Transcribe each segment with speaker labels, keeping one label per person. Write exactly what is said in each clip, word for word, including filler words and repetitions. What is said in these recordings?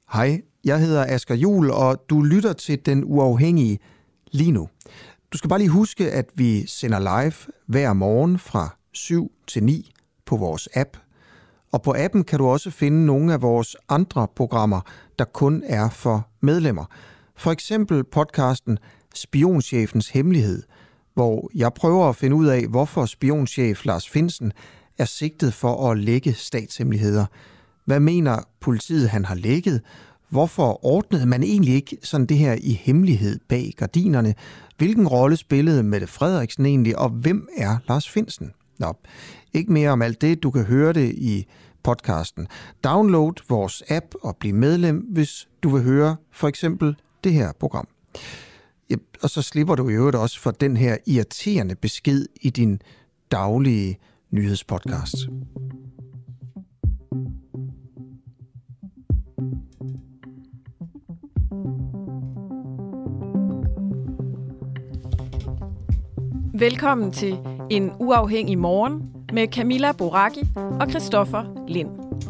Speaker 1: Hej, jeg hedder Asger Juhl, og du lytter til Den Uafhængige lige nu. Du skal bare lige huske, at vi sender live hver morgen fra syv til ni på vores app. Og på appen kan du også finde nogle af vores andre programmer, der kun er for medlemmer. For eksempel podcasten Spionchefens Hemmelighed, hvor jeg prøver at finde ud af, hvorfor spionchef Lars Findsen er sigtet for at lække statshemmeligheder. Hvad mener politiet, han har lækket? Hvorfor ordnede man egentlig ikke sådan det her i hemmelighed bag gardinerne? Hvilken rolle spillede Mette Frederiksen egentlig, og hvem er Lars Findsen? Nå, ikke mere om alt det. Du kan høre det i podcasten. Download vores app og bliv medlem, hvis du vil høre for eksempel det her program. Ja, og så slipper du i øvrigt også for den her irriterende besked i din daglige nyhedspodcast.
Speaker 2: Velkommen til En Uafhængig Morgen med Camilla Boracchi og Christoffer Lind.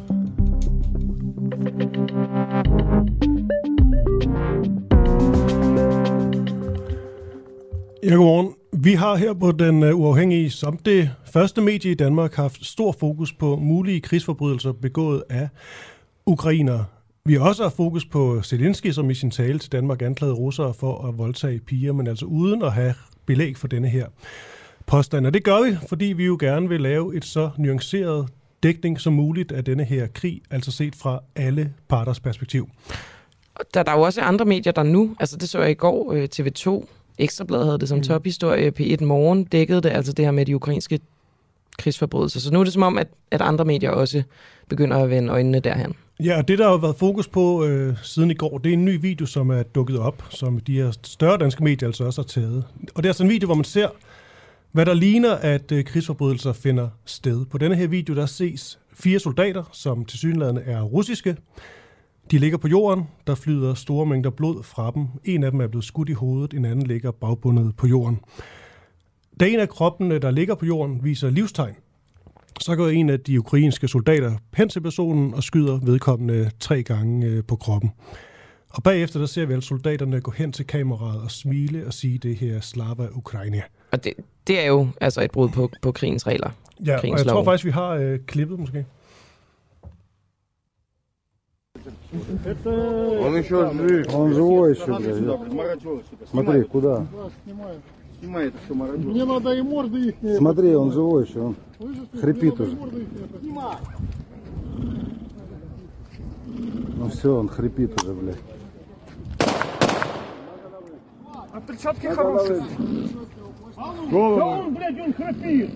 Speaker 3: Ja, godmorgen. Vi har her på Den Uafhængige, som det første medie i Danmark, haft stor fokus på mulige krigsforbrydelser begået af ukrainere. Vi har også haft fokus på Zelensky, som i sin tale til Danmark anklagede russere for at voldtage piger, men altså uden at have belæg for denne her påstand. Og det gør vi, fordi vi jo gerne vil lave et så nuanceret dækning som muligt af denne her krig, altså set fra alle parters perspektiv.
Speaker 4: Der, der er jo også andre medier, der nu, altså det så jeg i går, T V to, Ekstrabladet havde det som mm. tophistorie, P et Morgen dækkede det, altså det her med de ukrainske krigsforbrydelser. Så nu er det som om, at, at andre medier også begynder at vende øjnene derhen.
Speaker 3: Ja, og det der har været fokus på øh, siden i går, det er en ny video, som er dukket op, som de her større danske medier altså også har taget. Og det er altså en video, hvor man ser, hvad der ligner, at øh, krigsforbrydelser finder sted. På denne her video, der ses fire soldater, som tilsyneladende er russiske. De ligger på jorden, der flyder store mængder blod fra dem. En af dem er blevet skudt i hovedet, en anden ligger bagbundet på jorden. Da en af kroppene, der ligger på jorden, viser livstegn, så går en af de ukrainske soldater hen til personen og skyder vedkommende tre gange på kroppen. Og bagefter der ser vi alle soldaterne gå hen til kameraet og smile og sige det her Slava Ukraina.
Speaker 4: Og det, det er jo altså et brud på, på krigens regler.
Speaker 3: Ja,
Speaker 4: krigens
Speaker 3: og jeg
Speaker 4: lov.
Speaker 3: tror faktisk, vi har øh, klippet måske.
Speaker 5: Он еще жив.
Speaker 6: Он живой еще, блядь. Смотри, куда?
Speaker 5: Снимай это все, мародер.
Speaker 6: Мне надо и морды их. Смотри, он живой еще, он хрипит уже. Ну все, он хрипит уже, блядь.
Speaker 5: А перчатки хорошие. Да он, блядь, он храпит.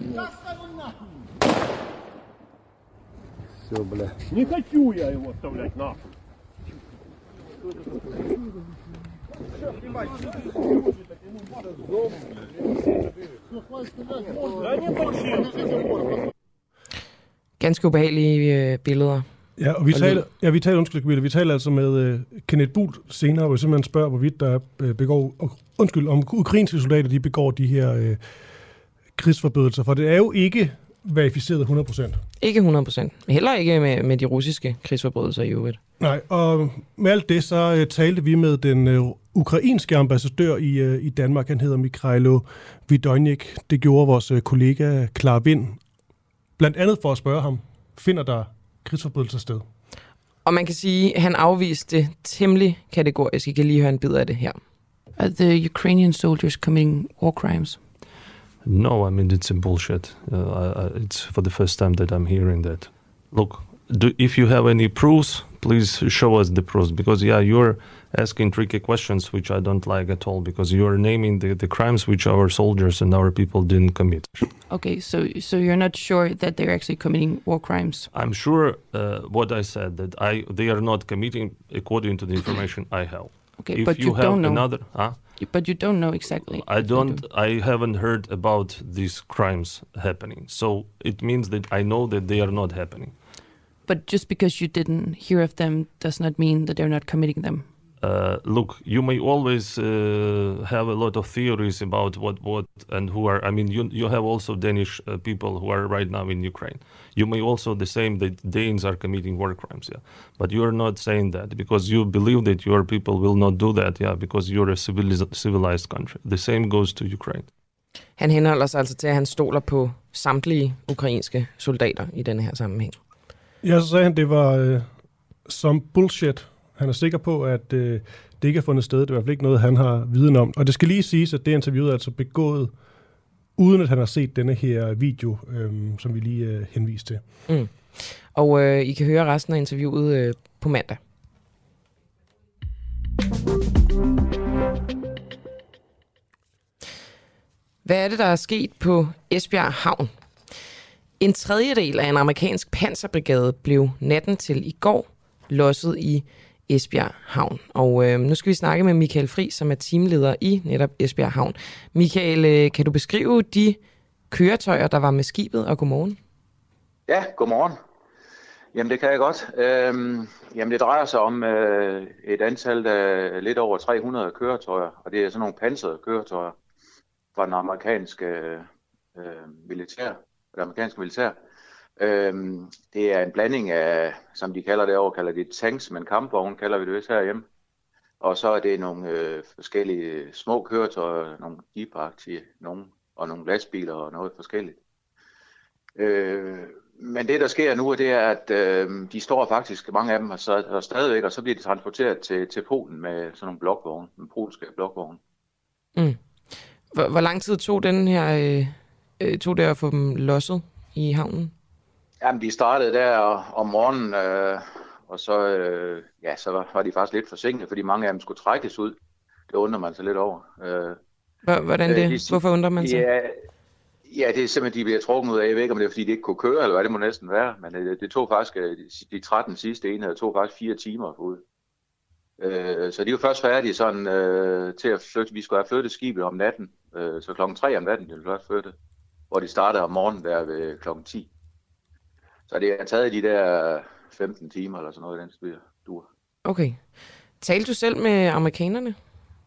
Speaker 6: Все, блядь.
Speaker 5: Не хочу я его оставлять нахуй.
Speaker 4: Ganske ubehagelige øh, billeder.
Speaker 3: Ja, og vi taler, ja, vi taler, undskyld, vi taler altså med uh, Kenneth Buhl senere, hvor vi simpelthen spørger, hvorvidt der uh, begår, uh, undskyld, om ukrainske soldater, de begår de her uh, krigsforbrydelser, for det er jo ikke verificeret hundrede procent.
Speaker 4: Ikke hundrede procent. Heller ikke med, med de russiske krigsforbrydelser i øvrigt.
Speaker 3: Nej, og med alt det, så uh, talte vi med den uh, ukrainske ambassadør i, uh, i Danmark. Han hedder Mikhailo Vidojnik. Det gjorde vores uh, kollega Clara Vind, blandt andet for at spørge ham, finder der krigsforbrydelser sted?
Speaker 4: Og man kan sige, at han afviste det temmelig kategorisk. I kan lige høre en bid af det her. Are the Ukrainian soldiers committing war crimes?
Speaker 7: No, I mean, it's a bullshit. Uh, I, I, it's for the first time that I'm hearing that. Look, do, if you have any proofs, please show us the proofs. Because, yeah, you're asking tricky questions, which I don't like at all, because you're naming the, the crimes which our soldiers and our people didn't commit.
Speaker 8: Okay, so so you're not sure that they're actually committing war crimes?
Speaker 7: I'm sure uh, what I said, that I they are not committing according to the information I have.
Speaker 8: Okay,
Speaker 7: if
Speaker 8: but
Speaker 7: you,
Speaker 8: you
Speaker 7: have
Speaker 8: don't know.
Speaker 7: another... Huh?
Speaker 8: But you don't know exactly.
Speaker 7: I don't. Do. I haven't heard about these crimes happening. So it means that I know that they are not happening.
Speaker 8: But just because you didn't hear of them does not mean that they're not committing them.
Speaker 7: Uh, look, you may always uh, have a lot of theories about what, what and who are. I mean, you you have also Danish uh, people who are right now in Ukraine. You may also the same that Danes are committing war crimes, yeah. But you are not saying that because you believe that your people will not do that, yeah, because you're a civilized, civilized country. The same goes to Ukraine.
Speaker 4: Han henholder sig altså til, at han stoler på samtlige ukrainske soldater i denne her sammenhæng.
Speaker 3: Ja, så sagde han, det var øh, som bullshit. Han er sikker på, at øh, det ikke er fundet sted. Det er i hvert fald ikke noget, han har viden om. Og det skal lige siges, at det interviewet er altså begået, uden at han har set denne her video, øh, som vi lige øh, henviste til.
Speaker 4: Mm. Og øh, I kan høre resten af interviewet øh, på mandag. Hvad er det, der er sket på Esbjerg Havn? En tredjedel af en amerikansk panserbrigade blev natten til i går losset i Esbjerg Havn. Og øh, nu skal vi snakke med Michael Fri, som er teamleder i netop Esbjerg Havn. Michael, øh, kan du beskrive de køretøjer, der var med skibet, og godmorgen?
Speaker 9: Ja, godmorgen. Jamen det kan jeg godt. Øhm, jamen det drejer sig om øh, et antal af lidt over tre hundrede køretøjer, og det er sådan nogle pansrede køretøjer fra den amerikanske øh, militær, det amerikanske militær. Øhm, det er en blanding af, som de kalder det over, kalder det tanks, men kampvogne kalder vi det vist herhjemme. Og så er det nogle øh, forskellige små køretøjer, nogle jeep-aktige, nogle, og nogle lastbiler og noget forskelligt. Øh, men det der sker nu, det er, at øh, de står faktisk, mange af dem er så, er stadigvæk, og så bliver de transporteret til, til Polen med sådan nogle blokvogne, med polske blokvogne.
Speaker 4: Mm. Hvor, hvor lang tid tog den her, øh, tog det at få dem losset i havnen?
Speaker 9: Jamen, de startede der om morgenen, øh, og så, øh, ja, så var, var de faktisk lidt forsinket, fordi mange af dem skulle trækkes ud. Det undrer man sig lidt over. Øh,
Speaker 4: Hvordan det? Øh, de, Hvorfor undrer man sig?
Speaker 9: Ja, ja, det er simpelthen, de bliver trukket ud af. Jeg ved ikke, om det er, fordi de ikke kunne køre, eller hvad det må næsten være. Men det, det tog faktisk, de tretten sidste enheder, tog faktisk fire timer at få ud. Øh, så de var først færdige sådan, øh, til at flytte. Vi skulle have flyttet skibet om natten. Øh, så klokken tre om natten, det blev først flyttet. Hvor de startede om morgenen der ved klokken ti. Så det har taget de der femten timer eller sådan noget i den styr. Dur.
Speaker 4: Okay. Talte du selv med amerikanerne?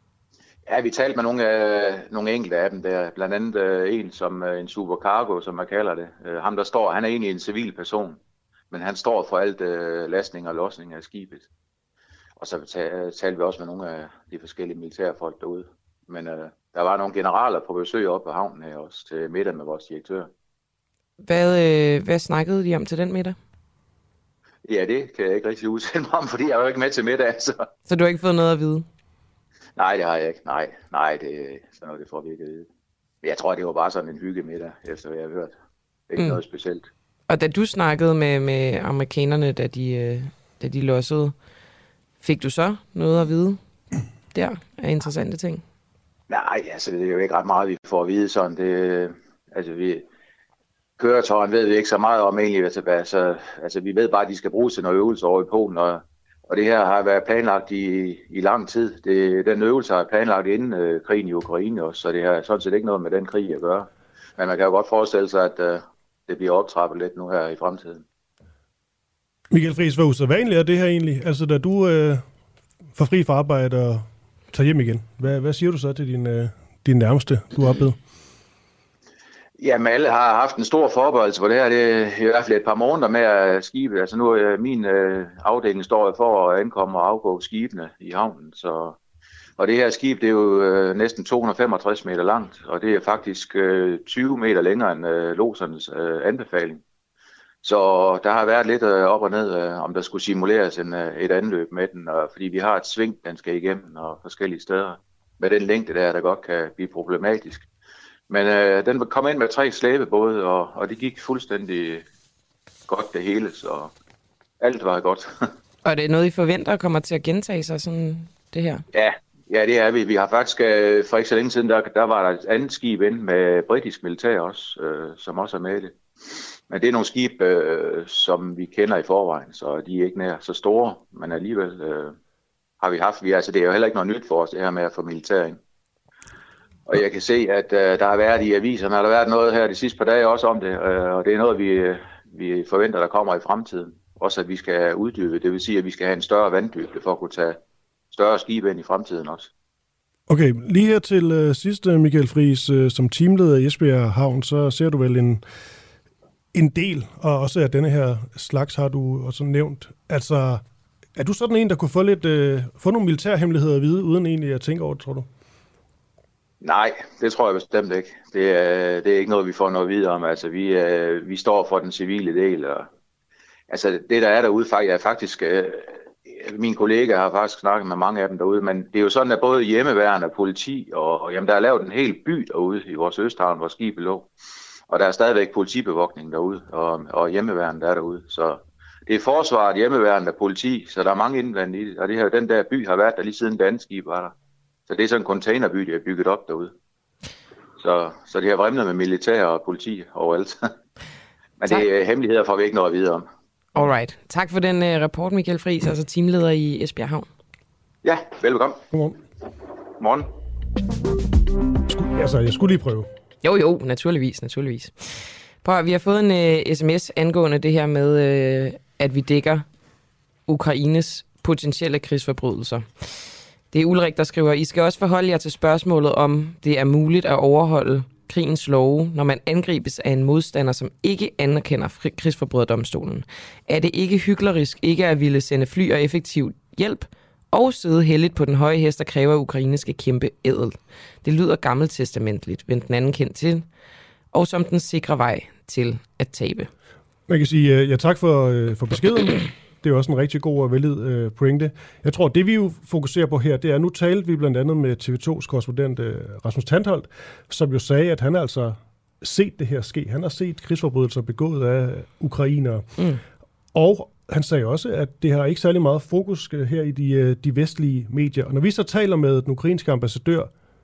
Speaker 9: Ja, vi talte med nogle, af, nogle enkelte af dem der. Blandt andet uh, en som uh, en supercargo, som man kalder det. Uh, ham der står, han er egentlig en civil person, men han står for alt uh, lastning og losning af skibet. Og så talte vi også med nogle af de forskellige militærfolk derude. Men uh, der var nogle generaler på besøg oppe på havnen her også til middag med vores direktør.
Speaker 4: Hvad, øh, hvad snakkede de om til den middag?
Speaker 9: Ja, det kan jeg ikke rigtig udtale mig om, fordi jeg er jo ikke med til middag. Så,
Speaker 4: så du har ikke fået noget at vide?
Speaker 9: Nej, det har jeg ikke. Nej, nej det, sådan noget, det får vi ikke at vide. Men jeg tror, det var bare sådan en hyggemiddag, efter hvad jeg har hørt. Ikke mm. noget specielt.
Speaker 4: Og da du snakkede med, med amerikanerne, da de, øh, da de lossede, fik du så noget at vide der af interessante ting?
Speaker 9: Nej, altså det er jo ikke ret meget, vi får at vide sådan. Det, altså vi... Køretøjen ved vi ikke så meget om egentlig, altså, altså vi ved bare, at de skal bruges til noget øvelse over i Polen, og, og det her har været planlagt i, i lang tid. Det, den øvelse har planlagt inden øh, krigen i Ukraine også, så det har sådan set ikke noget med den krig at gøre. Men man kan jo godt forestille sig, at øh, det bliver optrappet lidt nu her i fremtiden.
Speaker 3: Michael Friis, hvor usædvanligt er det her egentlig? Altså da du øh, får fri fra arbejde og tager hjem igen, hvad, hvad siger du så til din, øh, din nærmeste, du har oplevet?
Speaker 9: Jamen, alle har haft en stor forberedelse på det her. Det er i hvert fald et par måneder med at skibe. Altså nu er min øh, afdeling står for at ankomme og afgå skibene i havnen. Så, og det her skib, det er jo øh, næsten to hundrede og femogtres meter langt, og det er faktisk øh, tyve meter længere end øh, lodsernes øh, anbefaling. Så der har været lidt øh, op og ned, øh, om der skulle simuleres en, øh, et anløb med den, og, fordi vi har et sving, den skal igennem, og forskellige steder med den længde der, der godt kan blive problematisk. Men øh, den kom ind med tre slæbebåde, og, og det gik fuldstændig godt det hele, så alt var godt.
Speaker 4: Og det er noget, I forventer kommer til at gentage sig sådan det her?
Speaker 9: Ja, ja det er vi. Vi har faktisk, øh, for ikke så længe siden, der, der var der et andet skib ind med britisk militær også, øh, som også er med det. Men det er nogle skib, øh, som vi kender i forvejen, så de er ikke nær så store, men alligevel øh, har vi haft, vi, altså det er jo heller ikke noget nyt for os, det her med at få militær ind. Og jeg kan se, at øh, der har været i aviserne, der har været noget her de sidste par dage også om det, øh, og det er noget, vi, vi forventer, der kommer i fremtiden. Også at vi skal uddybe, det vil sige, at vi skal have en større vanddybde for at kunne tage større skibe ind i fremtiden også.
Speaker 3: Okay, lige her til øh, sidste, Michael Friis, øh, som teamleder i Esbjerg Havn, så ser du vel en, en del, og også af denne her slags har du også nævnt. Altså, er du sådan en, der kunne få, lidt, øh, få nogle militærhemmeligheder at vide, uden egentlig at tænke over det, tror du? Nej, det tror jeg bestemt ikke. Det er, det er ikke noget, vi får noget at vide om. Altså, vi, øh, vi står for den civile del. Og, altså, det der er derude, faktisk, er faktisk... Øh, mine kollegaer har faktisk snakket med mange af dem derude, men det er jo sådan, at både hjemmeværn og politi, og, og jamen, der er lavet en hel by derude i vores Østhavn, hvor skibet lå. Og der er stadigvæk politibevogtning derude, og, og hjemmeværn der er derude. Så det er forsvaret, hjemmeværn og politi, så der er mange indblandet i det. Og det her, den der by har været der lige siden dansk skib var der. Så det er sådan en containerby, de har bygget op derude. Så, så det har vrimlet med militær og politi overalt. Men tak. Det er hemmeligheder, får vi ikke noget at vide om.
Speaker 4: Alright. Tak for den uh, rapport, Michael Friis, altså teamleder i Esbjerg Havn. Ja,
Speaker 9: velkommen.
Speaker 3: Godmorgen.
Speaker 9: Morgen.
Speaker 3: Altså, jeg skulle lige prøve.
Speaker 4: Jo, jo, naturligvis, naturligvis. Prøv, vi har fået en uh, sms angående det her med, uh, at vi dækker Ukraines potentielle krigsforbrydelser. Det er Ulrik, der skriver, I skal også forholde jer til spørgsmålet om, det er muligt at overholde krigens love, når man angribes af en modstander, som ikke anerkender krigsforbryderdomstolen. Er det ikke hyklerisk ikke at ville sende fly og effektiv hjælp og sidde heldigt på den høje hest, der kræver, at Ukraine skal kæmpe ædel? Det lyder gammeltestamentligt, vend den anden kendt til, og som den sikre vej til at tabe.
Speaker 3: Man kan sige, ja, tak for, for beskeden. Det er jo også en rigtig god og vældig øh, pointe. Jeg tror, det vi jo fokuserer på her, det er, nu talte vi blandt andet med T V to's korrespondent øh, Rasmus Tandholt, som jo sagde, at han altså set det her ske. Han har set krigsforbrydelser begået af ukrainere. Mm. Og han sagde også, at det har ikke særlig meget fokus her i de, de vestlige medier. Og når vi så taler med den ukrainske ambassadør,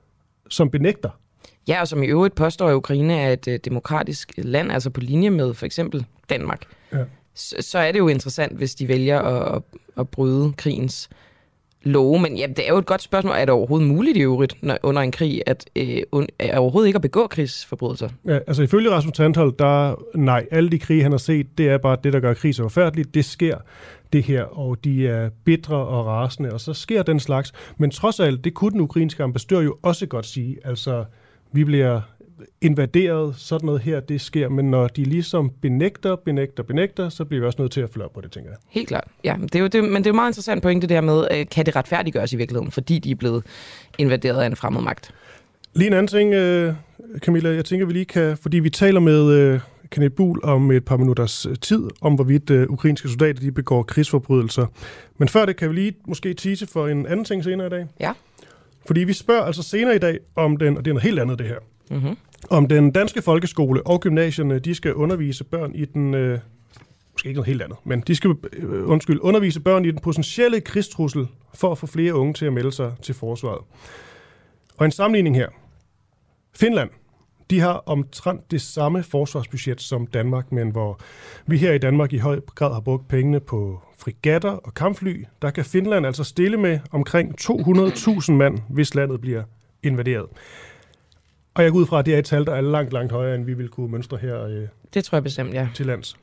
Speaker 3: som benægter.
Speaker 4: Ja, og som i øvrigt påstår, at Ukraine er et uh, demokratisk land, altså på linje med for eksempel Danmark. Ja. Så er det jo interessant, hvis de vælger at, at bryde krigens love. Men ja, det er jo et godt spørgsmål. Er det overhovedet muligt i øvrigt under en krig, at øh, er overhovedet ikke at begå krigsforbrydelser?
Speaker 3: Ja, altså ifølge Rasmus Tandholt, der nej, alle de krige, han har set, det er bare det, der gør krig så forfærdeligt. Det sker, det her, og de er bitre og rasende, og så sker den slags. Men trods alt, det kunne den ukrainske ambassadør jo også godt sige. Altså, vi bliver invaderet, sådan noget her, det sker, men når de ligesom benægter, benægter, benægter, så bliver vi også nødt til at følge op på det, tænker jeg.
Speaker 4: Helt klart, ja. Det er jo det, men det er jo meget interessant pointe det her med, kan det retfærdiggøres i virkeligheden, fordi de er blevet invaderet af en fremmed magt?
Speaker 3: Lige en anden ting, Camilla, jeg tænker, vi lige kan, fordi vi taler med Kenneth Buhl om et par minutters tid, om hvorvidt ukrainske soldater, de begår krigsforbrydelser. Men før det kan vi lige måske tease for en anden ting senere i dag.
Speaker 4: Ja.
Speaker 3: Fordi vi spørger altså senere i dag om den, og det er noget helt andet det her,
Speaker 4: mm-hmm.
Speaker 3: om den danske folkeskole og gymnasierne, de skal undervise børn i den, øh, måske ikke noget helt andet, men de skal øh, undskyld, undervise børn i den potentielle krigstrussel for at få flere unge til at melde sig til forsvaret. Og en sammenligning her. Finland, de har omtrent det samme forsvarsbudget som Danmark, men hvor vi her i Danmark i høj grad har brugt pengene på frigatter og kampfly, der kan Finland altså stille med omkring to hundrede tusind mand, hvis landet bliver invaderet. Og jeg går ud fra, at det er et tal, der er langt, langt højere, end vi vil kunne mønstre her øh,
Speaker 4: det tror jeg bestemt, ja.
Speaker 3: til lands.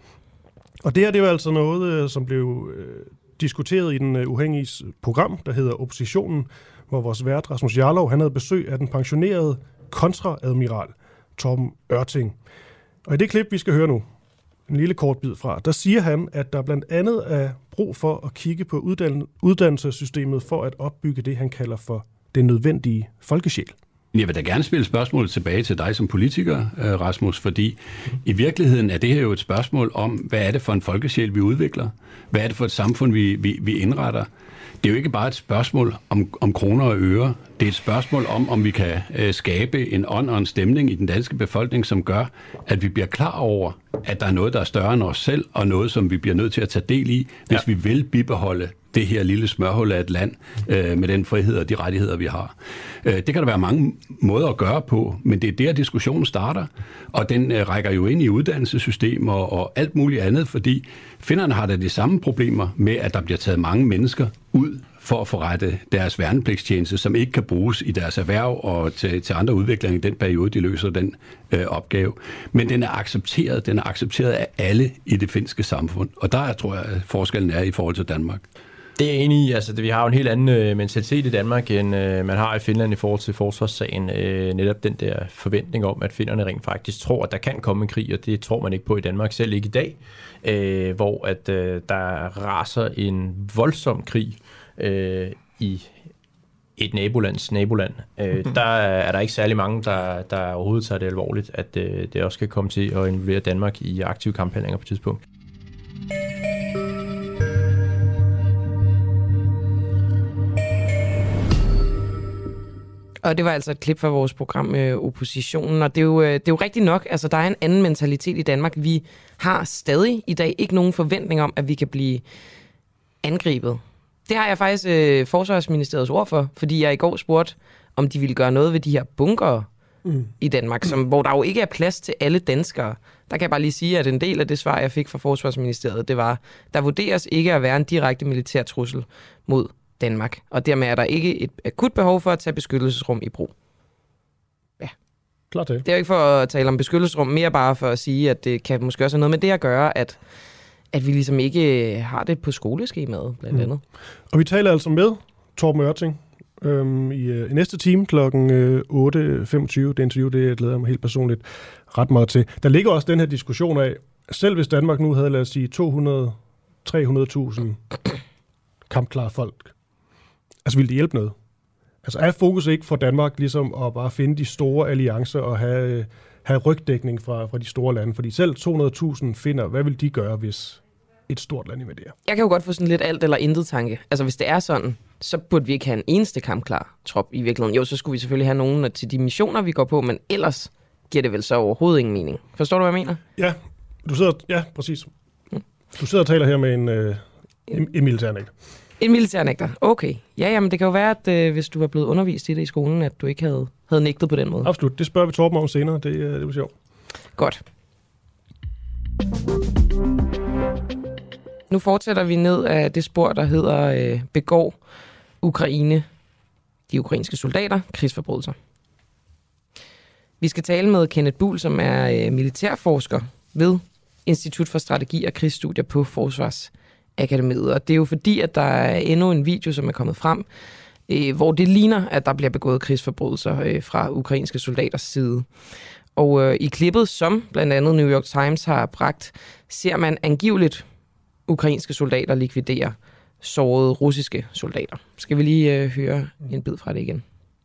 Speaker 3: Og det her, det er jo altså noget, øh, som blev øh, diskuteret i den øh, uafhængige program, der hedder Oppositionen, hvor vores vært Rasmus Jarlov, han havde besøg af den pensionerede kontraadmiral Torben Ørting. Og i det klip, vi skal høre nu, en lille kort bid fra, der siger han, at der blandt andet er brug for at kigge på uddann- uddannelsessystemet for at opbygge det, han kalder for den nødvendige folkesjæl.
Speaker 10: Jeg vil da gerne spille spørgsmålet tilbage til dig som politiker, Rasmus, fordi i virkeligheden er det her jo et spørgsmål om, hvad er det for en folkesjæl, vi udvikler? Hvad er det for et samfund, vi, vi, vi indretter? Det er jo ikke bare et spørgsmål om, om kroner og øre. Det er et spørgsmål om, om vi kan øh, skabe en ånd og en stemning i den danske befolkning, som gør, at vi bliver klar over, at der er noget, der er større end os selv, og noget, som vi bliver nødt til at tage del i, hvis ja. vi vil bibeholde det her lille smørhul af et land øh, med den frihed og de rettigheder, vi har. Øh, det kan der være mange måder at gøre på, men det er der, diskussionen starter, og den øh, rækker jo ind i uddannelsessystemer og, og alt muligt andet, fordi finnerne har da de samme problemer med, at der bliver taget mange mennesker ud for at forrette deres værnepligtstjeneste, som ikke kan bruges i deres erhverv og til, til andre udviklinger i den periode, de løser den øh, opgave. Men den er accepteret, den er accepteret af alle i det finske samfund, og der tror jeg, at forskellen er i forhold til Danmark.
Speaker 11: Det er jeg enig i. Altså, det, vi har jo en helt anden øh, mentalitet i Danmark, end øh, man har i Finland i forhold til forsvarssagen. Øh, netop den der forventning om, at finnerne rent faktisk tror, at der kan komme en krig, og det tror man ikke på i Danmark, selv ikke i dag, øh, hvor at øh, der raser en voldsom krig øh, i et nabolands naboland. Øh, der er der ikke særlig mange, der, der overhovedet tager det alvorligt, at øh, det også kan komme til at involvere Danmark i aktive kamphandlinger på et tidspunkt.
Speaker 4: Og det var altså et klip fra vores program øh, Oppositionen, og det er, jo, øh, det er jo rigtigt nok, altså der er en anden mentalitet i Danmark. Vi har stadig i dag ikke nogen forventning om, at vi kan blive angrebet. Det har jeg faktisk øh, Forsvarsministeriets ord for, fordi jeg i går spurgte, om de ville gøre noget ved de her bunkere mm. i Danmark, som, hvor der jo ikke er plads til alle danskere. Der kan jeg bare lige sige, at en del af det svar, jeg fik fra Forsvarsministeriet, det var, der vurderes ikke at være en direkte militær trussel mod Danmark, og dermed er der ikke et akut behov for at tage beskyttelsesrum i brug. Ja.
Speaker 3: Klart det.
Speaker 4: Det er jo ikke for at tale om beskyttelsesrum, mere bare for at sige, at det kan måske også have noget med det at gøre, at, at vi ligesom ikke har det på skoleskemaet, blandt mm. andet.
Speaker 3: Og vi taler altså med Torben Ørting øhm, i, øh, i næste time klokken øh, otte femogtyve. Det interview, det glæder jeg mig helt personligt ret meget til. Der ligger også den her diskussion af, selv hvis Danmark nu havde, lad os sige, to hundrede til tre hundrede tusind kampklare folk, altså vil det hjælpe noget? Altså er fokus ikke for Danmark ligesom at bare finde de store alliancer og have, have rygdækning fra, fra de store lande? Fordi selv to hundrede tusind finner, hvad vil de gøre, hvis et stort land invaderer?
Speaker 4: Jeg kan jo godt få sådan lidt alt eller intet tanke. Altså hvis det er sådan, så burde vi ikke have en eneste kampklar trop i virkeligheden. Jo, så skulle vi selvfølgelig have nogen til de missioner, vi går på, men ellers giver det vel så overhovedet ingen mening. Forstår du, hvad jeg mener?
Speaker 3: Ja, du sidder, ja præcis. Du sidder og taler her med en, øh, en, en militærnægter.
Speaker 4: En militærnægter. Okay. Ja, jamen det kan jo være, at øh, hvis du var blevet undervist i det i skolen, at du ikke havde, havde nægtet på den måde.
Speaker 3: Absolut. Det spørger vi Torben om senere. Det, øh, det var sjovt.
Speaker 4: Godt. Nu fortsætter vi ned af det spor, der hedder øh, begår Ukraine, de ukrainske soldater, krigsforbrydelser. Vi skal tale med Kenneth Buhl, som er øh, militærforsker ved Institut for Strategi og Krigsstudier på Forsvarsakademiet. Og det er jo fordi, at der er endnu en video, som er kommet frem, øh, hvor det ligner, at der bliver begået krigsforbrydelser øh, fra ukrainske soldaters side. Og øh, i klippet, som blandt andet New York Times har bragt, ser man angiveligt ukrainske soldater likvidere sårede russiske soldater. Skal vi lige øh, høre en bid fra det igen?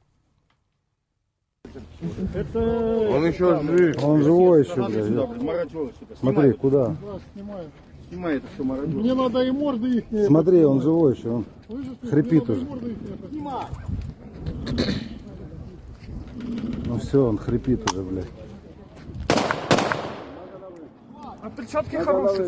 Speaker 6: Он еще жив. Он живой еще, блядь. Смотри, куда? Мне надо и морды их. Смотри, он живой еще. Он хрипит уже. Ну все, он хрипит уже, блядь.
Speaker 5: А перчатки хорошие.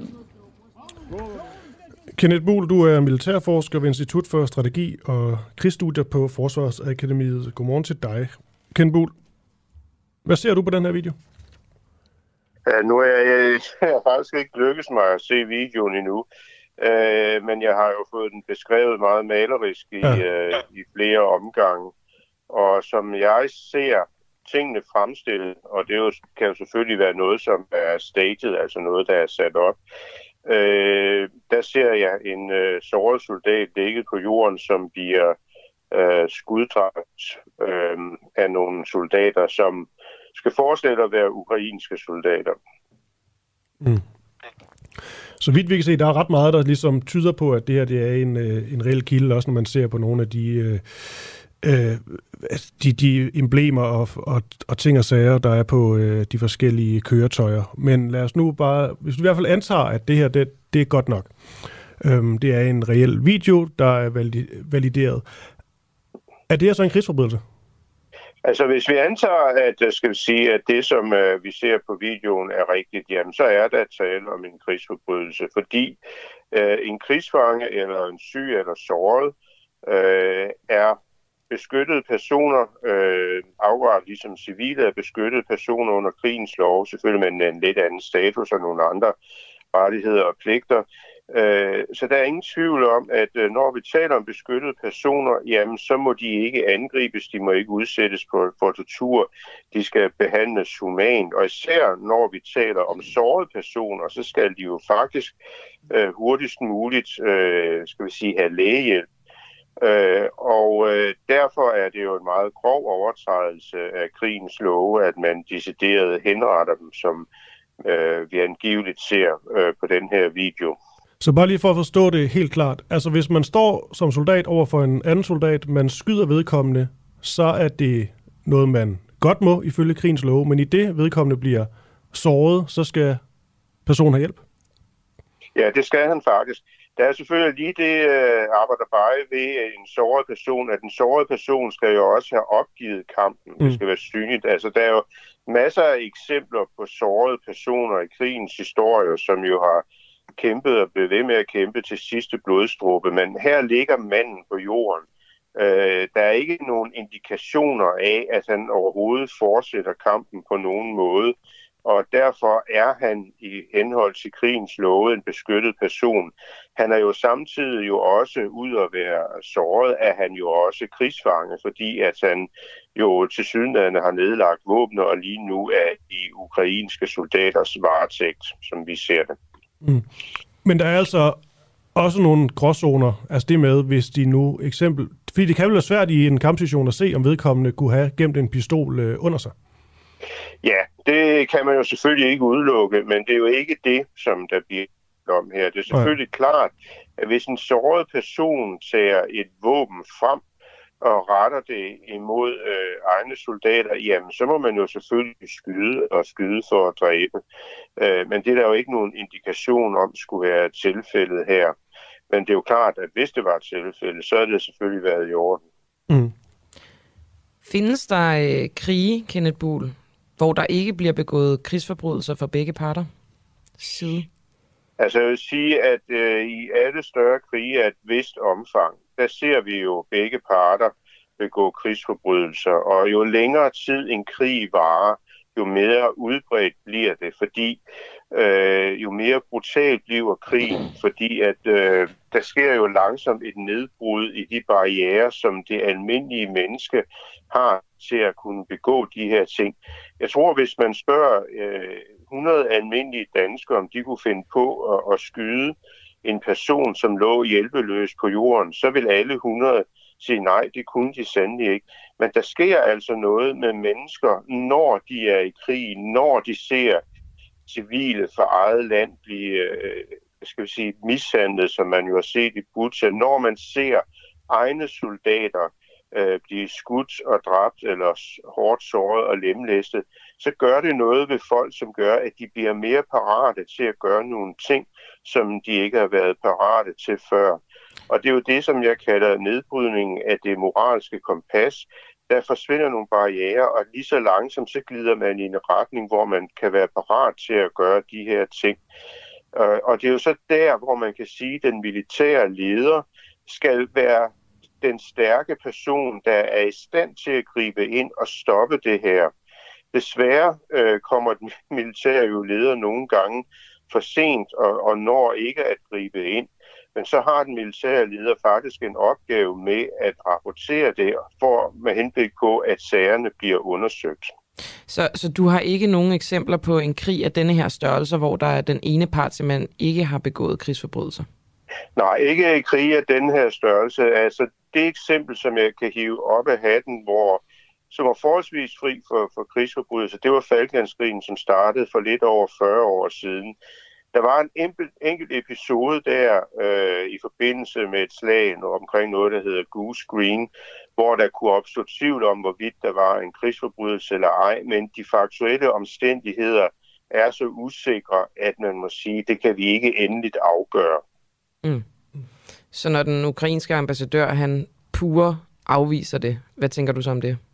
Speaker 3: Kenneth Buhl, du er militærforsker ved Institut for Strategi og Krigsstudier på Forsvarsakademiet. Godmorgen til dig. Kenneth Buhl, hvad ser du på den her video?
Speaker 12: Ja, nu er jeg, jeg har faktisk ikke lykkes mig at se videoen endnu, uh, men jeg har jo fået den beskrevet meget malerisk i, ja. uh, i flere omgange. Og som jeg ser tingene fremstillet, og det jo, kan jo selvfølgelig være noget, som er staged, altså noget, der er sat op, uh, der ser jeg en uh, såret soldat ligge på jorden, som bliver uh, skuddræbt uh, af nogle soldater, som skal forestille at være ukrainske soldater.
Speaker 3: Mm. Så vidt vi kan se, der er ret meget, der ligesom tyder på, at det her det er en, en reel kilde, også når man ser på nogle af de, øh, de, de emblemer og, og, og ting og sager, der er på øh, de forskellige køretøjer. Men lad os nu bare, hvis vi i hvert fald antager, at det her det, det er godt nok. Øhm, det er en reel video, der er valideret. Er det her så en krigsforbrydelse?
Speaker 12: Altså, hvis vi antager, at, skal vi sige, at det, som uh, vi ser på videoen, er rigtigt, jamen, så er der tale om en krigsforbrydelse, fordi uh, en krigsfange eller en syg eller såret uh, er beskyttede personer, uh, afgået ligesom civile er beskyttede personer under krigens lov, selvfølgelig med en, en lidt anden status og nogle andre rettigheder og pligter, Øh, så der er ingen tvivl om, at øh, når vi taler om beskyttede personer, jamen så må de ikke angribes, de må ikke udsættes på, for tortur, de skal behandles humant, og især når vi taler om sårede personer, så skal de jo faktisk øh, hurtigst muligt, øh, skal vi sige, have lægehjælp. Øh, og øh, derfor er det jo en meget grov overtrædelse af krigens love, at man decideret henretter dem, som øh, vi angiveligt ser øh, på den her video.
Speaker 3: Så bare lige for at forstå det helt klart. Altså hvis man står som soldat over for en anden soldat, man skyder vedkommende, så er det noget, man godt må ifølge krigens love, men i det vedkommende bliver såret, så skal personen have hjælp? Ja, det skal han faktisk. Der er selvfølgelig lige det øh, arbejder bare ved en såret person, at den sårede person skal jo også have opgivet kampen. Mm. Det skal være synligt. Altså, der er jo masser af eksempler på sårede personer i krigens historie, som jo har kæmpet og blevet ved med at kæmpe til sidste blodstråbe. Men her ligger manden på jorden. Øh, der er ikke nogen indikationer af, at han overhovedet fortsætter kampen på nogen måde. Og derfor er han i henhold til krigens love en beskyttet person. Han er jo samtidig jo også, ud at være såret, er han jo også krigsfange, fordi at han jo tilsyneladende har nedlagt våbner og lige nu er i ukrainske soldaters varetægt, som vi ser det. Mm. Men der er altså også nogle gråzoner, altså det med, hvis de nu eksempel, fordi det kan vel være svært i en kampsituation at se, om vedkommende kunne have gemt en pistol øh, under sig.
Speaker 12: Ja, det kan man jo selvfølgelig ikke udelukke, men det er jo ikke det, som der bliver om her. Det er selvfølgelig ja. klart, at hvis en såret person tager et våben frem og retter det imod øh, egne soldater, jamen så må man jo selvfølgelig skyde og skyde for at dræbe. Øh, men det er der jo ikke nogen indikation om skulle være tilfældet her. Men det er jo klart, at hvis det var et tilfælde, så er det selvfølgelig været i orden.
Speaker 4: Mm. Findes der øh, krige, Kenneth Buhl, hvor der ikke bliver begået krigsforbrydelser for begge parter side?
Speaker 12: Altså jeg vil sige, at øh, i alle større krige af et vist omfang, der ser vi jo begge parter begå krigsforbrydelser, og jo længere tid en krig varer, jo mere udbredt bliver det, fordi øh, jo mere brutalt bliver krigen, fordi at øh, der sker jo langsomt et nedbrud i de barrierer, som det almindelige menneske har til at kunne begå de her ting. Jeg tror, hvis man spørger øh, hundrede almindelige danskere, om de kunne finde på at, at skyde en person, som lå hjælpeløs på jorden, så vil alle hundrede sige nej, det kunne de sandelig ikke. Men der sker altså noget med mennesker, når de er i krig, når de ser civile fra eget land blive øh, skal vi sige, mishandlet, som man jo har set i Bucha, når man ser egne soldater øh, blive skudt og dræbt eller hårdt såret og lemlæstet, så gør det noget ved folk, som gør, at de bliver mere parate til at gøre nogle ting, som de ikke har været parate til før. Og det er jo det, som jeg kalder nedbrydningen af det moralske kompas. Der forsvinder nogle barrierer, og lige så langsomt så glider man i en retning, hvor man kan være parat til at gøre de her ting. Og det er jo så der, hvor man kan sige, at den militære leder skal være den stærke person, der er i stand til at gribe ind og stoppe det her. Desværre øh, kommer den militære jo leder nogle gange for sent og, og når ikke at gribe ind. Men så har den militære leder faktisk en opgave med at rapportere det, for med henblik på, at sagerne bliver undersøgt.
Speaker 4: Så, så du har ikke nogen eksempler på en krig af denne her størrelse, hvor der er den ene part, som man ikke har begået krigsforbrydelser?
Speaker 12: Nej, ikke krig af denne her størrelse. Altså det eksempel, som jeg kan hive op af hatten, hvor som var forholdsvis fri for, for krigsforbrydelser, det var Falklandskrigen, som startede for lidt over fyrre år siden. Der var en enkelt, enkelt episode der øh, i forbindelse med et slag omkring noget, der hedder Goose Green, hvor der kunne opstå tvivl om, hvorvidt der var en krigsforbrydelse eller ej, men de faktuelle omstændigheder er så usikre, at man må sige, det kan vi ikke endeligt afgøre.
Speaker 4: Mm. Så når den ukrainske ambassadør, han pure afviser det, hvad tænker du så om det?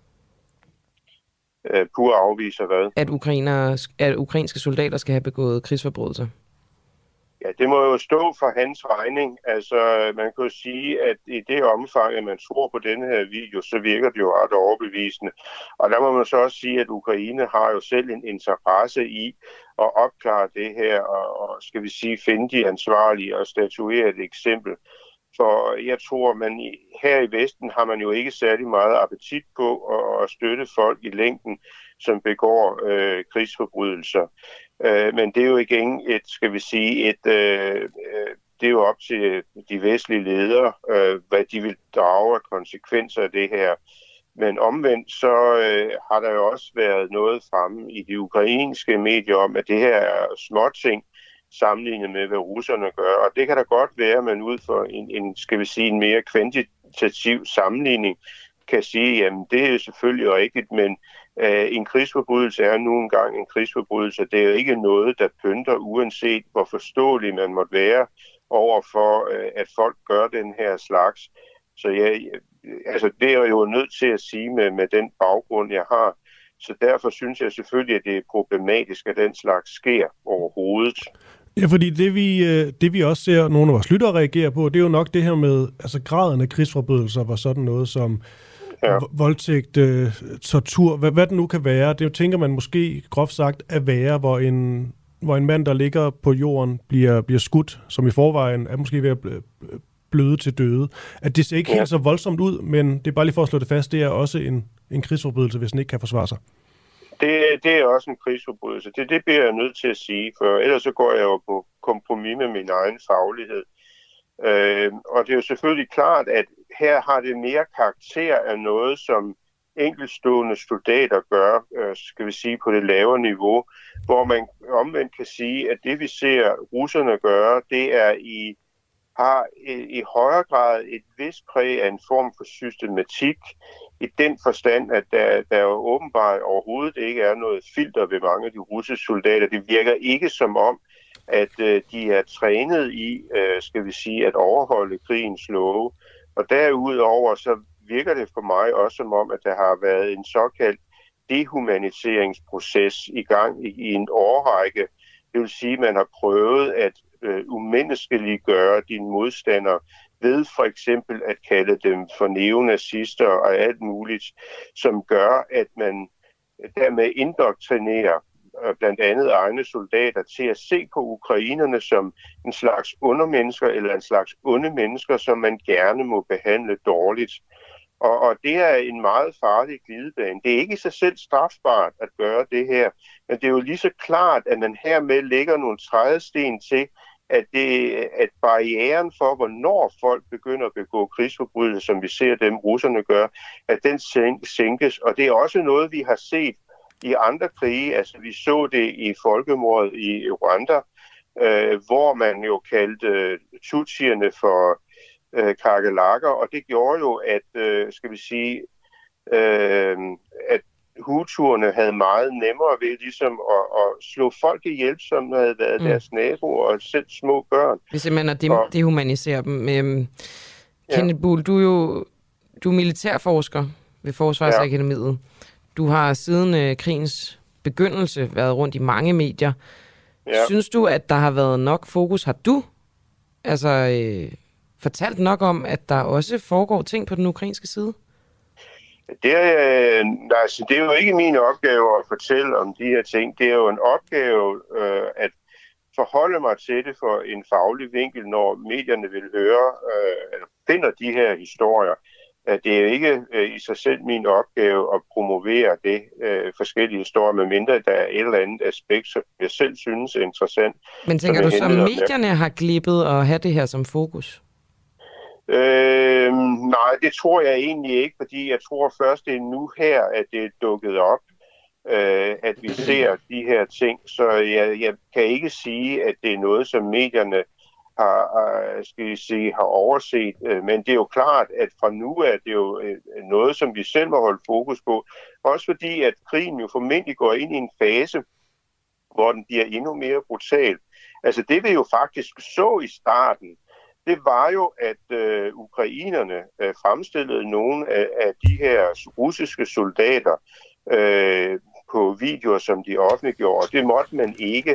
Speaker 12: Uh, pure afviser hvad?
Speaker 4: At, ukrainer, at ukrainske soldater skal have begået krigsforbrydelser.
Speaker 12: Ja, det må jo stå for hans regning. Altså, man kan jo sige, at i det omfang, at man tror på denne her video, så virker det jo ret overbevisende. Og der må man så også sige, at Ukraine har jo selv en interesse i at opklare det her, og, og skal vi sige, finde de ansvarlige og statuere et eksempel. For jeg tror, man her i Vesten har man jo ikke særlig meget appetit på at støtte folk i længden, som begår øh, krigsforbrydelser. Øh, men det er jo igen et, skal vi sige, et, øh, det er jo op til de vestlige ledere, øh, hvad de vil drage af konsekvenser af det her. Men omvendt så øh, har der jo også været noget fremme i de ukrainske medier om, at det her er småting sammenlignet med, hvad russerne gør. Og det kan da godt være, at man ud for en, en skal vi sige, en mere kvantitativ sammenligning kan sige, jamen det er jo selvfølgelig rigtigt, men øh, en krigsforbrydelse er nu engang en krigsforbrydelse. Det er jo ikke noget, der pynter, uanset hvor forståelig man måtte være over for, øh, at folk gør den her slags. Så ja, altså, det er jeg jo nødt til at sige med, med den baggrund, jeg har. Så derfor synes jeg selvfølgelig, at det er problematisk, at den slags sker overhovedet.
Speaker 3: Ja, fordi det vi, det vi også ser, nogle af vores lyttere reagerer på, det er jo nok det her med, altså graden af krigsforbrydelser var sådan noget som ja. voldtægt, tortur, hvad, hvad det nu kan være. Det tænker man måske groft sagt er værre, hvor en, hvor en mand, der ligger på jorden, bliver, bliver skudt, som i forvejen er måske ved at bløde til døde. At det ser ikke ja. helt så voldsomt ud, men det er bare lige for at slå det fast, det er også en, en krigsforbrydelse, hvis den ikke kan forsvare sig. Det,
Speaker 12: det er også en krigsforbrydelse. Det, det bliver jeg nødt til at sige, for ellers så går jeg jo på kompromis med min egen faglighed. Øh, og det er jo selvfølgelig klart, at her har det mere karakter af noget, som enkeltstående soldater gør, øh, skal vi sige, på det lavere niveau, hvor man omvendt kan sige, at det vi ser russerne gøre, det er i har i højere grad et vist præg af en form for systematik, i den forstand, at der, der jo åbenbart overhovedet ikke er noget filter ved mange af de russiske soldater. Det virker ikke som om, at øh, de er trænet i, øh, skal vi sige, at overholde krigens love. Og derudover så virker det for mig også som om, at der har været en såkaldt dehumaniseringsproces i gang i, i en årrække. Det vil sige, at man har prøvet at øh, umenneskeliggøre dine modstandere ved for eksempel at kalde dem for neonazister og alt muligt, som gør, at man dermed indoktrinerer øh, blandt andet egne soldater til at se på ukrainerne som en slags undermennesker eller en slags onde mennesker, som man gerne må behandle dårligt. Og, og det er en meget farlig glidebane. Det er ikke i sig selv strafbart at gøre det her, men det er jo lige så klart, at man hermed lægger nogle trædesten til, at, det, at barrieren for, hvornår folk begynder at begå krigsforbrydelser, som vi ser dem russerne gør, at den sænkes. Og det er også noget, vi har set i andre krige. Altså vi så det i folkemordet i Rwanda, øh, hvor man jo kaldte øh, tutsierne for øh, kakelakker, og det gjorde jo, at, øh, skal vi sige, øh, at Hutuerne havde meget nemmere ved ligesom at, at slå folk ihjel, som havde været mm. deres naboer og selv små børn.
Speaker 4: Hvis simpelthen at de- dehumanisere dem. Øhm, ja. Kenneth Buhl, du er jo du er militærforsker ved Forsvarsakademiet. Ja. Du har siden øh, krigens begyndelse været rundt i mange medier. Ja. Synes du, at der har været nok fokus? Har du altså øh, fortalt nok om, at der også foregår ting på den ukrainske side?
Speaker 12: Det er, altså, det er jo ikke min opgave at fortælle om de her ting. Det er jo en opgave øh, at forholde mig til det for en faglig vinkel, når medierne vil høre øh, eller finder de her historier. Det er jo ikke øh, i sig selv min opgave at promovere det øh, forskellige historier, medmindre der er et eller andet aspekt, som jeg selv synes er interessant.
Speaker 4: Men tænker du så, at medierne har glippet at have det her som fokus?
Speaker 12: Øh, nej, det tror jeg egentlig ikke, fordi jeg tror først, det er nu her, at det er dukket op, øh, at vi ser de her ting. Så jeg, jeg kan ikke sige, at det er noget, som medierne har, skal jeg sige, har overset. Men det er jo klart, at fra nu er det jo noget, som vi selv må holde fokus på. Også fordi, at krigen jo formentlig går ind i en fase, hvor den bliver endnu mere brutal. Altså det vi jo faktisk så i starten, det var jo, at øh, ukrainerne øh, fremstillede nogle af, af de her russiske soldater øh, på videoer, som de offentliggjorde. Og det måtte man ikke.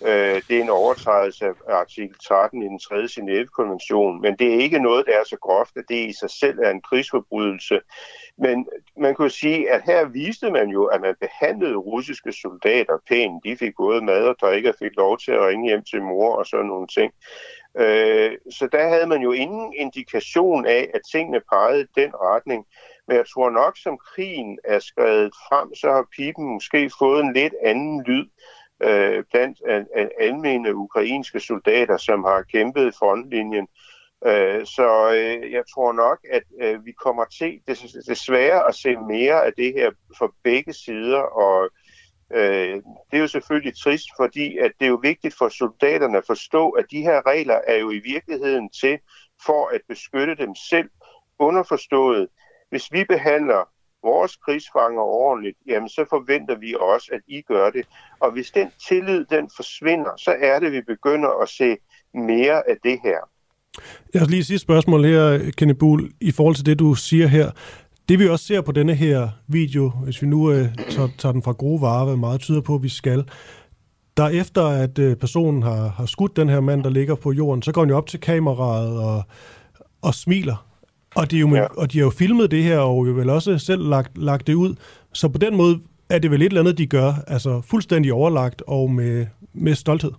Speaker 12: Øh, det er en overtrædelse af artikel tretten i den tredje Genève-konvention, men det er ikke noget, der er så groft, at det i sig selv er en krigsforbrydelse. Men man kunne sige, at her viste man jo, at man behandlede russiske soldater pænt. De fik både mad og drikke og fik lov til at ringe hjem til mor og sådan nogle ting. Øh, så der havde man jo ingen indikation af, at tingene pegede i den retning. Men jeg tror nok, som krigen er skrevet frem, så har piben måske fået en lidt anden lyd øh, blandt almene ukrainske soldater, som har kæmpet i frontlinjen. Øh, så øh, jeg tror nok, at øh, vi kommer til des- desværre at se mere af det her for begge sider, og øh, det er jo selvfølgelig trist, fordi at det er jo vigtigt for soldaterne at forstå, at de her regler er jo i virkeligheden til for at beskytte dem selv, underforstået. Hvis vi behandler vores krigsfanger ordentligt, jamen så forventer vi også, at I gør det. Og hvis den tillid, den forsvinder, så er det, at vi begynder at se mere af det her.
Speaker 3: Jeg har lige sidste spørgsmål her, Kenneth Buhl, i forhold til det, du siger her. Det vi også ser på denne her video, hvis vi nu øh, tager, tager den fra gode varer, hvad meget tyder på, at vi skal, der efter at øh, personen har, har skudt den her mand, der ligger på jorden, så går han jo op til kameraet og, og smiler. Og de, jo, ja. og de har jo filmet det her, og jo vel også selv lagt, lagt det ud. Så på den måde er det vel et eller andet, de gør, altså fuldstændig overlagt og med, med stolthed.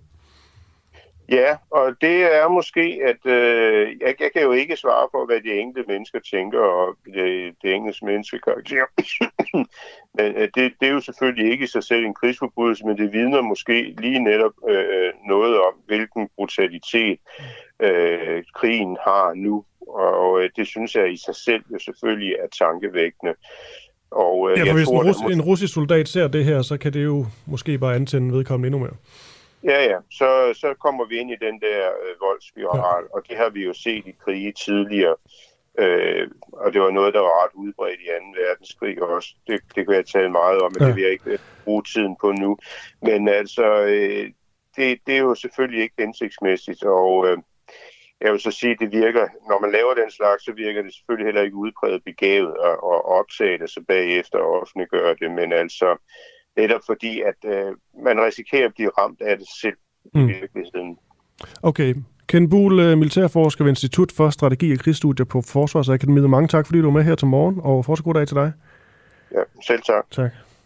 Speaker 12: Ja, og det er måske, at øh, jeg, jeg kan jo ikke svare på, hvad de enkelte mennesker tænker, og det, det engelske menneskekarakter. Men øh, det, det er jo selvfølgelig ikke i sig selv en krigsforbrydelse, men det vidner måske lige netop øh, noget om, hvilken brutalitet øh, krigen har nu. Og øh, det synes jeg i sig selv jo selvfølgelig er tankevækkende. Og, øh,
Speaker 3: ja, for
Speaker 12: jeg
Speaker 3: hvis
Speaker 12: tror,
Speaker 3: en, rus-
Speaker 12: må...
Speaker 3: en russisk soldat ser det her, så kan det jo måske bare antænde vedkommende endnu mere.
Speaker 12: Ja, ja. Så, så kommer vi ind i den der øh, voldsspiral, ja. Og det har vi jo set i krige tidligere. Øh, og det var noget, der var ret udbredt i anden verdenskrig også. Det, det kan jeg tale meget om, men ja. Det vil jeg ikke bruge tiden på nu. Men altså, øh, det, det er jo selvfølgelig ikke hensigtsmæssigt, og øh, jeg vil så sige, at det virker, når man laver den slags, så virker det selvfølgelig heller ikke udpræget begavet at, at optage det, så bagefter og offentliggøre det, men altså netop fordi, at øh, man risikerer at blive ramt af det selv mm. i virkeligheden.
Speaker 3: Okay. Ken Buhl, militærforsker ved Institut for Strategi og Krigsstudier på Forsvarsakademiet. Mange tak, fordi du var med her til morgen, og fortsat god dag til dig.
Speaker 12: Ja, selv tak.
Speaker 3: Tak.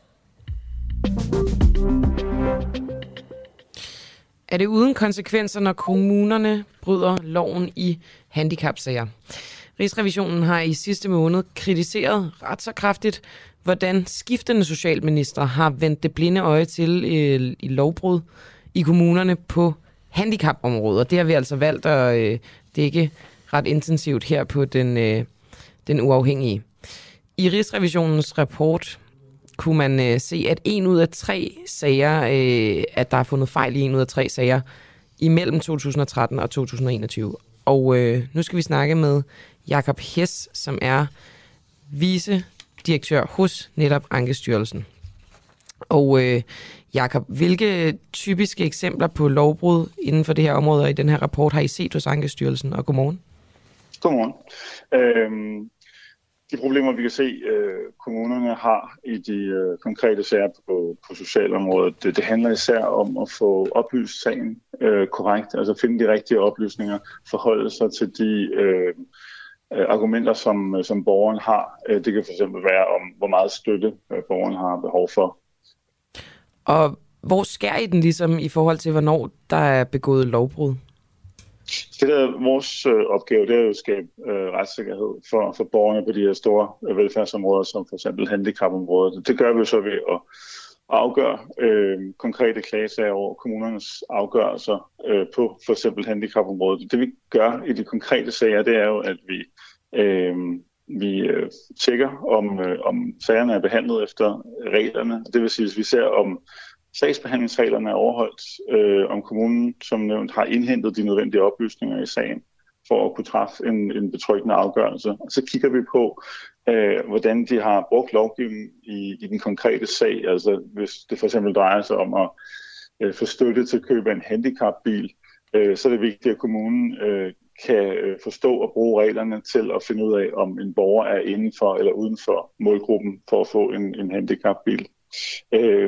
Speaker 4: Er det uden konsekvenser, når kommunerne bryder loven i handicapsager? Rigsrevisionen har i sidste måned kritiseret ret så kraftigt, hvordan skiftende socialministre har vendt det blinde øje til øh, i lovbrud i kommunerne på handicapområdet. Det har vi altså valgt at øh, dække ret intensivt her på den, øh, den uafhængige. I Rigsrevisionens rapport kunne man øh, se, at en ud af tre sager, øh, at der er fundet fejl i en ud af tre sager imellem to tusind og tretten og to tusind og enogtyve. Og øh, nu skal vi snakke med Jakob Hess, som er vicedirektør hos netop Ankestyrelsen. Og øh, Jakob, hvilke typiske eksempler på lovbrud inden for det her område og i den her rapport har I set hos Ankestyrelsen? Og godmorgen.
Speaker 13: Godmorgen. Øhm, de problemer, vi kan se, øh, kommunerne har i de øh, konkrete sager på, på socialområdet, det, det handler især om at få oplyst sagen øh, korrekt, altså finde de rigtige oplysninger, forholde sig til de øh, argumenter, som, som borgeren har. Det kan fx være om, hvor meget støtte borgeren har behov for.
Speaker 4: Og hvor skærer I den ligesom i forhold til, hvornår der er begået lovbrud?
Speaker 13: Det der er vores øh, opgave, det er jo at skabe øh, retssikkerhed for, for borgerne på de her store øh, velfærdsområder, som for eksempel handicapområdet. Det gør vi så ved at afgøre øh, konkrete klagesager over kommunernes afgørelser øh, på for eksempel handicapområdet. Det vi gør i de konkrete sager, det er jo, at vi, øh, vi øh, tjekker, om, øh, om sagerne er behandlet efter reglerne. Det vil sige, at vi ser, om sagsbehandlingsreglerne er overholdt, øh, om kommunen, som nævnt, har indhentet de nødvendige oplysninger i sagen for at kunne træffe en, en betryggende afgørelse. Og så kigger vi på, øh, hvordan de har brugt lovgivningen i, i den konkrete sag. Altså hvis det for eksempel drejer sig om at øh, få støtte til køb af en handicapbil, øh, så er det vigtigt, at kommunen øh, kan øh, forstå og bruge reglerne til at finde ud af, om en borger er inden for eller uden for målgruppen for at få en, en handicapbil. Øh,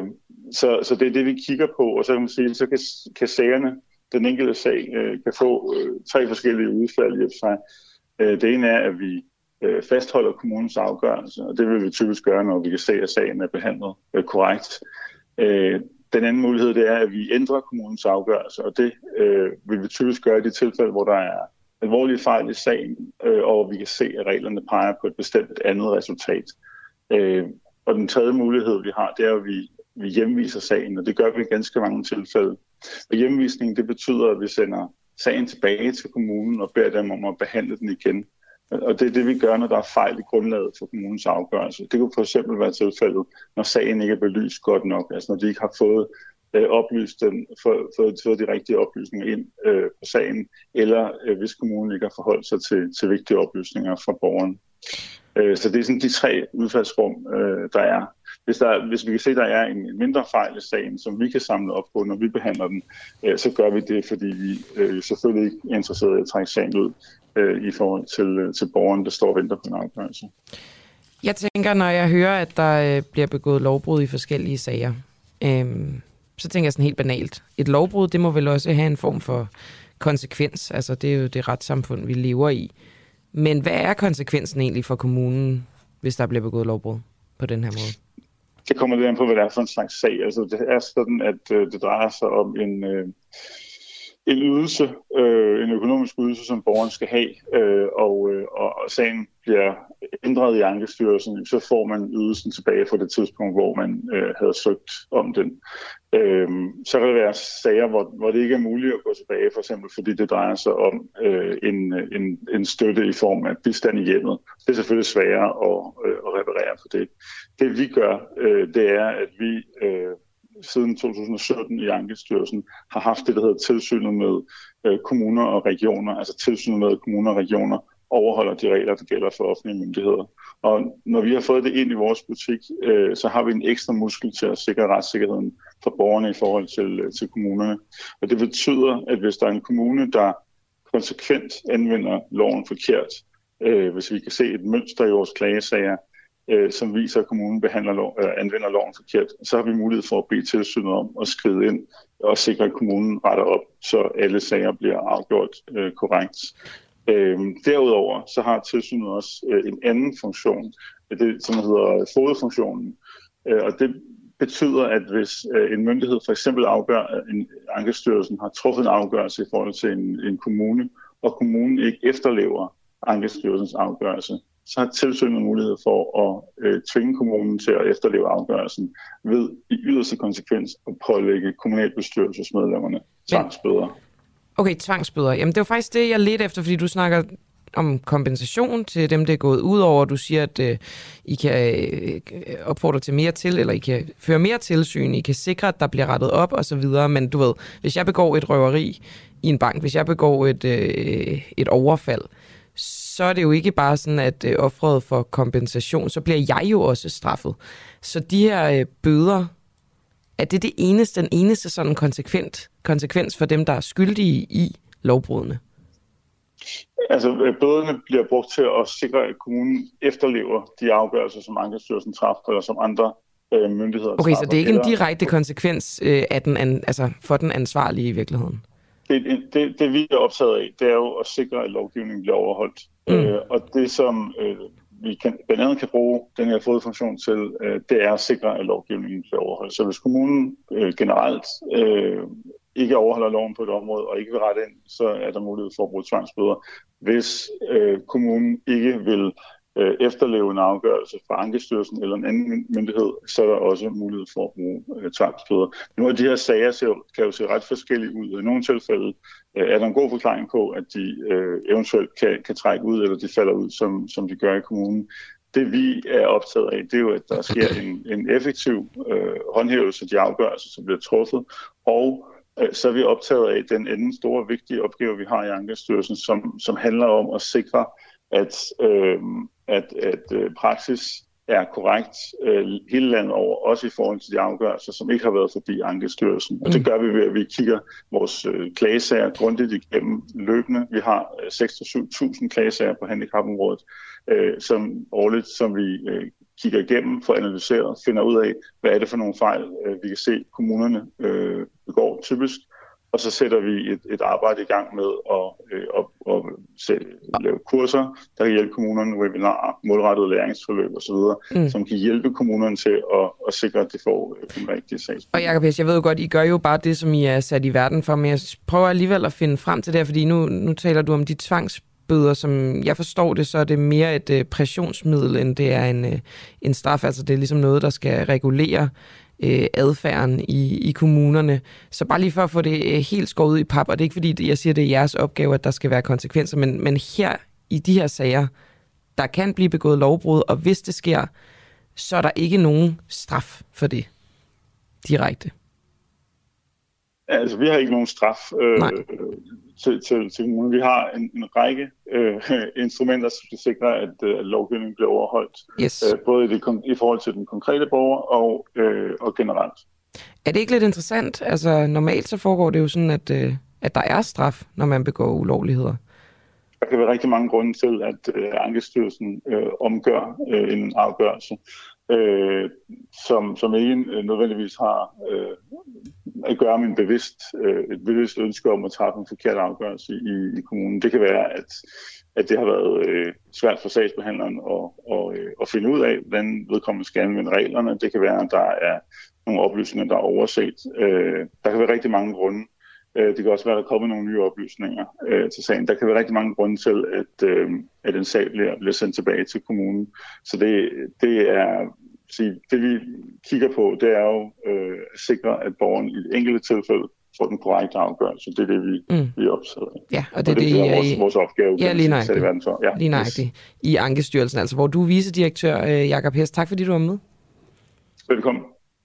Speaker 13: så, så det er det, vi kigger på, og så kan man sige, så kan, kan sagerne, den enkelte sag, øh, kan få øh, tre forskellige udfald i og for sig. Øh, det ene er, at vi øh, fastholder kommunens afgørelse, og det vil vi typisk gøre, når vi kan se, at sagen er behandlet øh, korrekt. Øh, den anden mulighed, det er, at vi ændrer kommunens afgørelse, og det øh, vil vi typisk gøre i de tilfælde, hvor der er alvorlige fejl i sagen, øh, og vi kan se, at reglerne peger på et bestemt andet resultat. Øh, og den tredje mulighed, vi har, det er, at vi, vi hjemviser sagen, og det gør vi i ganske mange tilfælde. Og hjemvisning, det betyder, at vi sender sagen tilbage til kommunen og beder dem om at behandle den igen. Og det er det, vi gør, når der er fejl i grundlaget for kommunens afgørelse. Det kunne for eksempel være tilfældet, når sagen ikke er belyst godt nok, altså når de ikke har fået øh, oplyst den, fået, fået, fået de rigtige oplysninger ind øh, på sagen, eller øh, hvis kommunen ikke har forholdt sig til, til vigtige oplysninger fra borgeren. Øh, så det er sådan de tre udfaldsrum, øh, der er. Hvis, der, hvis vi kan se, at der er en mindre fejl i sagen, som vi kan samle op på, når vi behandler den, øh, så gør vi det, fordi vi øh, selvfølgelig ikke er interesseret i at trække sagen ud øh, i forhold til, til borgeren, der står og venter på en afgørelse.
Speaker 4: Jeg tænker, når jeg hører, at der øh, bliver begået lovbrud i forskellige sager, øh, så tænker jeg sådan helt banalt. Et lovbrud, det må vel også have en form for konsekvens. Altså, det er jo det retssamfund, vi lever i. Men hvad er konsekvensen egentlig for kommunen, hvis der bliver begået lovbrud på den her måde?
Speaker 13: Det kommer lidt an på, hvad det er for en slags sag. Altså, det er sådan, at øh, det drejer sig om en, øh, en ydelse, øh, en økonomisk ydelse, som borgeren skal have, øh, og, øh, og sagen bliver ændret i Ankestyrelsen, så får man ydelsen tilbage fra det tidspunkt, hvor man øh, havde søgt om den. Øh, så kan der være sager, hvor, hvor det ikke er muligt at gå tilbage, for eksempel fordi det drejer sig om øh, en, en, en støtte i form af bistand i hjemmet. Det er selvfølgelig sværere at, øh, at reparere på det. Det vi gør, øh, det er, at vi øh, siden to tusind og sytten i Ankestyrelsen har haft det, der hedder tilsynet med øh, kommuner og regioner, altså tilsynet med kommuner og regioner overholder de regler, der gælder for offentlige myndigheder. Og når vi har fået det ind i vores butik, øh, så har vi en ekstra muskel til at sikre retssikkerheden for borgerne i forhold til, til kommunerne. Og det betyder, at hvis der er en kommune, der konsekvent anvender loven forkert, øh, hvis vi kan se et mønster i vores klagesager, øh, som viser, at kommunen behandler lov, øh, anvender loven forkert, så har vi mulighed for at bede tilsynet om at skride ind og sikre, at kommunen retter op, så alle sager bliver afgjort øh, korrekt. Øhm, derudover så har tilsynet også øh, en anden funktion, det, som hedder fodfunktionen, øh, og det betyder, at hvis øh, en myndighed for eksempel afgør, at en Ankestyrelsen har truffet en afgørelse i forhold til en, en kommune, og kommunen ikke efterlever Ankestyrelsens afgørelse, så har tilsynet mulighed for at øh, tvinge kommunen til at efterleve afgørelsen ved i yderste konsekvens at pålægge kommunalbestyrelsesmedlemmerne tvangsbøder.
Speaker 4: Okay, tvangsbøder. Jamen, det var faktisk det, jeg ledte efter, fordi du snakker om kompensation til dem, det er gået ud over. Du siger, at øh, I kan øh, opfordre til mere til, eller I kan føre mere tilsyn, I kan sikre, at der bliver rettet op og så videre. Men du ved, hvis jeg begår et røveri i en bank, hvis jeg begår et, øh, et overfald, så er det jo ikke bare sådan, at øh, offeret for kompensation, så bliver jeg jo også straffet. Så de her øh, bøder, er det det eneste, den eneste sådan konsekvent, konsekvens for dem, der er skyldige i lovbrudene?
Speaker 13: Altså, bøderne bliver brugt til at sikre, at kommunen efterlever de afgørelser, som Ankestyrelsen træffer, eller som andre øh, myndigheder
Speaker 4: Okay,
Speaker 13: træffer.
Speaker 4: så det er ikke en direkte konsekvens øh, af den an, altså for den ansvarlige i virkeligheden?
Speaker 13: Det, det, det vi er optaget af, det er jo at sikre, at lovgivningen bliver overholdt. Mm. Øh, og det, som øh, vi kan, blandt andet kan bruge den her fodfunktion til, øh, det er at sikre, at lovgivningen bliver overholdt. Så hvis kommunen øh, generelt øh, ikke overholder loven på et område og ikke vil rette ind, så er der mulighed for at bruge tvangsbøder. Hvis øh, kommunen ikke vil øh, efterleve en afgørelse fra Ankestyrelsen eller en anden myndighed, så er der også mulighed for at bruge øh, tvangsbøder. Nogle af de her sager ser, kan jo se ret forskellige ud. I nogle tilfælde øh, er der en god forklaring på, at de øh, eventuelt kan, kan trække ud, eller de falder ud, som, som de gør i kommunen. Det vi er optaget af, det er jo, at der sker en, en effektiv øh, håndhævelse af de afgørelser, som bliver truffet, og så er vi optaget af den anden store vigtige opgave, vi har i Ankestyrelsen, som, som handler om at sikre, at, øh, at, at øh, praksis er korrekt øh, hele landet over, også i forhold til de afgørelser, som ikke har været forbi Ankestyrelsen. Og det gør vi ved, at vi kigger vores øh, klagesager grundigt igennem løbende. Vi har øh, seks til syv tusind klagesager på handicapområdet, øh, som årligt, som vi øh, kigger igennem, får analyseret, finder ud af, hvad er det for nogle fejl, øh, vi kan se kommunerne øh, begår typisk, og så sætter vi et, et arbejde i gang med at, øh, at, at sætte, lave kurser, der kan hjælpe kommunerne, webinarer, målrettede læringsforløb osv., mm. som kan hjælpe kommunerne til at, at sikre, at de får den rigtige sags.
Speaker 4: Og Jacob Hess, jeg ved jo godt, I gør jo bare det, som I er sat i verden for, men jeg prøver alligevel at finde frem til det her, fordi nu, nu taler du om de tvangsbøder, som jeg forstår det, så er det mere et uh, pressionsmiddel, end det er en, uh, en straf. Altså det er ligesom noget, der skal regulere øh, adfærden i, i kommunerne. Så bare lige for at få det øh, helt skåret ud i pap, og det er ikke fordi, jeg siger, det er jeres opgave, at der skal være konsekvenser, men, men her i de her sager, der kan blive begået lovbrud, og hvis det sker, så er der ikke nogen straf for det direkte.
Speaker 13: Altså, vi har ikke nogen straf øh, til, til, til kommunen. Vi har en, en række øh, instrumenter, som skal sikre, at, at lovgivningen bliver overholdt.
Speaker 4: Yes.
Speaker 13: Øh, både i, det, i forhold til den konkrete borger og, øh, og generelt.
Speaker 4: Er det ikke lidt interessant? Altså, normalt så foregår det jo sådan, at, øh, at der er straf, når man begår ulovligheder.
Speaker 13: Der kan være rigtig mange grunde til, at øh, Ankestyrelsen øh, omgør øh, en afgørelse, øh, som, som ikke øh, nødvendigvis har øh, at gøre med en bevidst, øh, et bevidst ønske om at træffe en forkert afgørelse i, i kommunen. Det kan være, at, at det har været øh, svært for sagsbehandleren at, og, øh, at finde ud af, hvordan vedkommende skal anvende reglerne. Det kan være, at der er nogle oplysninger, der er overset. Øh, der kan være rigtig mange grunde. Det kan også være, at der kommer nogle nye oplysninger øh, til sagen. Der kan være rigtig mange grunde til, at, øh, at en sag bliver, bliver sendt tilbage til kommunen. Så det, det er sige, det vi kigger på, det er jo øh, at sikre, at borgeren i et enkelte tilfælde får den korrekte afgørelse. Det er det, vi, mm. vi er optaget af.
Speaker 4: Ja, og det, og det,
Speaker 13: det er
Speaker 4: det,
Speaker 13: vores,
Speaker 4: I,
Speaker 13: vores opgave.
Speaker 4: Ja, lige nøjagtigt.
Speaker 13: Ja,
Speaker 4: lige nøjagtigt. I Ankestyrelsen, altså, hvor du er vicedirektør, øh, Jacob Hess. Tak fordi du var med.
Speaker 13: Velkommen.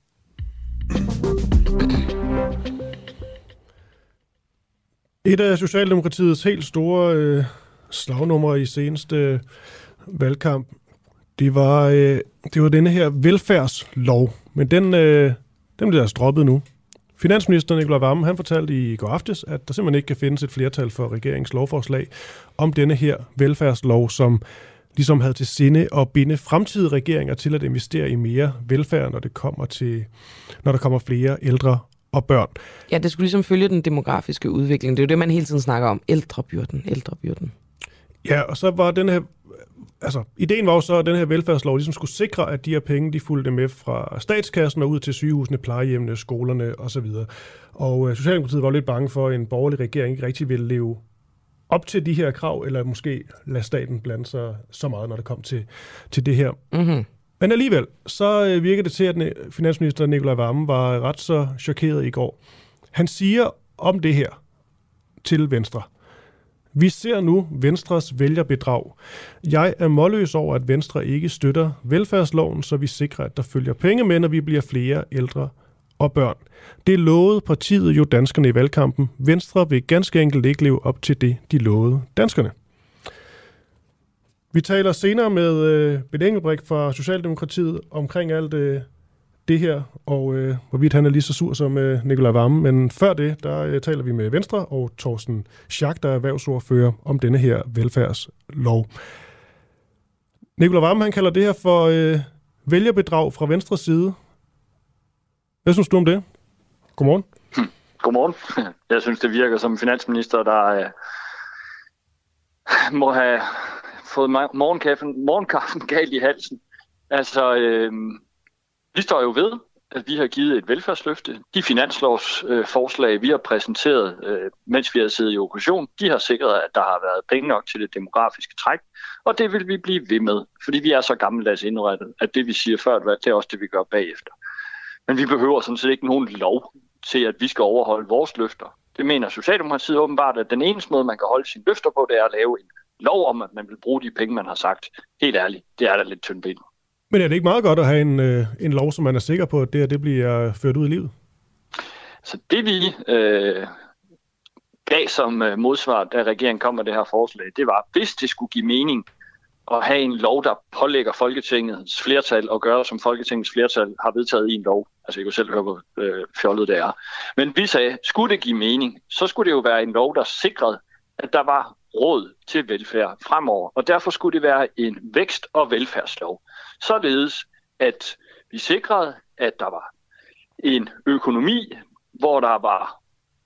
Speaker 3: Et af Socialdemokratiets helt store øh, slagnumre i seneste øh, valgkamp, det var, øh, det var denne her velfærdslov, men den, øh, den bliver altså droppet nu. Finansminister Nicolai Wammen, han fortalte i går aftes, at der simpelthen ikke kan findes et flertal for regeringens lovforslag om denne her velfærdslov, som ligesom havde til sinde at binde fremtidige regeringer til at investere i mere velfærd, når det kommer til, når der kommer flere ældre og børn.
Speaker 4: Ja, det skulle ligesom følge den demografiske udvikling. Det er jo det, man hele tiden snakker om. Ældrebyrden, ældrebyrden.
Speaker 3: Ja, og så var den her, altså, ideen var jo så, at den her velfærdslov ligesom skulle sikre, at de her penge, de fulgte med fra statskassen og ud til sygehusene, plejehjemmene, skolerne osv. Og øh, Socialdemokratiet var lidt bange for, at en borgerlig regering ikke rigtig ville leve op til de her krav, eller måske lade staten blande sig så meget, når det kom til, til det her.
Speaker 4: Mm-hmm.
Speaker 3: Men alligevel, så virker det til, at finansminister Nicolai Wammen var ret så chokeret i går. Han siger om det her til Venstre: Vi ser nu Venstres vælgerbedrag. Jeg er målløs over, at Venstre ikke støtter velfærdsloven, så vi sikrer, at der følger penge med, når vi bliver flere ældre og børn. Det lovede partiet jo danskerne i valgkampen. Venstre vil ganske enkelt ikke leve op til det, de lovede danskerne. Vi taler senere med øh, Benny Engelbrecht fra Socialdemokratiet omkring alt øh, det her, og øh, hvorvidt han er lige så sur som øh, Nicolai Wammen. Men før det, der øh, taler vi med Venstre og Torsten Schack, der er erhvervsordfører, om denne her velfærdslov. Nicolai Wammen, han kalder det her for øh, vælgerbedrag fra Venstres side. Hvad synes du om det? Godmorgen.
Speaker 14: Godmorgen. Jeg synes, det virker som finansminister, der øh, må have fået morgenkaffen, morgenkaffen galt i halsen. Altså, øh, vi står jo ved, at vi har givet et velfærdsløfte. De finanslovsforslag, øh, vi har præsenteret, øh, mens vi har siddet i opposition, de har sikret, at der har været penge nok til det demografiske træk, og det vil vi blive ved med, fordi vi er så gammeldags indrettet, at det, vi siger før et valg, det er også det, vi gør bagefter. Men vi behøver sådan set ikke nogen lov til, at vi skal overholde vores løfter. Det mener Socialdemokratiet åbenbart, at den eneste måde, man kan holde sine løfter på, det er at lave en lov om, at man vil bruge de penge, man har sagt. Helt ærligt, det er da lidt tyndbenet.
Speaker 3: Men er det ikke meget godt at have en, øh, en lov, som man er sikker på, at det, det bliver ført ud i livet?
Speaker 14: Så det vi øh, gav som øh, modsvar, da regeringen kom med det her forslag, det var, hvis det skulle give mening at have en lov, der pålægger Folketingets flertal at gøre, som Folketingets flertal har vedtaget i en lov. Altså, jeg kunne selv høre, hvor øh, fjollet det er. Men vi sagde, skulle det give mening, så skulle det jo være en lov, der sikrede, at der var råd til velfærd fremover. Og derfor skulle det være en vækst- og velfærdslov. Således at vi sikrede, at der var en økonomi, hvor der var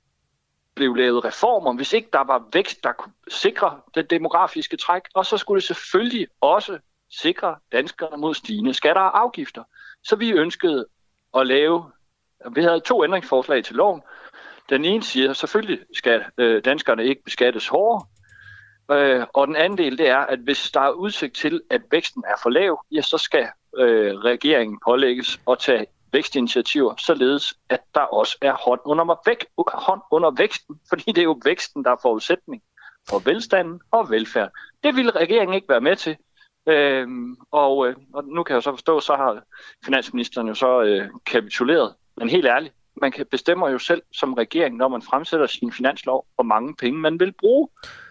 Speaker 14: blev lavet reformer, hvis ikke der var vækst, der kunne sikre det demografiske træk, og så skulle det selvfølgelig også sikre danskerne mod stigende skatter og afgifter. Så vi ønskede at lave, vi havde to ændringsforslag til loven. Den ene siger, at selvfølgelig skal øh, danskerne ikke beskattes hårdere, øh, og den anden del, det er, at hvis der er udsigt til, at væksten er for lav, ja, så skal øh, regeringen pålægges at tage vækstinitiativer, således at der også er hånd under, væk, hånd under væksten, fordi det er jo væksten, der er forudsætning for velstanden og velfærd. Det ville regeringen ikke være med til, øhm, og, øh, og nu kan jeg så forstå, så har finansministeren jo så øh, kapituleret, men helt ærligt, man kan bestemmer jo selv som regering, når man fremsætter sin finanslov, hvor mange penge man vil bruge.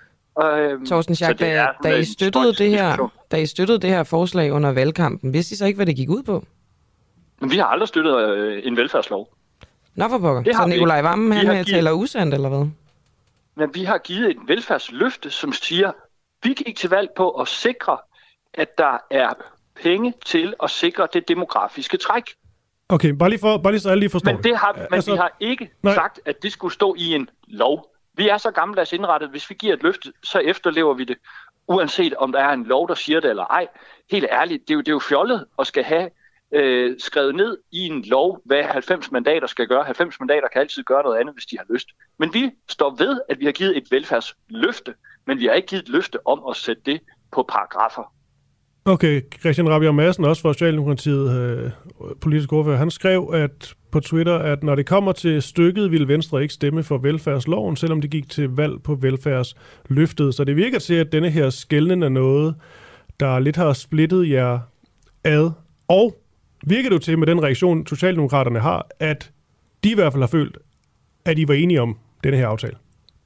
Speaker 4: Øhm, Torsten Schack, da, da, I støttede det her, da I støttede det her forslag under valgkampen, vidste I så ikke, hvad det gik ud på?
Speaker 14: Vi har aldrig støttet øh, en velfærdslov.
Speaker 4: Nå for pokker. Så Nikolaj Wammen, han givet... taler usandt, eller hvad?
Speaker 14: Men vi har givet et velfærdsløfte, som siger, vi gik til valg på at sikre, at der er penge til at sikre det demografiske træk.
Speaker 3: Okay, bare lige, for, bare lige så alle lige forstår
Speaker 14: men det. Har, men altså, vi har ikke nej. sagt, at det skulle stå i en lov. Vi er så gammeldags indrettet, hvis vi giver et løfte, så efterlever vi det, uanset om der er en lov, der siger det eller ej. Helt ærligt, det er jo, det er jo fjollet at skal have Øh, skrevet ned i en lov, hvad halvfems mandater skal gøre. halvfems mandater kan altid gøre noget andet, hvis de har lyst. Men vi står ved, at vi har givet et velfærdsløfte, men vi har ikke givet et løfte om at sætte det på paragrafer.
Speaker 3: Okay, Christian Rabjerg Madsen, også fra Socialdemokratiet, øh, politisk ordfører, han skrev at på Twitter, at når det kommer til stykket, ville Venstre ikke stemme for velfærdsloven, selvom de gik til valg på velfærdsløftet. Så det virker til, at denne her skelnen er noget, der lidt har splittet jer ad. Og virker det til med den reaktion, Socialdemokraterne har, at de i hvert fald har følt, at I var enige om denne her aftale?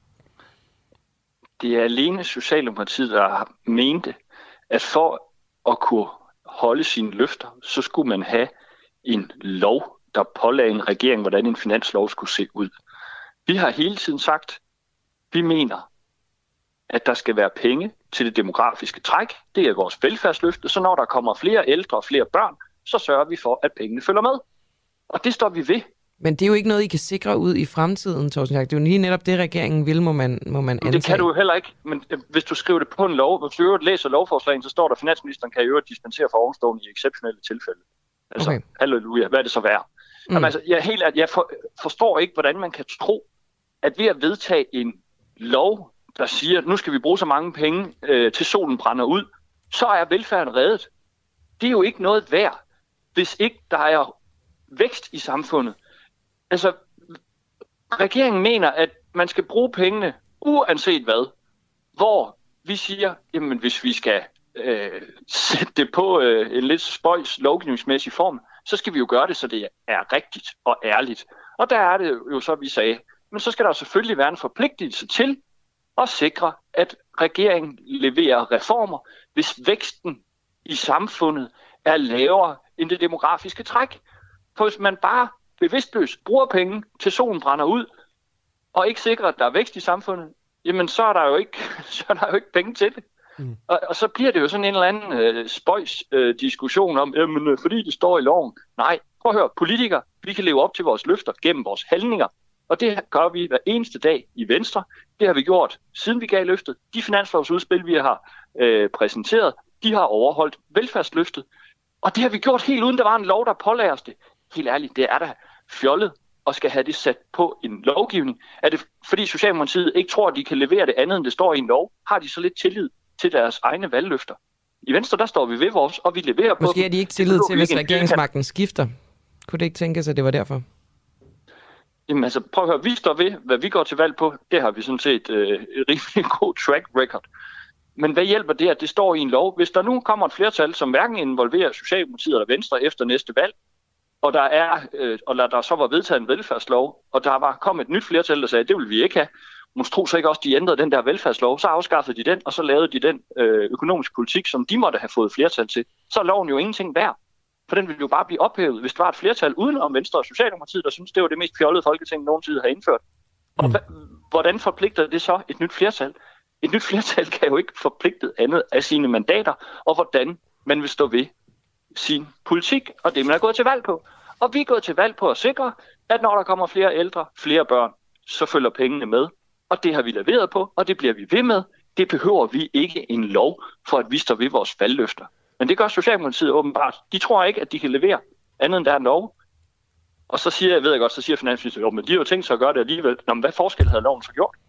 Speaker 14: Det er alene Socialdemokratiet, der har mente, at for at kunne holde sine løfter, så skulle man have en lov, der pålagde en regering, hvordan en finanslov skulle se ud. Vi har hele tiden sagt, vi mener, at der skal være penge til det demografiske træk. Det er vores velfærdsløfte, så når der kommer flere ældre og flere børn, så sørger vi for, at pengene følger med. Og det står vi ved.
Speaker 4: Men det er jo ikke noget, I kan sikre ud i fremtiden, Torsten Schack. Det er jo lige netop det, regeringen vil, må man, må man antage.
Speaker 14: Det kan du jo heller ikke. Men hvis du skriver det på en lov, hvis du øvrigt læser lovforslagen, så står der, at finansministeren kan i øvrigt dispensere for ovenstående i exceptionelle tilfælde. Altså, okay. Halleluja, hvad er det så værd? Mm. Jamen, altså, jeg, helt, jeg for, forstår ikke, hvordan man kan tro, at ved at vedtage en lov, der siger, at nu skal vi bruge så mange penge, øh, til solen brænder ud, så er velfærden reddet. Det er jo ikke noget værd, hvis ikke der er vækst i samfundet. Altså, regeringen mener, at man skal bruge pengene uanset hvad. Hvor vi siger, jamen hvis vi skal øh, sætte det på øh, en lidt spøjs lovgivningsmæssig form, så skal vi jo gøre det, så det er rigtigt og ærligt. Og der er det jo så, vi sagde, men så skal der selvfølgelig være en forpligtelse til at sikre, at regeringen leverer reformer, hvis væksten i samfundet er lavere end det demografiske træk. For hvis man bare bevidstløst bruger penge til solen brænder ud, og ikke sikrer, at der er vækst i samfundet, jamen så er der jo ikke, så er der jo ikke penge til det. Mm. Og, og så bliver det jo sådan en eller anden øh, spøjs øh, diskussion om, jamen øh, fordi det står i loven. Nej, prøv at høre, politikere, vi kan leve op til vores løfter gennem vores handlinger. Og det gør vi hver eneste dag i Venstre. Det har vi gjort, siden vi gav løftet. De finanslovsudspil, vi har øh, præsenteret, de har overholdt velfærdsløftet. Og det har vi gjort helt uden, der var en lov, der pålagde os det. Helt ærligt, det er da fjollet og skal have det sat på en lovgivning. Er det fordi Socialdemokratiet ikke tror, at de kan levere det andet, end det står i en lov? Har de så lidt tillid til deres egne valgløfter? I Venstre, der står vi ved vores, og vi leverer på.
Speaker 4: Måske er de ikke tillid til, hvis regeringsmagten skifter. Kunne det ikke tænkes, at det var derfor?
Speaker 14: Jamen altså, prøv at høre, vi står ved, hvad vi går til valg på. Det har vi sådan set øh, et rimelig god track record. Men hvad hjælper det, at det står i en lov? Hvis der nu kommer et flertal, som hverken involverer Socialdemokratiet eller Venstre efter næste valg, og der er, øh, og der så var vedtaget en velfærdslov, og der var kommet et nyt flertal, der sagde, at det vil vi ikke have. Måske tro så ikke også, de ændrede den der velfærdslov, så afskaffede de den, og så lavede de den øh, økonomisk politik, som de måtte have fået flertal til. Så er loven jo ingenting værd. For den ville jo bare blive ophævet, hvis der var et flertal udenom Venstre og Socialdemokratiet, der synes det var det mest fjollede Folketing, nogen tid har indført. Og mm. hvordan forpligter det så et nyt flertal? Et nyt flertal kan jo ikke forpligte andet af sine mandater, og hvordan man vil stå ved sin politik, og det man er gået til valg på. Og vi er gået til valg på at sikre, at når der kommer flere ældre, flere børn, så følger pengene med. Og det har vi leveret på, og det bliver vi ved med. Det behøver vi ikke en lov for, at vi står ved vores valgløfter. Men det gør Socialdemokratiet åbenbart. De tror ikke, at de kan levere andet end der er en lov. Og så siger jeg, ved jeg godt, så siger finansministeren, jo, men de har jo tænkt sig at gøre det alligevel. Nå, men hvad forskel havde loven så gjort?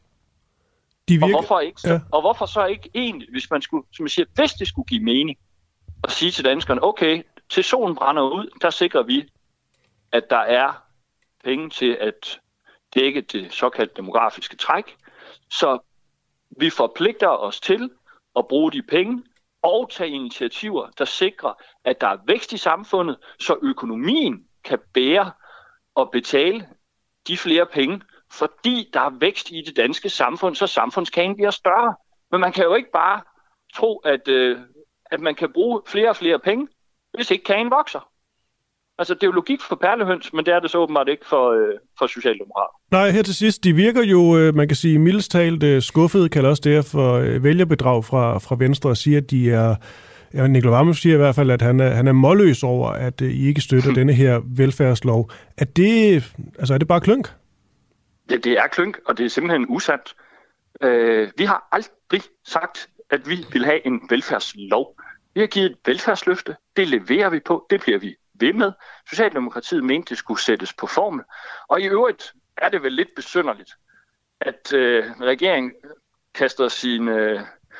Speaker 3: De virker...
Speaker 14: og, hvorfor ikke så,
Speaker 3: ja.
Speaker 14: og hvorfor så ikke egentlig, hvis man skulle, som jeg siger, hvis det skulle give mening, at sige til danskerne, okay, til solen brænder ud, der sikrer vi, at der er penge til at dække det såkaldte demografiske træk. Så vi forpligter os til at bruge de penge og tage initiativer, der sikrer, at der er vækst i samfundet, så økonomien kan bære og betale de flere penge, fordi der er vækst i det danske samfund, så samfundskagen bliver større. Men man kan jo ikke bare tro, at, øh, at man kan bruge flere og flere penge, hvis ikke kagen vokser. Altså, det er jo logik for perlehøns, men det er det så åbenbart ikke for, øh, for Socialdemokrater.
Speaker 3: Nej, her til sidst, de virker jo, øh, man kan sige, mildest talt øh, skuffede, kalder også det her for øh, vælgerbedrag fra, fra Venstre, og siger, at de er, ja, Nicolai Wammen siger i hvert fald, at han er, han er målløs over, at øh, I ikke støtter denne her velfærdslov. Er det, altså, er det bare klønk?
Speaker 14: Ja, det er klønk, og det er simpelthen usandt. Øh, vi har aldrig sagt, at vi vil have en velfærdslov. Vi har givet et velfærdsløfte, det leverer vi på, det bliver vi ved med. Socialdemokratiet mente, det skulle sættes på formel. Og i øvrigt er det vel lidt besynderligt, at øh, regeringen kaster sin, øh,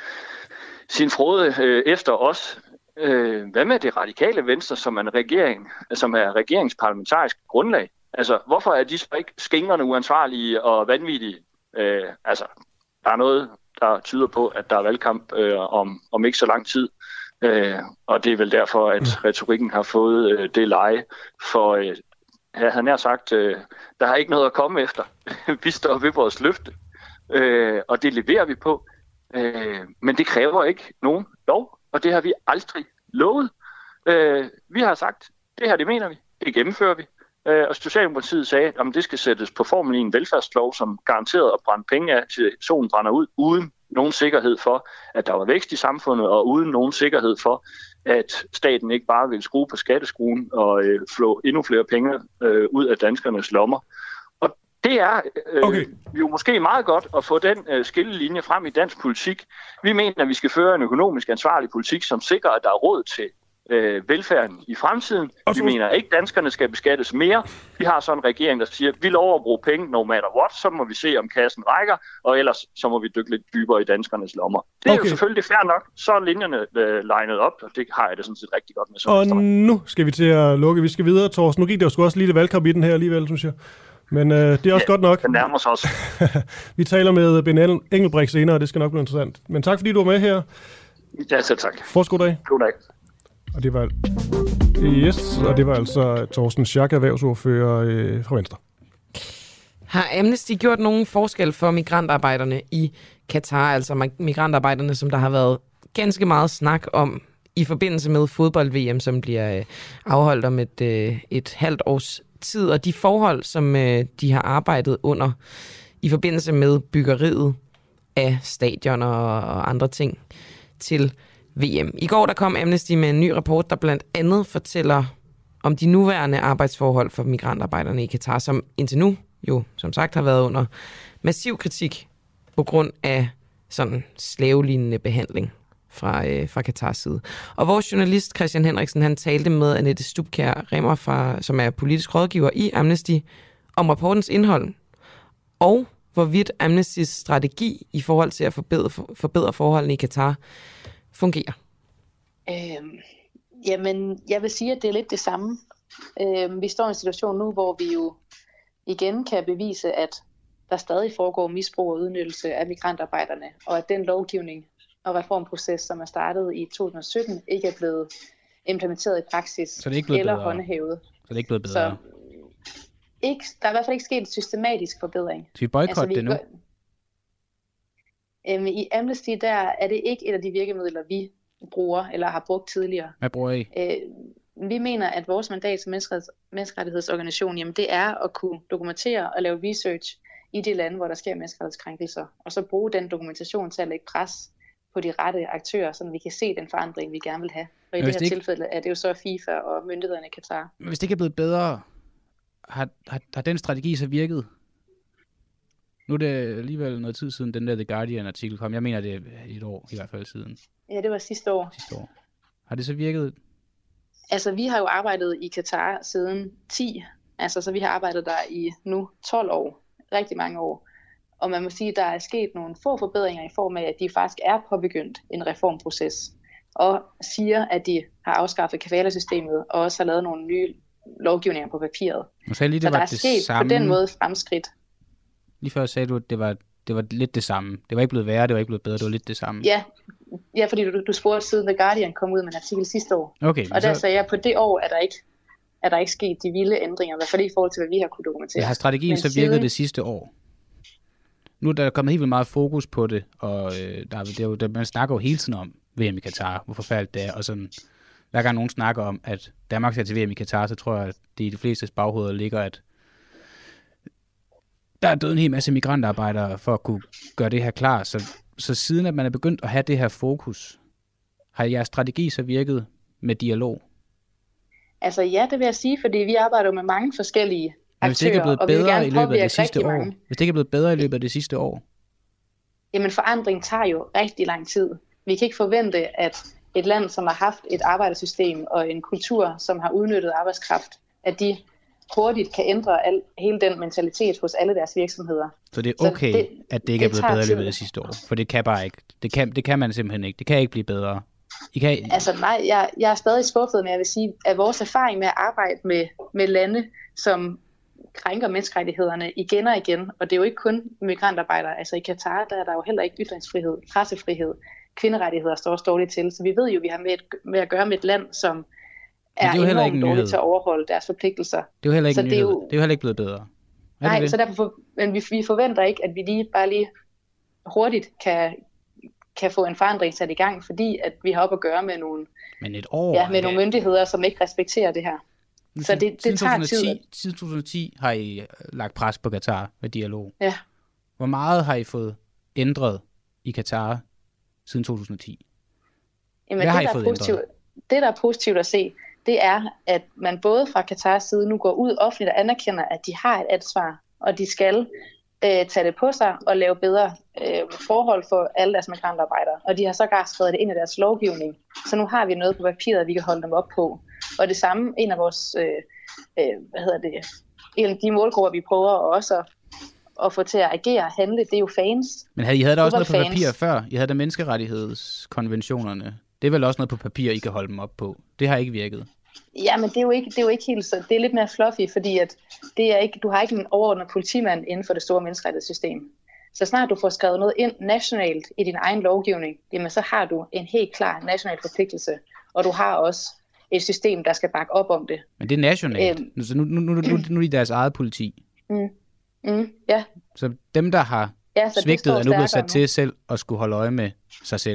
Speaker 14: sin frode øh, efter os. Øh, hvad med det radikale Venstre, som er, en regering, som er regeringsparlamentarisk grundlag? Altså, hvorfor er de så ikke skængrende uansvarlige og vanvittige? Øh, altså, der er noget, der tyder på, at der er valgkamp øh, om, om ikke så lang tid. Øh, og det er vel derfor, at retorikken har fået øh, det leje. For øh, jeg havde nær sagt, øh, der er ikke noget at komme efter. Vi står ved vores løfte, øh, og det leverer vi på. Øh, men det kræver ikke nogen lov, og det har vi aldrig lovet. Øh, vi har sagt, det her det mener vi, det gennemfører vi. Øh, og Socialdemokratiet sagde, at det skal sættes på formel i en velfærdslov, som garanteret at brænde penge af, til solen brænder ud, uden nogen sikkerhed for, at der var vækst i samfundet, og uden nogen sikkerhed for, at staten ikke bare ville skrue på skatteskruen og øh, flå endnu flere penge øh, ud af danskernes lommer. Og det er øh, okay. jo måske meget godt at få den øh, skillelinje frem i dansk politik. Vi mener, at vi skal føre en økonomisk ansvarlig politik, som sikrer, at der er råd til øh, velfærden i fremtiden. Vi mener ikke, at danskerne skal beskattes mere. Vi har sådan en regering, der siger, at vi lover at bruge penge no matter what, så må vi se, om kassen rækker, og ellers så må vi dykke lidt dybere i danskernes lommer. Det er okay. jo selvfølgelig fair nok. Så er linjerne øh, legnet op, og det har jeg det sådan set rigtig godt med.
Speaker 3: Og nu skal vi til at lukke. Vi skal videre, Torsten. Nu gik der jo sgu også lige lidt valgkamp i den her alligevel, synes jeg. Men øh, det er også ja, godt nok.
Speaker 14: Det nærmer sig også.
Speaker 3: Vi taler med Ben Engelbrecht senere, og det skal nok blive interessant. Men tak, fordi du var med her.
Speaker 14: Ja, selv tak.
Speaker 3: Fortsat god dag.
Speaker 14: God dag.
Speaker 3: Og det var, yes, og det var altså Torsten Schack, erhvervsordfører øh, fra Venstre.
Speaker 4: Har Amnesty gjort nogen forskel for migrantarbejderne i Katar, altså migrantarbejderne, som der har været ganske meget snak om i forbindelse med fodbold-V M, som bliver øh, afholdt om et, øh, et halvt års tid, og de forhold, som øh, de har arbejdet under i forbindelse med byggeriet af stadioner og andre ting til V M. I går der kom Amnesty med en ny rapport, der blandt andet fortæller om de nuværende arbejdsforhold for migrantarbejderne i Katar, som indtil nu jo, som sagt, har været under massiv kritik på grund af sådan slavelignende behandling fra, øh, fra Katars side. Og vores journalist Christian Henriksen, han talte med Annette Stubkjær Remmer, fra, som er politisk rådgiver i Amnesty, om rapportens indhold, og hvorvidt Amnestys strategi i forhold til at forbedre, forbedre forholdene i Katar fungerer.
Speaker 15: Øhm, jamen, jeg vil sige, at det er lidt det samme. Øhm, vi står i en situation nu, hvor vi jo igen kan bevise, at der stadig foregår misbrug og udnyttelse af migrantarbejderne, og at den lovgivning og reformproces, som er startet i to tusind og sytten, ikke er blevet implementeret i praksis
Speaker 16: så det er ikke blevet
Speaker 15: eller
Speaker 16: bedre.
Speaker 15: håndhævet.
Speaker 16: Så det er ikke blevet bedre.
Speaker 15: Så ikke, der er i hvert fald ikke sket en systematisk forbedring.
Speaker 16: Så vi boykotter altså, det nu?
Speaker 15: Øhm, I Amnesty, der er det ikke et af de virkemidler, vi bruger eller har brugt tidligere.
Speaker 16: Hvad bruger I?
Speaker 15: Øh, vi mener, at vores mandat som menneskerettighedsorganisation, jamen det er at kunne dokumentere og lave research i de lande, hvor der sker menneskerettighedskrænkelser, og så bruge den dokumentation til at lægge pres på de rette aktører, så vi kan se den forandring, vi gerne vil have. Og i det her det ikke... tilfælde er det jo så FIFA og myndighederne i Katar.
Speaker 16: Hvis det ikke er blevet bedre, har, har, har den strategi så virket? Nu er det alligevel noget tid siden, den der The Guardian-artikel kom. Jeg mener, det er et år i hvert fald siden.
Speaker 15: Ja, det var sidste år.
Speaker 16: Sidste år. Har det så virket?
Speaker 15: Altså, vi har jo arbejdet i Katar siden ti. Altså, så vi har arbejdet der i nu tolv år. Rigtig mange år. Og man må sige, at der er sket nogle få forbedringer i form af, at de faktisk er påbegyndt en reformproces. Og siger, at de har afskaffet kafala-systemet, og også har lavet nogle nye lovgivninger på papiret.
Speaker 16: Så, lige, det
Speaker 15: så
Speaker 16: var
Speaker 15: der er
Speaker 16: det
Speaker 15: sket
Speaker 16: samme...
Speaker 15: på den måde fremskridt.
Speaker 16: Lige før sagde du, at det var, det var lidt det samme. Det var ikke blevet værre, det var ikke blevet bedre, det var lidt det samme.
Speaker 15: Ja, ja fordi du, du spurgte siden The Guardian kom ud med en artikel sidste år.
Speaker 16: Okay,
Speaker 15: og der
Speaker 16: så...
Speaker 15: sagde jeg, at på det år er der ikke, er der ikke sket de vilde ændringer, i hvert fald i forhold til, hvad vi har kunne dokumentere.
Speaker 16: Ja, har strategien Men så virket siden... det sidste år? Nu er der kommet helt vildt meget fokus på det, og øh, der, det er jo, der, man snakker jo hele tiden om V M i Katar, hvor forfærdeligt det er, og sådan, hver gang nogen snakker om, at Danmark skal til V M i Katar, så tror jeg, at det i de fleste baghoveder ligger, at der er død en hel masse migrantarbejdere for at kunne gøre det her klar, så, så siden at man er begyndt at have det her fokus, har jeres strategi så virket med dialog?
Speaker 15: Altså ja, det vil jeg sige, fordi vi arbejder jo med mange forskellige
Speaker 16: Men hvis det ikke er blevet bedre i løbet af det sidste år,
Speaker 15: mange.
Speaker 16: hvis det ikke er blevet bedre i løbet af det sidste år?
Speaker 15: Jamen forandring tager jo rigtig lang tid. Vi kan ikke forvente, at et land, som har haft et arbejdersystem og en kultur, som har udnyttet arbejdskraft, at de hurtigt kan ændre al, hele den mentalitet hos alle deres virksomheder.
Speaker 16: Så det er okay, det, at det ikke det er blevet bedre i løbet af det sidste år? For det kan bare ikke. Det kan, det kan man simpelthen ikke. Det kan ikke blive bedre. I kan...
Speaker 15: Altså nej, jeg, jeg er stadig skuffet, men jeg vil sige, at vores erfaring med at arbejde med, med lande, som krænker menneskerettighederne igen og igen, og det er jo ikke kun migrantarbejdere, altså i Katar, der er der jo heller ikke ytringsfrihed, pressefrihed, kvinderettigheder står også dårligt til, så vi ved jo, at vi har med, et, med at gøre med et land, som er, er enormt dårligt til at overholde deres forpligtelser.
Speaker 16: Det er jo heller ikke
Speaker 15: så
Speaker 16: en
Speaker 15: det er
Speaker 16: nyhed.
Speaker 15: jo,
Speaker 16: det er jo heller ikke blevet bedre. Er
Speaker 15: nej,
Speaker 16: det det?
Speaker 15: Så derfor for, men vi, vi forventer ikke, at vi lige bare lige hurtigt kan, kan få en forandring sat i gang, fordi at vi har op at gøre med nogle,
Speaker 16: men et år,
Speaker 15: ja, med
Speaker 16: ja.
Speaker 15: nogle myndigheder, som ikke respekterer det her. Så det, det tager
Speaker 16: to tusind og ti,
Speaker 15: tid.
Speaker 16: Siden to tusind og ti har I lagt pres på Katar med dialog.
Speaker 15: Ja.
Speaker 16: Hvor meget har I fået ændret i Katar siden to tusind og ti?
Speaker 15: Jamen,
Speaker 16: Hvad
Speaker 15: det,
Speaker 16: har I
Speaker 15: der
Speaker 16: fået
Speaker 15: er positivt,
Speaker 16: ændret?
Speaker 15: det, der er positivt at se, det er, at man både fra Katars side nu går ud offentligt og anerkender, at de har et ansvar, og de skal øh, tage det på sig og lave bedre øh, forhold for alle deres migrantarbejdere. Og de har sågar skrevet det ind i deres lovgivning. Så nu har vi noget på papiret, vi kan holde dem op på. Og det samme, en af vores, øh, øh, hvad hedder det, en af de målgrupper, vi prøver også at, at få til at agere og handle, det er jo fans.
Speaker 16: Men havde I havde da også noget på
Speaker 15: fans.
Speaker 16: papir før. I havde da menneskerettighedskonventionerne. Det er vel også noget på papir, I kan holde dem op på. Det har ikke virket.
Speaker 15: Ja, men det er jo ikke, det er jo ikke helt så. Det er lidt mere fluffy, fordi at det er ikke, du har ikke en overordnet politimand inden for det store menneskerettighedssystem. Så snart du får skrevet noget ind nationalt i din egen lovgivning, jamen så har du en helt klar national forpligtelse, og du har også et system, der skal bakke op om det.
Speaker 16: Men det er nationalt. Æm... Så nu, nu, nu, nu, nu er de deres eget politi.
Speaker 15: Mm. Mm, ja.
Speaker 16: Så dem, der har
Speaker 15: ja,
Speaker 16: svigtet, er nu blevet sat til selv at skulle holde øje med sig selv.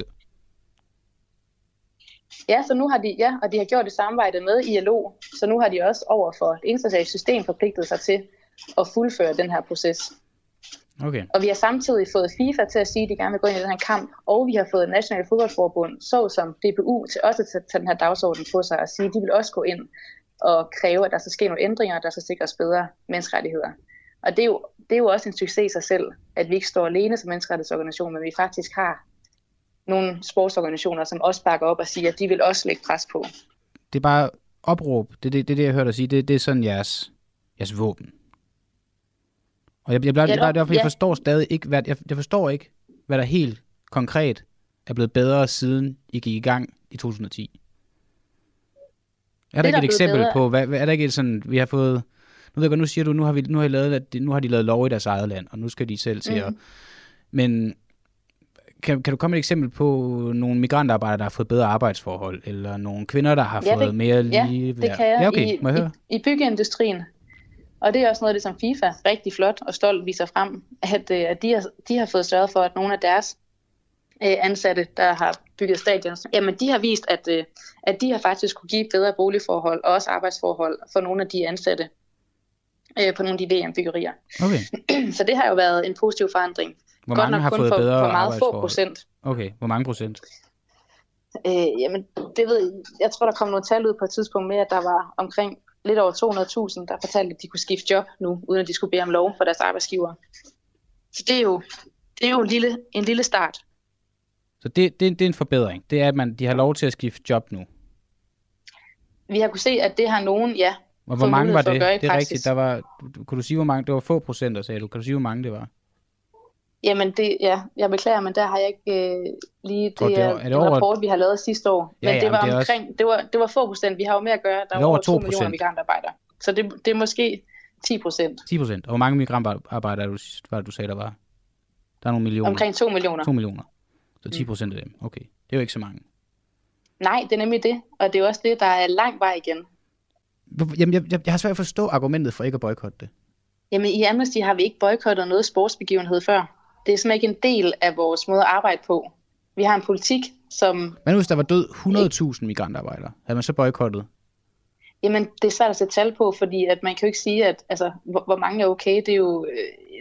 Speaker 15: Ja, så nu har de, ja, og de har gjort det samarbejde med I L O, så nu har de også over for et internationalt system forpligtet sig til at fuldføre den her proces.
Speaker 16: Okay.
Speaker 15: Og vi har samtidig fået FIFA til at sige, at de gerne vil gå ind i den her kamp, og vi har fået National Fodboldforbund, såsom D B U, til også at tage den her dagsorden på sig og sige, at de vil også gå ind og kræve, at der skal ske nogle ændringer, der skal sikres bedre menneskerettigheder. Og det er, jo, det er jo også en succes i sig selv, at vi ikke står alene som menneskerettighedsorganisation, men vi faktisk har nogle sportsorganisationer, som også bakker op og siger, at de vil også lægge pres på.
Speaker 16: Det er bare opråb. Det er det, det, det, jeg hørte dig sige. Det, det er sådan jeres, jeres våben. Og jeg, jeg, jeg, jeg, derfor, jeg forstår stadig ikke, hvad, jeg, jeg forstår ikke, hvad der helt konkret er blevet bedre, siden I gik i gang i to tusind og ti. Er der det, ikke et eksempel bedre. på, hvad, er der ikke et sådan, vi har fået, nu ved jeg, nu siger du, nu har, vi, nu, har I lavet, nu har de lavet lov i deres eget land, og nu skal de selv til mm. at, men kan, kan du komme et eksempel på nogle migrantarbejdere, der har fået bedre arbejdsforhold, eller nogle kvinder, der har
Speaker 15: ja,
Speaker 16: fået
Speaker 15: det,
Speaker 16: mere lige...
Speaker 15: Ja, det kan jeg.
Speaker 16: Ja, okay.
Speaker 15: I,
Speaker 16: Må jeg høre?
Speaker 15: I, i byggeindustrien. Og det er også noget af det, som FIFA rigtig flot og stolt viser frem, at, at de, har, de har fået sørget for, at nogle af deres øh, ansatte, der har bygget stadion, jamen de har vist, at, øh, at de har faktisk kunne give bedre boligforhold og også arbejdsforhold for nogle af de ansatte. øh, på nogle af de V M-byggerier.
Speaker 16: Okay.
Speaker 15: Så det har jo været en positiv forandring.
Speaker 16: Hvor
Speaker 15: Godt
Speaker 16: mange
Speaker 15: nok
Speaker 16: har
Speaker 15: kun
Speaker 16: fået
Speaker 15: for,
Speaker 16: bedre
Speaker 15: for meget få
Speaker 16: arbejdsforhold?
Speaker 15: procent.
Speaker 16: Okay, hvor mange procent?
Speaker 15: Øh, jamen, det ved jeg. Jeg tror, der kom nogle tal ud på et tidspunkt med, at der var omkring lidt over to hundrede tusind, der fortalte, at de kunne skifte job nu, uden at de skulle bede om lov for deres arbejdsgiver. Så det er jo, det er jo en, lille, en lille start.
Speaker 16: Så det, det, det er en forbedring. Det er, at man, de har lov til at skifte job nu.
Speaker 15: Vi har kunne se, at det har nogen, ja,
Speaker 16: Og hvor mange var det?
Speaker 15: Det
Speaker 16: Det er rigtigt. Der var, kunne du sige, hvor mange? Det var få procenter, sagde du. Kan du sige, hvor mange det var?
Speaker 15: Jamen, det, ja, jeg beklager, men der har jeg ikke øh, lige... Det,
Speaker 16: Tror, det
Speaker 15: er,
Speaker 16: var- er det
Speaker 15: en
Speaker 16: over-
Speaker 15: rapport, vi har lavet sidste år. Men
Speaker 16: Ja, ja,
Speaker 15: det var
Speaker 16: men det er
Speaker 15: omkring...
Speaker 16: også-
Speaker 15: Det, var, det var få procent. Vi har jo med at gøre. Der
Speaker 16: det
Speaker 15: var
Speaker 16: over
Speaker 15: over to
Speaker 16: to
Speaker 15: millioner
Speaker 16: procent.
Speaker 15: migrantarbejdere. Så det, det er måske ti procent.
Speaker 16: ti procent. Og hvor mange migrantarbejdere du, var det, du sagde, der var? Der er nogle millioner.
Speaker 15: Omkring to millioner.
Speaker 16: to millioner. Så ti procent af dem. Okay. Det er jo ikke så mange.
Speaker 15: Nej, det er nemlig det. Og det er også det, der er lang vej igen.
Speaker 16: Hvor- Jamen, jeg, jeg, jeg har svært ved at forstå argumentet for ikke at boykotte det.
Speaker 15: Jamen, i Amnesty har vi ikke boykottet noget sportsbegivenhed før. Det er simpelthen ikke en del af vores måde at arbejde på. Vi har en politik, som...
Speaker 16: Men nu hvis der var død hundrede tusind migrantarbejdere, havde man så boykottet?
Speaker 15: Jamen, det er svært at sætte tal på, fordi at man kan jo ikke sige, at altså, hvor, hvor mange er okay. Det er jo, øh,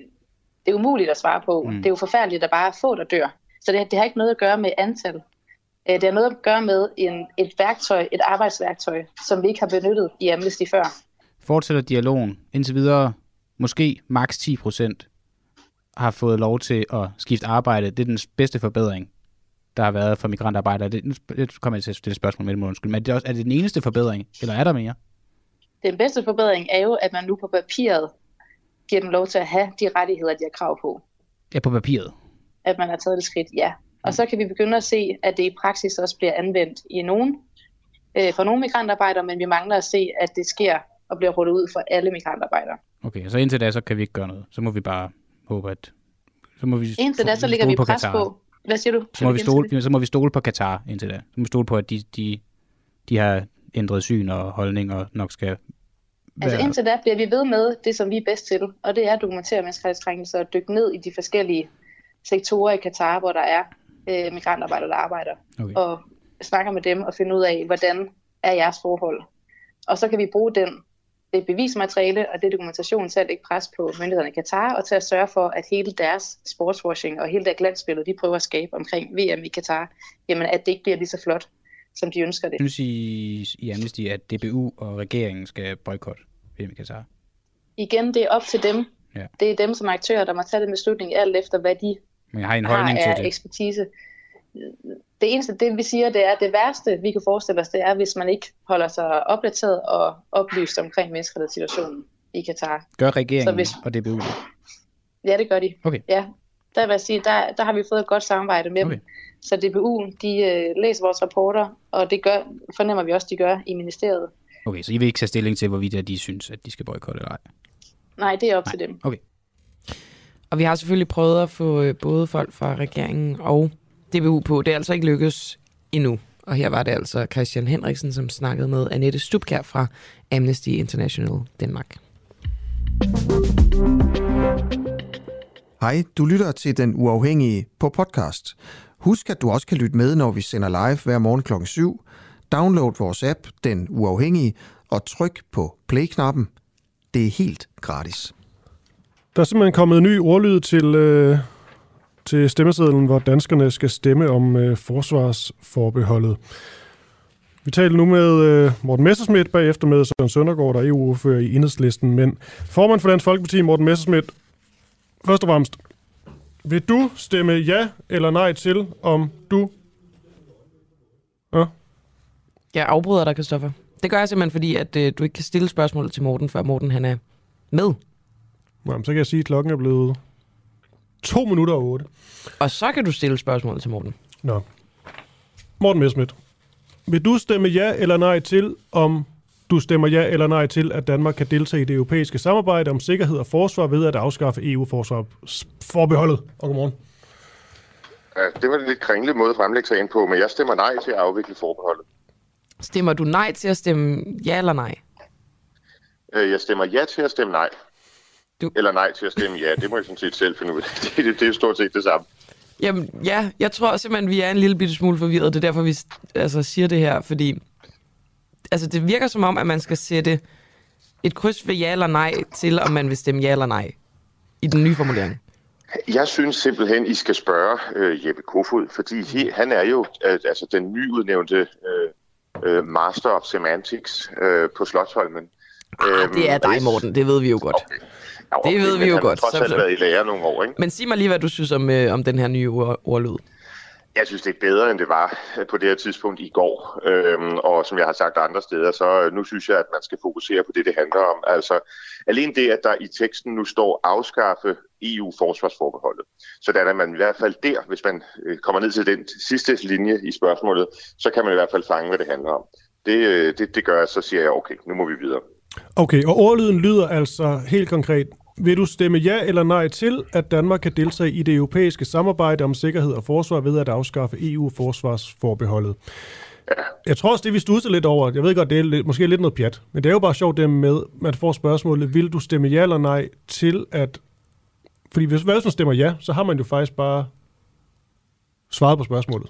Speaker 15: det er umuligt at svare på. Mm. Det er jo forfærdeligt, at der bare er få, der dør. Så det, det har ikke noget at gøre med antal. Øh, Det har noget at gøre med en, et værktøj, et arbejdsværktøj, som vi ikke har benyttet i Amnesty før.
Speaker 16: Fortsætter dialogen. Indtil videre, måske maks ti procent har fået lov til at skifte arbejde. Det er den bedste forbedring, der har været for migrantarbejdere. Det, nu det kommer jeg til at stille spørgsmål med det, undskyld. Men er det, også, er det den eneste forbedring, eller er der mere?
Speaker 15: Den bedste forbedring er jo, at man nu på papiret giver dem lov til at have de rettigheder, de har krav på.
Speaker 16: Ja, på papiret.
Speaker 15: At man har taget det skridt, ja. Og så kan vi begynde at se, at det i praksis også bliver anvendt i nogen, øh, for nogle migrantarbejdere, men vi mangler at se, at det sker og bliver rullet ud for alle migrantarbejdere.
Speaker 16: Okay, så indtil da, så kan vi ikke gøre noget. Så må vi bare håbe, at... Så må vi
Speaker 15: Indtil da, så lægger vi pres
Speaker 16: Qatar.
Speaker 15: på. Hvad siger du?
Speaker 16: Så må, vi stole, så må vi stole på Katar indtil da. Så må vi stole på, at de, de, de har ændret syn og holdning og nok skal være...
Speaker 15: Altså indtil da bliver vi ved med det, som vi er bedst til, og det er at dokumentere menneskerettighedskrænkelser og dykke ned i de forskellige sektorer i Katar, hvor der er øh, migrantarbejdere, der arbejder,
Speaker 16: okay.
Speaker 15: og snakker med dem og finde ud af, hvordan er jeres forhold. Og så kan vi bruge den, det bevismateriale og det dokumentation til at lægge pres på myndighederne i Katar, og til at sørge for, at hele deres sportswashing og hele det glansbillede, de prøver at skabe omkring V M i Katar, jamen at det ikke bliver lige så flot, som de ønsker det.
Speaker 16: Jeg synes i, i Amnesty, at D B U og regeringen skal boykotte V M i Katar.
Speaker 15: Igen, det er op til dem.
Speaker 16: Ja.
Speaker 15: Det er dem som aktører, der må tage den beslutning alt efter, hvad de
Speaker 16: Men jeg har en holdning
Speaker 15: har af
Speaker 16: til det.
Speaker 15: ekspertise. Det eneste, det vi siger, det er, det værste, vi kan forestille os, det er, hvis man ikke holder sig opdateret og oplyst omkring menneskerettighedssituationen i Katar.
Speaker 16: Gør regeringen
Speaker 15: Så hvis,
Speaker 16: og D B U det?
Speaker 15: ja, det gør de.
Speaker 16: Okay.
Speaker 15: Ja, der vil jeg sige, der, der har vi fået et godt samarbejde med
Speaker 16: Okay.
Speaker 15: dem. Så D B U, de øh, læser vores rapporter, og det gør, fornemmer vi også, de gør i ministeriet.
Speaker 16: Okay, så I vil ikke tage stilling til, hvorvidt de synes, at de skal boykotte eller ej?
Speaker 15: Nej, det er op Nej. til dem.
Speaker 16: Okay.
Speaker 4: Og vi har selvfølgelig prøvet at få øh, både folk fra regeringen og D B U på. Det er altså ikke lykkedes endnu. Og her var det altså Christian Henriksen, som snakkede med Annette Stubkjær fra Amnesty International Danmark.
Speaker 1: Hej, du lytter til Den Uafhængige på podcast. Husk, at du også kan lytte med, når vi sender live hver morgen klokken syv. Download vores app, Den Uafhængige, og tryk på play-knappen. Det er helt gratis.
Speaker 3: Der er simpelthen kommet en ny ordlyd til, øh, til stemmesedlen, hvor danskerne skal stemme om øh, forsvarsforbeholdet. Vi taler nu med øh, Morten Messerschmidt, bagefter med Søren Søndergaard, der er E U-ordfører i Enhedslisten. Men formand for Dansk Folkeparti, Morten Messerschmidt, først og fremmest, vil du stemme ja eller nej til, om du... Ja.
Speaker 4: Jeg afbryder dig, Christoffer. Det gør jeg simpelthen, fordi at, øh, du ikke kan stille spørgsmålet til Morten, før Morten han er med.
Speaker 3: Jamen, så kan jeg sige, at klokken er blevet to minutter og otte.
Speaker 4: Og så kan du stille spørgsmålet til Morten.
Speaker 3: Nå. Morten Messerschmidt, vil du stemme ja eller nej til, om du stemmer ja eller nej til, at Danmark kan deltage i det europæiske samarbejde om sikkerhed og forsvar ved at afskaffe E U-forsvarsforbeholdet? Og godmorgen.
Speaker 17: Ja, det var en lidt kringlet måde at fremlægge sig ind på, men jeg stemmer nej til at afvikle forbeholdet.
Speaker 4: Stemmer du nej til at stemme ja eller nej?
Speaker 17: Jeg stemmer ja til at stemme nej. Du... Eller nej til at stemme ja. Det må jeg sådan set selv finde ud af. Det, det, det er stort set det samme.
Speaker 4: Jamen ja, jeg tror simpelthen, vi er en lille bitte smule forvirret. Det er derfor, vi altså, siger det her, fordi altså, det virker som om, at man skal sætte et kryds ved ja eller nej til, om man vil stemme ja eller nej i den nye formulering?
Speaker 17: Jeg synes simpelthen, I skal spørge øh, Jeppe Kofod, fordi he, han er jo øh, altså den nyudnævnte øh, øh, Master of Semantics øh, på Slotsholmen.
Speaker 4: Ah, det er dig, Morten. Det ved vi jo godt. Okay.
Speaker 17: Ja, okay,
Speaker 4: det ved vi jo
Speaker 17: han
Speaker 4: godt.
Speaker 17: Han har trods alt været i lære nogle år, ikke?
Speaker 4: Men sig mig lige, hvad du synes om, øh, om den her nye ord- ordlyd.
Speaker 17: Jeg synes, det er bedre, end det var på det her tidspunkt i går. Øhm, og som jeg har sagt andre steder, så nu synes jeg, at man skal fokusere på det, det handler om. Altså, alene det, at der i teksten nu står afskaffe E U-forsvarsforbeholdet. Så der er man i hvert fald der, hvis man kommer ned til den sidste linje i spørgsmålet, så kan man i hvert fald fange, hvad det handler om. Det, det, det gør jeg, så siger jeg, okay, nu må vi videre.
Speaker 3: Okay, og ordlyden lyder altså helt konkret. Vil du stemme ja eller nej til, at Danmark kan deltage i det europæiske samarbejde om sikkerhed og forsvar ved at afskaffe E U-forsvarsforbeholdet?
Speaker 17: Ja.
Speaker 3: Jeg tror også, det vi studser lidt over, jeg ved godt, det er lidt, måske lidt noget pjat, men det er jo bare sjovt det med, at man får spørgsmålet, vil du stemme ja eller nej til at... Fordi hvis man stemmer ja, så har man jo faktisk bare svaret på spørgsmålet.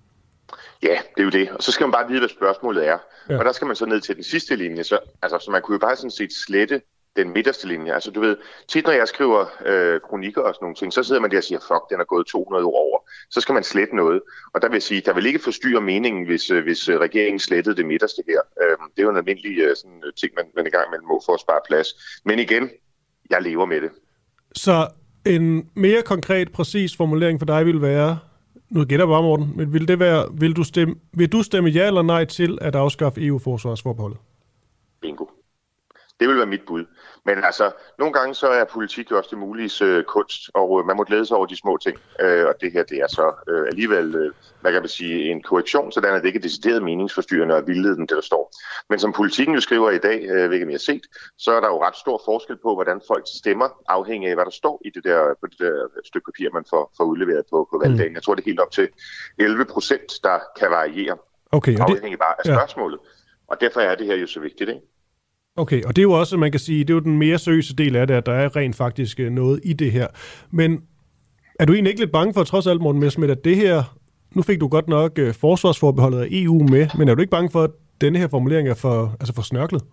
Speaker 17: Ja, det er jo det. Og så skal man bare vide, hvad spørgsmålet er.
Speaker 3: Ja.
Speaker 17: Og der skal man så ned til den sidste linje. Så, altså, så man kunne jo bare sådan set slette den midterste linje. Altså du ved, tit når jeg skriver øh, kronikker og sådan nogle ting, så sidder man der og siger, fuck, den er gået to hundrede år over. Så skal man slette noget. Og der vil jeg sige, der vil ikke forstyrre meningen, hvis, øh, hvis regeringen slettede det midterste her. Øh, det er jo en almindelig øh, sådan, ting, man, man i gang med må for at spare plads. Men igen, jeg lever med det.
Speaker 3: Så en mere konkret, præcis formulering for dig vil være, nu gætter jeg bare, Morten, men vil det være, vil du stemme, vil du stemme ja eller nej til at afskaffe E U-forsvarsforbeholdet?
Speaker 17: Bingo. Det vil være mit bud. Men altså, nogle gange så er politik jo også det mulige øh, kunst, og øh, man må glæde sig over de små ting. Øh, og det her, det er så øh, alligevel, øh, hvad kan man sige, en korrektion, så den er det ikke decideret meningsforstyrrende og vildleden, det der står. Men som politikken jo skriver i dag, øh, hvilket vi har set, så er der jo ret stor forskel på, hvordan folk stemmer, afhængig af, hvad der står i det der, på det der stykke papir, man får, får udleveret på, på valgdagen. Mm. Jeg tror, det er helt op til elleve procent, der kan variere,
Speaker 3: okay,
Speaker 17: afhængig bare af spørgsmålet. Ja. Og derfor er det her jo så vigtigt, ikke?
Speaker 3: Okay, og det er jo også, man kan sige, det er jo den mere seriøse del af det, at der er rent faktisk noget i det her. Men er du egentlig ikke lidt bange for, trods alt, Morten Messerschmidt, at det her, nu fik du godt nok uh, forsvarsforbeholdet af E U med, men er du ikke bange for, at denne her formulering er for, altså for snørklet?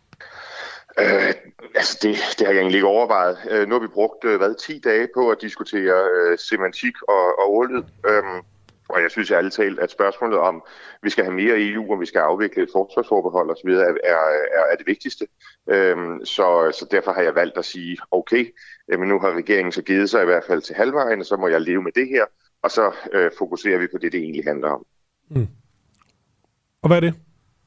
Speaker 17: Øh, altså det, det har jeg egentlig ikke overvejet. Øh, nu har vi brugt øh, hvad, ti dage på at diskutere øh, semantik og, og ordlyd. Øh, Og jeg synes ærligt talt, at spørgsmålet om, vi skal have mere E U, om vi skal afvikle et forsvarsforbehold osv., er, er, er det vigtigste. Øhm, så, så derfor har jeg valgt at sige, okay, men nu har regeringen så givet sig i hvert fald til halvvejen, og så må jeg leve med det her, og så øh, fokuserer vi på det, det egentlig handler om.
Speaker 3: Mm. Og hvad er det?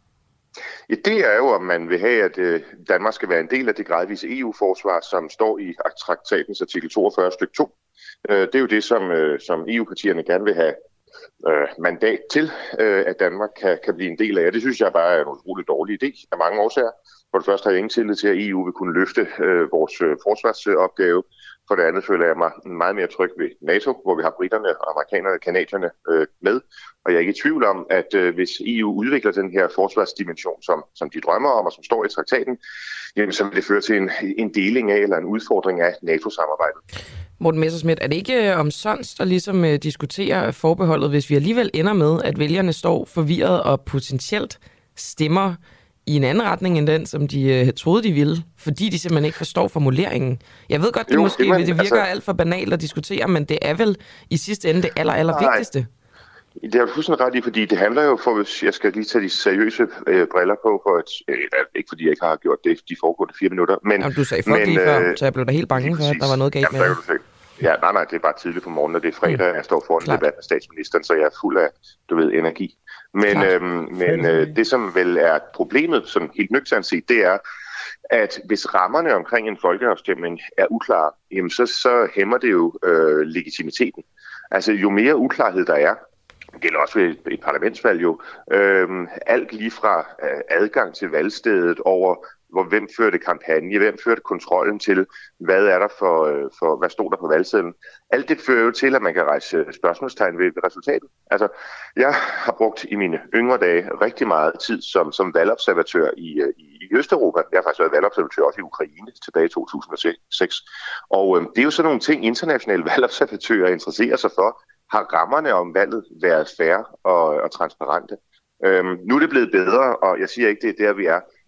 Speaker 17: Ja, det er jo, om man vil have, at øh, Danmark skal være en del af det gradvise E U-forsvar, som står i traktatens artikel toogfyrre stykke to. Øh, det er jo det, som, øh, som E U-partierne gerne vil have Øh, mandat til, øh, at Danmark kan, kan blive en del af. Det synes jeg bare er en utrolig dårlig idé af mange årsager. For det første har jeg ingen tillid til, at E U vil kunne løfte øh, vores øh, forsvarsopgave. For det andet føler jeg mig meget mere tryg ved NATO, hvor vi har britterne, amerikanerne og kanadierne øh, med. Og jeg er ikke i tvivl om, at øh, hvis E U udvikler den her forsvarsdimension, som, som de drømmer om og som står i traktaten, jamen, så vil det føre til en, en deling af eller en udfordring af NATO-samarbejdet.
Speaker 4: Morten Messerschmidt, er det ikke omsonst at ligesom uh, diskutere forbeholdet, hvis vi alligevel ender med, at vælgerne står forvirret og potentielt stemmer i en anden retning end den, som de uh, troede, de ville, fordi de simpelthen ikke forstår formuleringen? Jeg ved godt, det, jo, måske, det, man, det virker altså, alt for banalt at diskutere, men det er vel i sidste ende det aller, aller nej. vigtigste.
Speaker 17: Det er fuldstændig ret i, fordi det handler jo for, hvis jeg skal lige tage de seriøse øh, briller på, for at, øh, ikke fordi jeg ikke har gjort det de foregående fire minutter. Men,
Speaker 4: jamen, du sagde fuck lige før, så jeg blev da helt bange for, at der var noget galt med det.
Speaker 17: Ja, nej, nej, det er bare tidligt på morgenen, og det er fredag, jeg står foran en debat med statsministeren, så jeg er fuld af, du ved, energi. Men, øhm, men øh, det, som vel er problemet, som helt nøgternt set, det er, at hvis rammerne omkring en folkeafstemning er uklare, jamen så, så hæmmer det jo øh, legitimiteten. Altså, jo mere uklarhed der er, det gælder også ved et, et parlamentsvalg jo, øhm, alt lige fra øh, adgang til valgstedet over, hvor hvem førte kampagne, hvem førte kontrollen til, hvad er der for, øh, for hvad stod der på valgsedlen. Alt det fører jo til, at man kan rejse spørgsmålstegn ved, ved resultatet. Altså, jeg har brugt i mine yngre dage rigtig meget tid som, som valgobservatør i, i, i Østeuropa. Jeg har faktisk været valgobservatør også i Ukraine tilbage i to tusind og seks. Og øh, det er jo sådan nogle ting, internationale valgobservatører interesserer sig for. Har rammerne om valget været fair og, og transparente? Øhm, nu er det blevet bedre, og jeg siger ikke, det er der, vi er.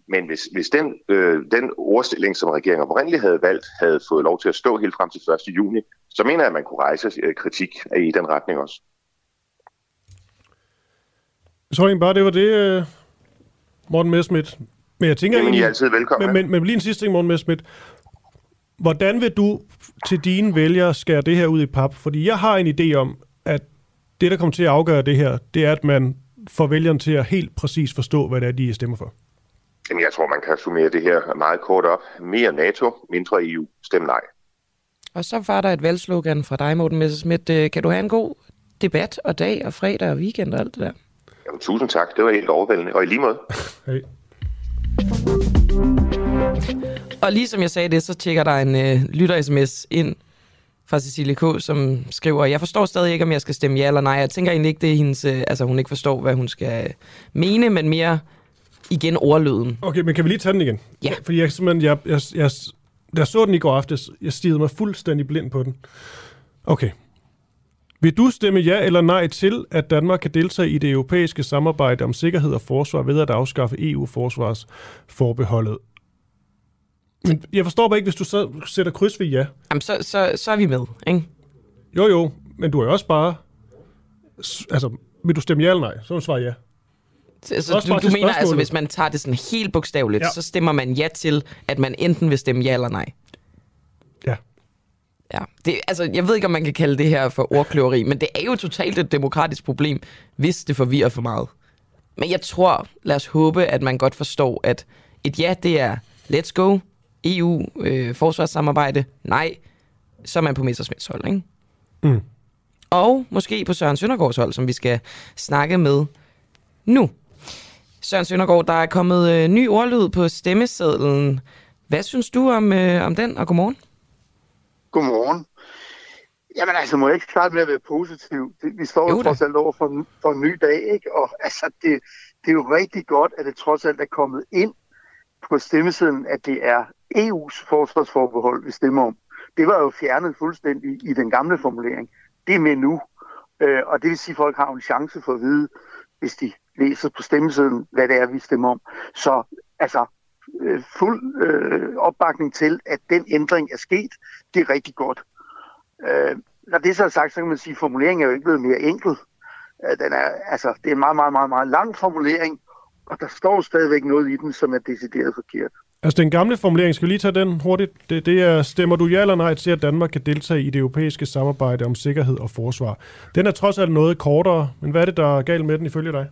Speaker 17: Men hvis, hvis den, øh, den ordstilling, som regeringen oprindeligt havde valgt, havde fået lov til at stå helt frem til første juni, så mener jeg, at man kunne rejse øh, kritik i den retning også.
Speaker 3: Jeg tror egentlig bare, det var det, Morten Messerschmidt. Men jeg tænker
Speaker 17: Jamen,
Speaker 3: egentlig...
Speaker 17: I er altid velkommen.
Speaker 3: Men, men, men lige en sidste ting, Morten Messerschmidt. Hvordan vil du til dine vælgere skære det her ud i pap? Fordi jeg har en idé om, at det, der kommer til at afgøre det her, det er, at man får vælgerne til at helt præcis forstå, hvad det er, de stemmer for.
Speaker 17: Jamen, jeg tror, man kan summere det her meget kort op. Mere NATO, mindre E U. Stem nej.
Speaker 4: Og så var der et valgslogan fra dig, Morten Messerschmidt. Kan du have en god debat og dag og fredag og weekend og alt det der?
Speaker 17: Jamen, tusind tak. Det var helt overvældende. Og i lige måde.
Speaker 3: Hej.
Speaker 4: Og lige som jeg sagde det, så tjekker der en øh, lytter-sms ind fra Cecilie K., som skriver, jeg forstår stadig ikke, om jeg skal stemme ja eller nej. Jeg tænker egentlig ikke, det er hendes, øh, altså hun ikke forstår, hvad hun skal mene, men mere igen ordlyden.
Speaker 3: Okay, men kan vi lige tage den igen?
Speaker 4: Ja.
Speaker 3: Fordi jeg simpelthen, jeg, jeg, jeg, da jeg så den i går aftes, jeg stirrede mig fuldstændig blind på den. Okay. Vil du stemme ja eller nej til, at Danmark kan deltage i det europæiske samarbejde om sikkerhed og forsvar ved at afskaffe E U-forsvarsforbeholdet? Men jeg forstår bare ikke, hvis du så sætter kryds ved ja.
Speaker 4: Jamen, så, så, så er vi med, ikke?
Speaker 3: Jo, jo, men du er også bare... Altså, vil du stemme ja eller nej? Så må du svare ja.
Speaker 4: Altså, du, du mener altså, hvis man tager det sådan helt bogstaveligt, ja. Så stemmer man ja til, at man enten vil stemme ja eller nej?
Speaker 3: Ja.
Speaker 4: Ja, det, altså, jeg ved ikke, om man kan kalde det her for ordkløveri, men det er jo totalt et demokratisk problem, hvis det forvirrer for meget. Men jeg tror, lad os håbe, at man godt forstår, at et ja, det er let's go, E U, øh, forsvarssamarbejde, nej, så er man på Messerschmidts hold, ikke?
Speaker 3: Mm.
Speaker 4: Og måske på Søren Søndergaards hold, som vi skal snakke med nu. Søren Søndergaard, der er kommet øh, ny ordlyd på stemmesedlen. Hvad synes du om, øh, om den, og godmorgen?
Speaker 18: Godmorgen. Jamen altså, må jeg ikke starte med at være positiv? Vi står jo trods alt over for, for en ny dag, ikke? Og altså, det, det er jo rigtig godt, at det trods alt er kommet ind på stemmesedlen, at det er E U's forsvarsforbehold, vi stemmer om. Det var jo fjernet fuldstændig i den gamle formulering. Det er med nu. Øh, og det vil sige, at folk har en chance for at vide, hvis de læser på stemmesedlen, hvad det er, vi stemmer om. Så altså, øh, fuld øh, opbakning til, at den ændring er sket, det er rigtig godt. Øh, når det så er sagt, så kan man sige, at formuleringen er jo ikke blevet mere enkel. Øh, den er, altså, det er en meget, meget, meget, meget lang formulering, og der står stadigvæk noget i den, som er decideret forkert.
Speaker 3: Altså den gamle formulering, skal vi lige tage den hurtigt? Det, det er, stemmer du ja eller nej til, at Danmark kan deltage i det europæiske samarbejde om sikkerhed og forsvar? Den er trods alt noget kortere, men hvad er det, der er galt med den ifølge dig?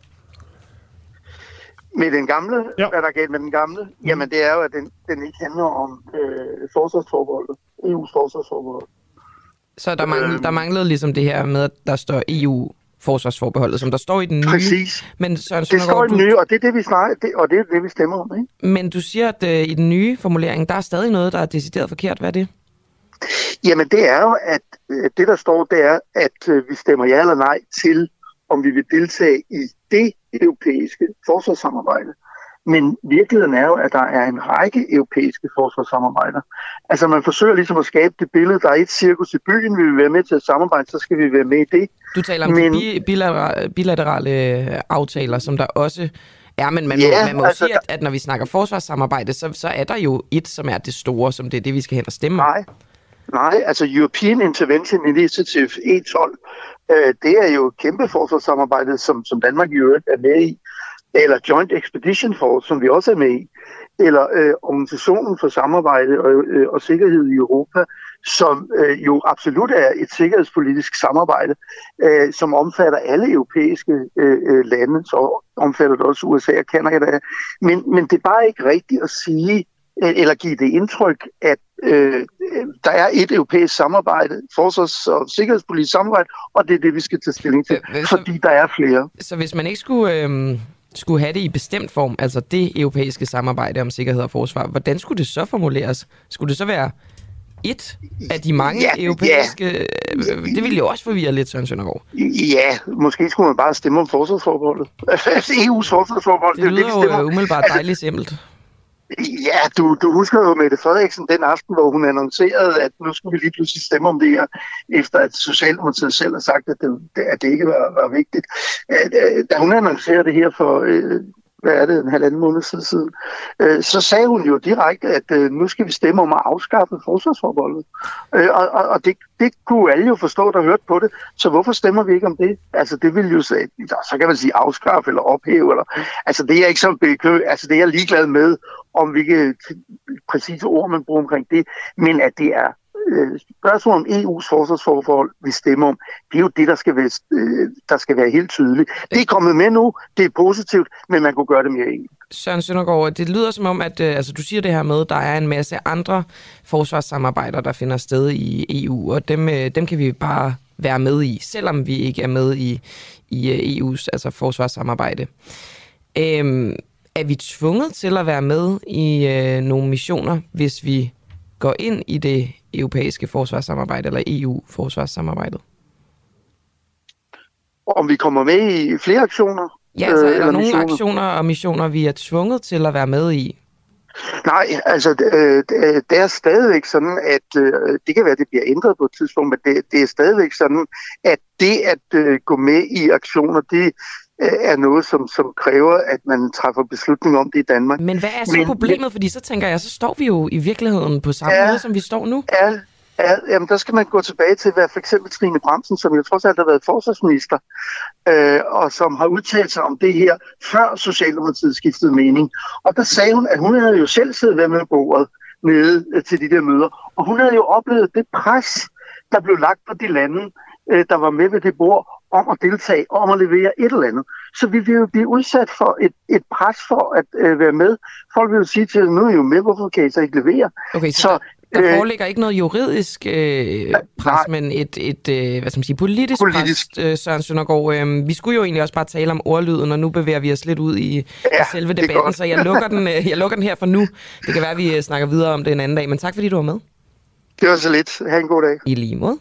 Speaker 18: Med den gamle? Ja. Hvad der er galt med den gamle? Mm. Jamen det er jo, at den, den ikke handler om øh, forsvarsforbeholdet. E U's forsvarsforbehold.
Speaker 4: Så der, mangl- øhm, der manglede ligesom det her med, at der står E U forsvarsforbeholdet, som der står i den nye.
Speaker 18: Præcis.
Speaker 4: Men Søren
Speaker 18: det står i den nye, og det er det, vi snakker, det, og det er det, vi stemmer om, ikke?
Speaker 4: Men du siger, at uh, i den nye formulering, der er stadig noget, der er decideret forkert. Hvad er det?
Speaker 18: Jamen, det er jo, at uh, det, der står, det er, at uh, vi stemmer ja eller nej til, om vi vil deltage i det europæiske forsvarssamarbejde. Men virkeligheden er jo, at der er en række europæiske forsvarssamarbejder. Altså man forsøger ligesom at skabe det billede, der er et cirkus i byen, vi vil være med til at samarbejde, så skal vi være med i det.
Speaker 4: Du taler om men, de bilaterale, bilaterale aftaler, som der også er, men man må,
Speaker 18: ja,
Speaker 4: man må
Speaker 18: altså,
Speaker 4: sige, at, at når vi snakker forsvarssamarbejde, så, så er der jo et, som er det store, som det er det, vi skal hen og stemme om.
Speaker 18: Nej, nej, altså European Intervention Initiative E tolv, øh, det er jo et kæmpe forsvarssamarbejde, som, som Danmark i øvrigt er med i. Eller Joint Expedition Force, som vi også er med i, eller øh, Organisationen for Samarbejde og, øh, og Sikkerhed i Europa, som øh, jo absolut er et sikkerhedspolitisk samarbejde, øh, som omfatter alle europæiske øh, lande, så omfatter det også U S A og Canada. Men, men det er bare ikke rigtigt at sige, øh, eller give det indtryk, at øh, der er et europæisk samarbejde, forsvars- og sikkerhedspolitisk samarbejde, og det er det, vi skal tage stilling til, så, fordi der er flere.
Speaker 4: Så hvis man ikke skulle... Øh... skulle have det i bestemt form, altså det europæiske samarbejde om sikkerhed og forsvar, hvordan skulle det så formuleres? Skulle det så være et af de mange ja, europæiske... Ja. Det ville jo også forvirre lidt, Søren Søndergaard.
Speaker 18: Ja, måske skulle man bare stemme om forsvarsforbeholdet. E U's forsvarsforbehold.
Speaker 4: Det, det lyder det, jo umiddelbart altså, dejligt simpelt.
Speaker 18: Ja, du, du husker jo Mette Frederiksen den aften, hvor hun annoncerede, at nu skulle vi lige pludselig stemme om det her, efter at Socialdemokratiet selv har sagt, at det, at det ikke var, var vigtigt. Da hun annoncerede det her for, hvad er det, en halvanden måned siden, øh, så sagde hun jo direkte, at øh, nu skal vi stemme om at afskaffe forsvarsforbeholdet. Øh, og og, og det, det kunne alle jo forstå, der hørte på det, så hvorfor stemmer vi ikke om det? Altså det vil jo sige, så kan man sige afskaffe eller ophæve, eller, altså det er ikke så bekø, altså det er jeg ligeglad med, om hvilke præcise ord man bruger omkring det, men at det er spørgsmål om E U's forsvarsforbehold, vi stemmer om, det er jo det, der skal være, der skal være helt tydeligt. Det er kommet med nu, det er positivt, men man kunne gøre det mere enkelt.
Speaker 4: Søren Søndergaard, det lyder som om, at altså, du siger det her med, at der er en masse andre forsvarssamarbejder, der finder sted i E U, og dem, dem kan vi bare være med i, selvom vi ikke er med i, i E U's altså forsvarssamarbejde. Øhm, er vi tvunget til at være med i øh, nogle missioner, hvis vi går ind i det europæiske forsvarssamarbejde, eller E U-forsvarssamarbejdet?
Speaker 18: Om vi kommer med i flere aktioner?
Speaker 4: Ja, altså er der nogle missioner? aktioner og missioner, vi er tvunget til at være med i?
Speaker 18: Nej, altså det er stadigvæk sådan, at det kan være, at det bliver ændret på et tidspunkt, men det, det er stadigvæk sådan, at det at gå med i aktioner, det er noget, som, som kræver, at man træffer beslutning om det i Danmark.
Speaker 4: Men hvad er så men, problemet? Fordi så tænker jeg, så står vi jo i virkeligheden på samme ja, måde, som vi står nu.
Speaker 18: Ja, ja, jamen der skal man gå tilbage til, hvad for eksempel Trine Bramsen, som jo trods alt har været forsvarsminister, øh, og som har udtalt sig om det her, før Socialdemokratiet skiftede mening. Og der sagde hun, at hun havde jo selv siddet ved med bordet nede øh, til de der møder, og hun havde jo oplevet det pres, der blev lagt på de lande, øh, der var med ved det bord, om at deltage, om at levere et eller andet. Så vi vil jo blive udsat for et, et pres for at øh, være med. Folk vil jo sige til os, nu er I jo med, hvorfor kan I så ikke levere?
Speaker 4: Okay, så, så der, der øh, foreligger ikke noget juridisk øh, pres, nej, men et, et øh, hvad skal man sige, politisk, politisk. pres, øh, Søren Søndergaard. Øh, vi skulle jo egentlig også bare tale om ordlyden, og nu bevæger vi os lidt ud i, ja, i selve debatten, så jeg lukker, den, øh, jeg lukker den her for nu. Det kan være, at vi snakker videre om det en anden dag, men tak fordi du var med.
Speaker 18: Det var så lidt. Ha' en god dag.
Speaker 4: I lige måde.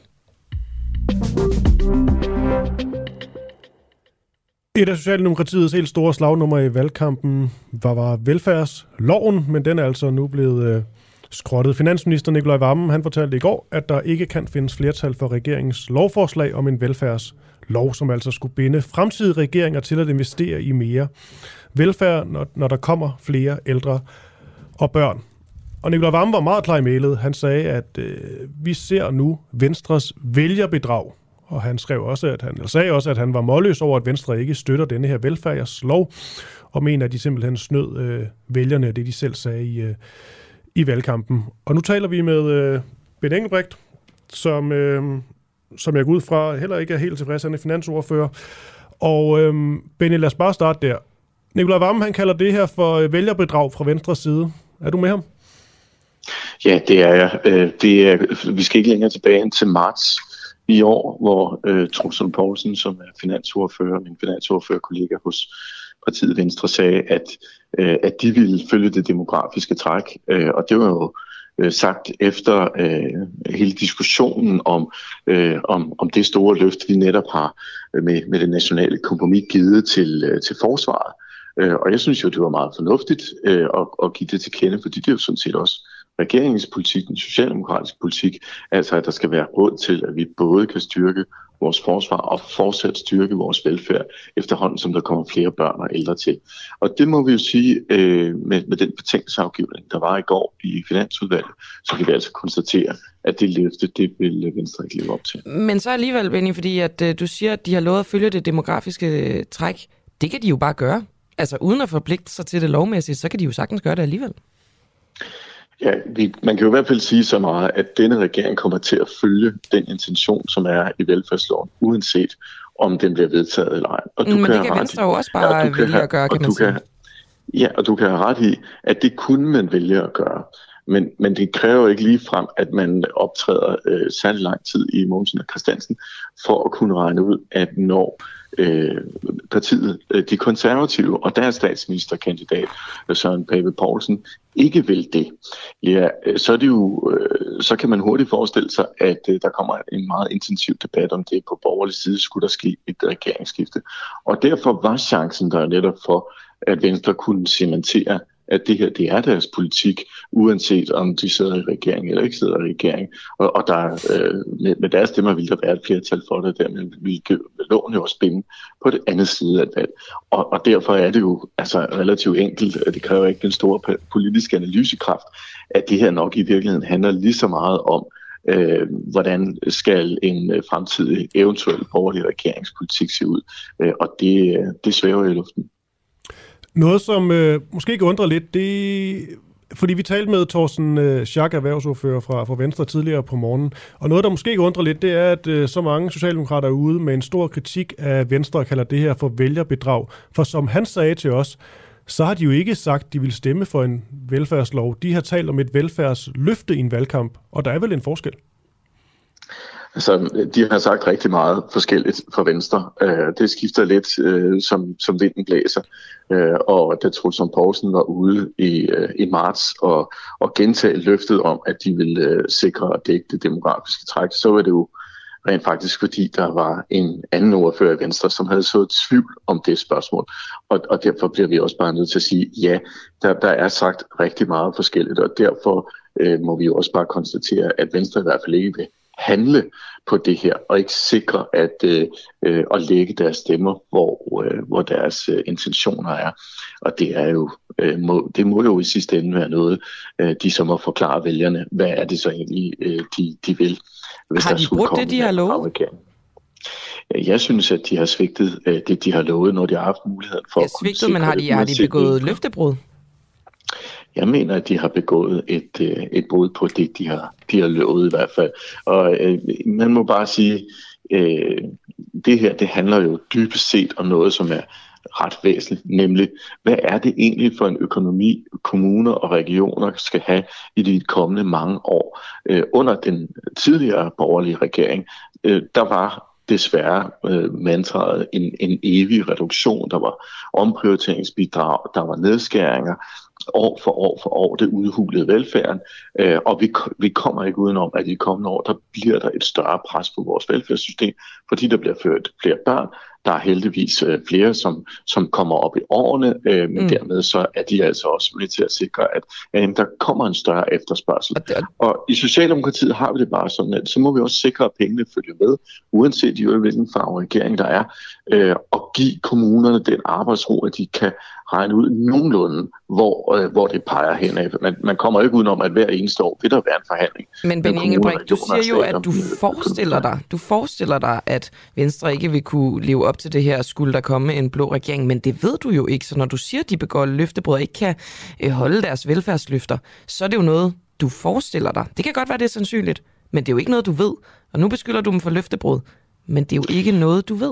Speaker 3: Et af Socialdemokratiets helt store slagnummer i valgkampen var, var velfærdsloven, men den er altså nu blevet øh, skrottet. Finansminister Nicolai Wammen, han fortalte i går, at der ikke kan findes flertal for regeringens lovforslag om en velfærdslov, som altså skulle binde fremtidige regeringer til at investere i mere velfærd, når, når der kommer flere ældre og børn. Og Nicolai Wammen var meget klar i mailet. Han sagde, at øh, vi ser nu Venstres vælgerbedrag. Og han skrev også, at han, eller sagde også, at han var målløs over, at Venstre ikke støtter denne her velfærdslov, og mener, at de simpelthen snød øh, vælgerne, det de selv sagde i, øh, i valgkampen. Og nu taler vi med øh, Benny Engelbrecht, som, øh, som jeg går ud fra heller ikke er helt tilfreds, han er finansordfører. Og øh, Benny, lad os bare starte der. Nicolai Wammen, han kalder det her for vælgerbedrag fra Venstres side. Er du med ham?
Speaker 19: Ja, det er jeg. Det er, vi skal ikke længere tilbage end til marts i år, hvor øh, Troels Lund Poulsen, som er finansordfører, min finansordførerkollega hos partiet Venstre, sagde, at, øh, at de ville følge det demografiske træk. Øh, og det var jo øh, sagt efter øh, hele diskussionen om, øh, om, om det store løft, vi netop har med, med det nationale kompromis givet til, øh, til forsvaret. Øh, og jeg synes jo, det var meget fornuftigt øh, at, at give det til kende, fordi det er jo sådan set også regeringens politik, den socialdemokratiske politik, altså at der skal være råd til, at vi både kan styrke vores forsvar og fortsat styrke vores velfærd, efterhånden som der kommer flere børn og ældre til. Og det må vi jo sige, øh, med, med den betænkningsafgivning, der var i går i Finansudvalget, så kan vi altså konstatere, at det løfte, det vil Venstre ikke leve op til.
Speaker 4: Men så alligevel, Benny, fordi at, øh, du siger, at de har lovet at følge det demografiske øh, træk, det kan de jo bare gøre. Altså uden at forpligte sig til det lovmæssigt, så kan de jo sagtens gøre det alligevel.
Speaker 19: Ja, vi, man kan jo i hvert fald sige så meget, at denne regering kommer til at følge den intention, som er i velfærdsloven, uanset om den bliver vedtaget eller ej. Og du
Speaker 4: Men
Speaker 19: kan
Speaker 4: det kan Venstre jo også bare ja, vælge at gøre, kan man sige. Kan,
Speaker 19: ja, og du kan have ret i, at det kunne man vælge at gøre. Men, men det kræver ikke ligefrem, at man optræder øh, særlig lang tid i Mogensen og Christiansen, for at kunne regne ud, at når øh, partiet, øh, de konservative og deres statsministerkandidat, Søren Pape Poulsen, ikke vil det, ja, så, er det jo, øh, så kan man hurtigt forestille sig, at øh, der kommer en meget intensiv debat om det på borgerlig side, skulle der ske et regeringsskifte. Og derfor var chancen der netop for, at Venstre kunne cementere, at det her, det er deres politik, uanset om de sidder i regering eller ikke sidder i regering. Og, og der, øh, med, med deres stemmer ville der være et flertal for det, dermed ville loven jo også binde på det andet side af valg. Og, og derfor er det jo altså relativt enkelt, det kræver ikke den store politiske analysekraft, at det her nok i virkeligheden handler lige så meget om, Øh, hvordan skal en øh, fremtidig eventuel borgerlig regeringspolitik se ud. Øh, og det, det svæver i luften.
Speaker 3: Noget, som øh, måske ikke undrer lidt, det fordi vi talte med Thorsten øh, Schack, erhvervsordfører fra, fra Venstre tidligere på morgenen, og noget, der måske ikke undrer lidt, det er, at øh, så mange socialdemokrater er ude med en stor kritik af Venstre og kalder det her for vælgerbedrag. For som han sagde til os, så har de jo ikke sagt, at de vil stemme for en velfærdslov. De har talt om et velfærdsløfte i en valgkamp, og der er vel en forskel?
Speaker 19: Altså, de har sagt rigtig meget forskelligt fra Venstre. Det skifter lidt, som, som vinden blæser. Og da Troels Poulsen var ude i, i marts og, og gentage løftet om, at de ville sikre og dække det demografiske træk, så var det jo rent faktisk, fordi der var en anden ordfører i Venstre, som havde så tvivl om det spørgsmål. Og, og derfor bliver vi også bare nødt til at sige, ja, der, der er sagt rigtig meget forskelligt, og derfor øh, må vi jo også bare konstatere, at Venstre i hvert fald ikke vil handle på det her, og ikke sikre at, øh, øh, at lægge deres stemmer, hvor, øh, hvor deres øh, intentioner er. Og det er jo, øh, må, det må jo i sidste ende være noget, øh, de som må forklare vælgerne, hvad er det så egentlig, øh, de, de vil.
Speaker 4: Hvis har de brugt det, de har lovet?
Speaker 19: Jeg synes, at de har svigtet øh, det, de har lovet, når de har haft muligheden for
Speaker 4: ja,
Speaker 19: at kunne
Speaker 4: svigtet, men har de, har de begået løftebrud?
Speaker 19: Jeg mener, at de har begået et, øh, et brud på det, de har, de har lovet i hvert fald. Og øh, man må bare sige, øh, det her, det handler jo dybest set om noget, som er ret væsentligt, nemlig, hvad er det egentlig for en økonomi, kommuner og regioner skal have i de kommende mange år? Øh, under den tidligere borgerlige regering, øh, der var desværre øh, mantraet en, en evig reduktion, der var omprioriteringsbidrag, der var nedskæringer, år for år for år, det udhulede velfærden, øh, og vi, vi kommer ikke udenom, at i de kommende år, der bliver der et større pres på vores velfærdssystem, fordi der bliver født flere børn. Der er heldigvis øh, flere, som, som kommer op i årene, øh, men mm. dermed så er de altså også med til at sikre, at øh, der kommer en større efterspørgsel. Og, det... og i Socialdemokratiet har vi det bare sådan, at så må vi også sikre, at pengene følger med, uanset i hvilken farve regering der er, øh, og give kommunerne den arbejdsro, at de kan regne ud nogenlunde, hvor, øh, hvor det peger henad. Man, man kommer ikke udenom, at hver eneste år vil der være en forhandling.
Speaker 4: Men Benny Engelbrecht, du siger jo, at du forestiller dig, du forestiller dig, at Venstre ikke vil kunne leve op til det her, skulle der komme en blå regering, men det ved du jo ikke. Så når du siger, at de begår løftebrud og ikke kan øh, holde deres velfærdsløfter, så er det jo noget, du forestiller dig. Det kan godt være, det er sandsynligt, men det er jo ikke noget, du ved. Og nu beskylder du dem for løftebrud, men det er jo ikke noget, du ved.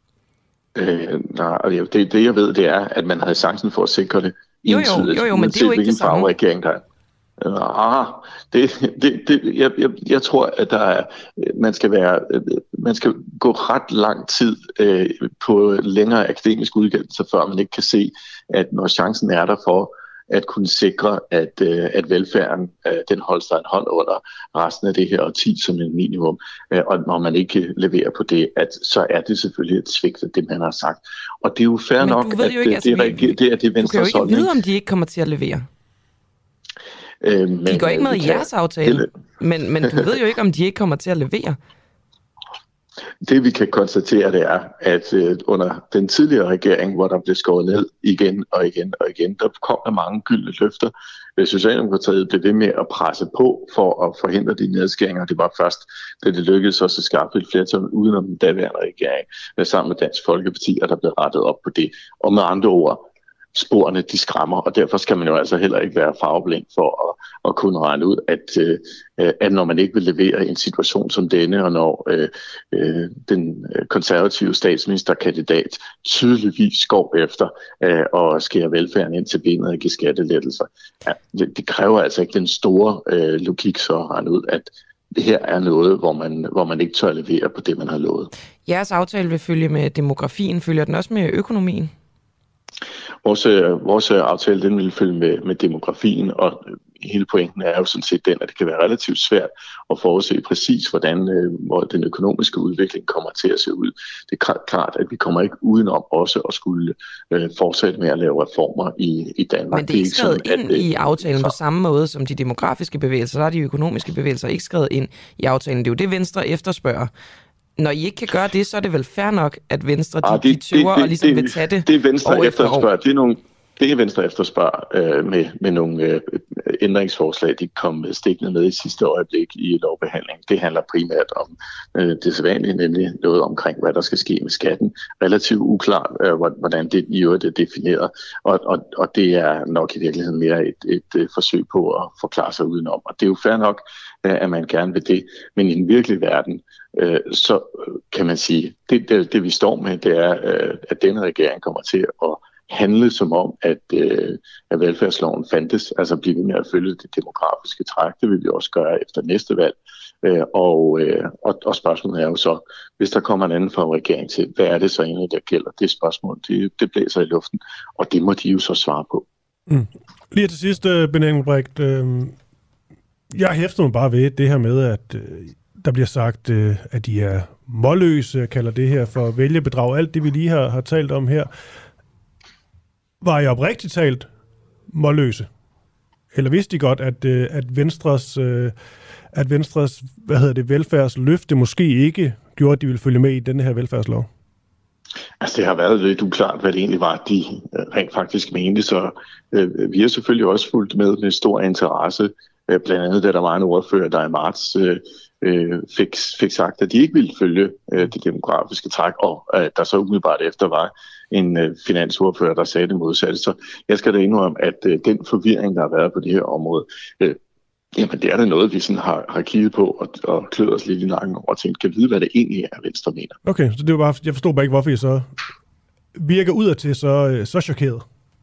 Speaker 19: Øh, nej, det, det jeg ved, det er, at man havde chancen for at sikre det.
Speaker 4: Jo, jo, jo, jo, men det er jo ikke det samme.
Speaker 19: Regering, der er. Ah, det, det, det, jeg, jeg, jeg tror, at der er, man skal være, man skal gå ret lang tid øh, på længere akademisk uddannelse, før man ikke kan se, at når chancen er der for at kunne sikre, at, øh, at velfærden øh, den holder sig en hånd under resten af det her årti som en minimum, øh, og når man ikke leverer på det, at så er det selvfølgelig et svigt af det, man har sagt. Og det er jo fair nok, at
Speaker 4: ikke, altså,
Speaker 19: det, det, det er det Venstres
Speaker 4: holdning. Du kan jo ikke vide, om de ikke kommer til at levere. Øh, men, de går ikke med i jeres aftale, men, men du ved jo ikke, om de ikke kommer til at levere.
Speaker 19: Det vi kan konstatere, det er, at øh, under den tidligere regering, hvor der blev skåret ned igen og igen og igen, der kom der mange gyldne løfter. Socialdemokratiet blev ved med at presse på for at forhindre de nedskæringer. Det var først, da det lykkedes også at skaffe et flertal udenom den daværende regering, sammen med Dansk Folkeparti, og der blev rettet op på det. Og med andre ord, sporene de skræmmer, og derfor skal man jo altså heller ikke være farveblind for at, at kunne regne ud, at, øh, at når man ikke vil levere i en situation som denne, og når øh, øh, den konservative statsministerkandidat tydeligvis går efter øh, og skærer velfærden ind til benet og giver skattelettelser. Ja, det, det kræver altså ikke den store øh, logik så at regne ud, at det her er noget, hvor man, hvor man ikke tør levere på det, man har lovet.
Speaker 4: Jeres aftale vil følge med demografien, følger den også med økonomien?
Speaker 19: Vores, vores aftale, den vil følge med, med demografien, og hele pointen er jo sådan set den, at det kan være relativt svært at forudse præcis, hvordan øh, hvor den økonomiske udvikling kommer til at se ud. Det er klart, at vi kommer ikke udenom også at skulle øh, fortsætte med at lave reformer i, i Danmark.
Speaker 4: Men det er ikke skrevet
Speaker 19: sådan,
Speaker 4: ind
Speaker 19: at,
Speaker 4: i aftalen
Speaker 19: så...
Speaker 4: på samme måde som de demografiske bevægelser. Der er de økonomiske bevægelser ikke skrevet ind i aftalen. Det er jo det, Venstre efterspørger. Når I ikke kan gøre det, så er det vel fair nok, at Venstre de,
Speaker 19: ah, det,
Speaker 4: de tøver
Speaker 19: det, det,
Speaker 4: og ligesom
Speaker 19: det,
Speaker 4: vil tage det.
Speaker 19: Det Venstre
Speaker 4: år efter
Speaker 19: efterspørger,
Speaker 4: år.
Speaker 19: det er nogle Det er Venstre efterspørger øh, med, med nogle øh, ændringsforslag, de kom stikkende med i sidste øjeblik i lovbehandling. Det handler primært om øh, det sædvanlige, nemlig noget omkring, hvad der skal ske med skatten. Relativt uklart, øh, hvordan det i øvrigt er defineret, og, og, og det er nok i virkeligheden mere et, et, et forsøg på at forklare sig udenom. Og det er jo fair nok, øh, at man gerne vil det, men i den virkelige verden, øh, så kan man sige, det, det, det vi står med, det er, øh, at denne regering kommer til at handle som om, at, øh, at velfærdsloven fandtes, altså blive ved med at følge det demografiske træk. Det vil vi også gøre efter næste valg. Øh, og, øh, og, og spørgsmålet er jo så, hvis der kommer en anden form regering til, hvad er det så egentlig, der gælder? Det spørgsmål, det, det blæser i luften, og det må de jo så svare på.
Speaker 3: Mm. Lige til sidst, Benny Engelbrecht, øh, jeg hæfter mig bare ved det her med, at øh, der bliver sagt, øh, at de er målløse, jeg kalder det her for vælgebedrag. Alt det, vi lige har, har talt om her, var I oprigtigt talt målløse? Eller vidste de godt, at, at Venstres, at Venstres hvad hedder det, velfærdsløfte måske ikke gjorde, at de ville følge med i denne her velfærdslov?
Speaker 19: Altså, det har været lidt uklart, hvad det egentlig var, de rent faktisk mente, så øh, vi har selvfølgelig også fulgt med med stor interesse, øh, blandt andet da der var en ordfører, der i marts øh, fik, fik sagt, at de ikke ville følge øh, det demografiske træk, og øh, der så umiddelbart efter var en øh, finansordfører, der sagde det modsatte. Så jeg skal da indrømme, at øh, den forvirring, der har været på det her område, øh, jamen det er da noget, vi sådan har, har kigget på og, og kløet os lidt i nakken over og tænkt, kan vide, hvad det egentlig er, Venstre mener.
Speaker 3: Okay, så det var bare, jeg forstod bare ikke, hvorfor I så virker udadtil så, så chokeret.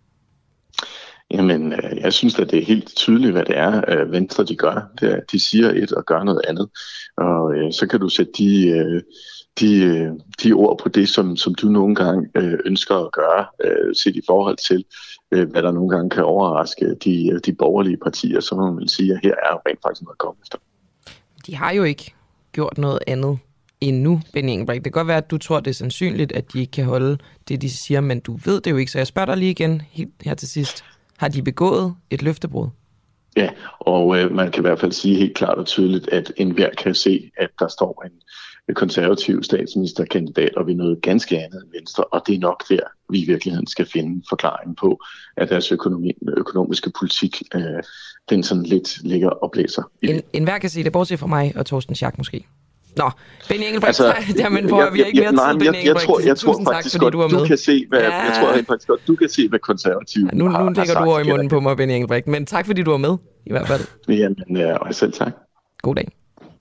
Speaker 19: Jamen, øh, jeg synes at det er helt tydeligt, hvad det er, øh, Venstre de gør. Det er, de siger et og gør noget andet. Og øh, så kan du sætte de... Øh, De, de ord på det, som, som du nogle gange øh, ønsker at gøre, øh, set i forhold til, øh, hvad der nogle gange kan overraske de, de borgerlige partier, så man vil sige, at her er jo rent faktisk noget at komme efter.
Speaker 4: De har jo ikke gjort noget andet endnu, Benny Engelbrecht. Det kan godt være, at du tror, det er sandsynligt, at de ikke kan holde det, de siger, men du ved det jo ikke, så jeg spørger dig lige igen helt her til sidst. Har de begået et løftebrud?
Speaker 19: Ja, og øh, man kan i hvert fald sige helt klart og tydeligt, at enhver kan se, at der står en konservativ statsministerkandidat, og vi er noget ganske andet end Venstre, og det er nok der, vi i virkeligheden skal finde forklaringen på, at deres økonomi, økonomiske politik, øh, den sådan lidt ligger og blæser.
Speaker 4: En, en hver kan sige det, bortset fra mig og Torsten Schack måske. Nå, Benny Engelbrecht,
Speaker 19: altså,
Speaker 4: jamen, prøv, vi har ikke mere
Speaker 19: nej,
Speaker 4: tid, Benny
Speaker 19: jeg, jeg, tror, jeg tror
Speaker 4: Tusind
Speaker 19: faktisk
Speaker 4: tak,
Speaker 19: godt,
Speaker 4: du,
Speaker 19: du kan se, hvad, ja. jeg tror rent faktisk godt, du kan se, hvad konservative
Speaker 4: ja, nu,
Speaker 19: har,
Speaker 4: nu lægger
Speaker 19: har
Speaker 4: du ord i munden på mig, Benny Engelbrecht, men tak fordi du var med, i hvert fald.
Speaker 19: Jamen, ja, og selv tak.
Speaker 4: God dag.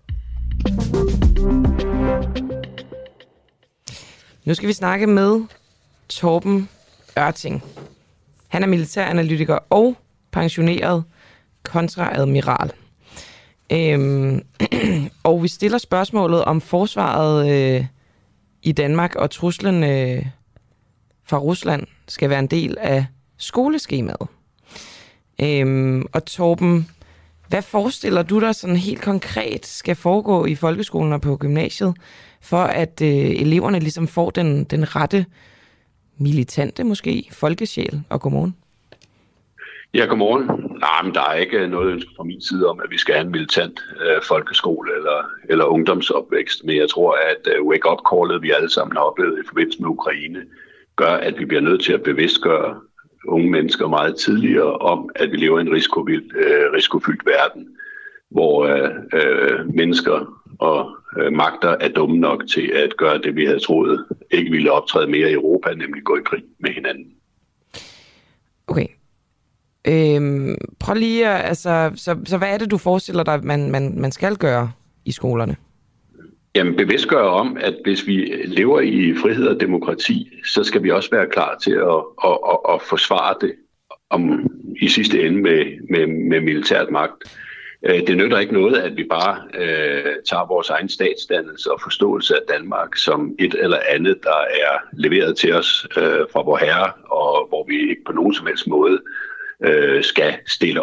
Speaker 4: Nu skal vi snakke med Torben Ørting. Han er militæranalytiker og pensioneret kontreadmiral. Øhm, og vi stiller spørgsmålet om forsvaret øh, i Danmark og truslen øh, fra Rusland skal være en del af skoleskemaet. Øhm, og Torben, hvad forestiller du dig sådan helt konkret skal foregå i folkeskolen og på gymnasiet, for at øh, eleverne ligesom får den, den rette militante måske folkesjæl? Og godmorgen.
Speaker 10: Ja, godmorgen. Nej, men der er ikke noget ønske fra min side om, at vi skal have en militant øh, folkeskole eller, eller ungdomsopvækst, men jeg tror, at øh, wake-up-callet, vi alle sammen har oplevet i forbindelse med Ukraine, gør, at vi bliver nødt til at bevidstgøre unge mennesker meget tidligere om, at vi lever i en risikofyldt, øh, risikofyldt verden, hvor øh, øh, mennesker og øh, magter er dumme nok til at gøre det, vi havde troet ikke ville optræde mere i Europa, nemlig gå i krig med hinanden.
Speaker 4: Okay. Øhm, prøv lige at, altså, så, så hvad er det, du forestiller dig, man, man, man skal gøre i skolerne?
Speaker 10: Jamen bevidstgøre om, at hvis vi lever i frihed og demokrati, så skal vi også være klar til at, at, at, at forsvare det om, i sidste ende med, med, med militært magt. Det nytter ikke noget, at vi bare øh, tager vores egen statsdannelse og forståelse af Danmark som et eller andet, der er leveret til os øh, fra vor herre, og hvor vi ikke på nogen som helst måde øh, skal stille op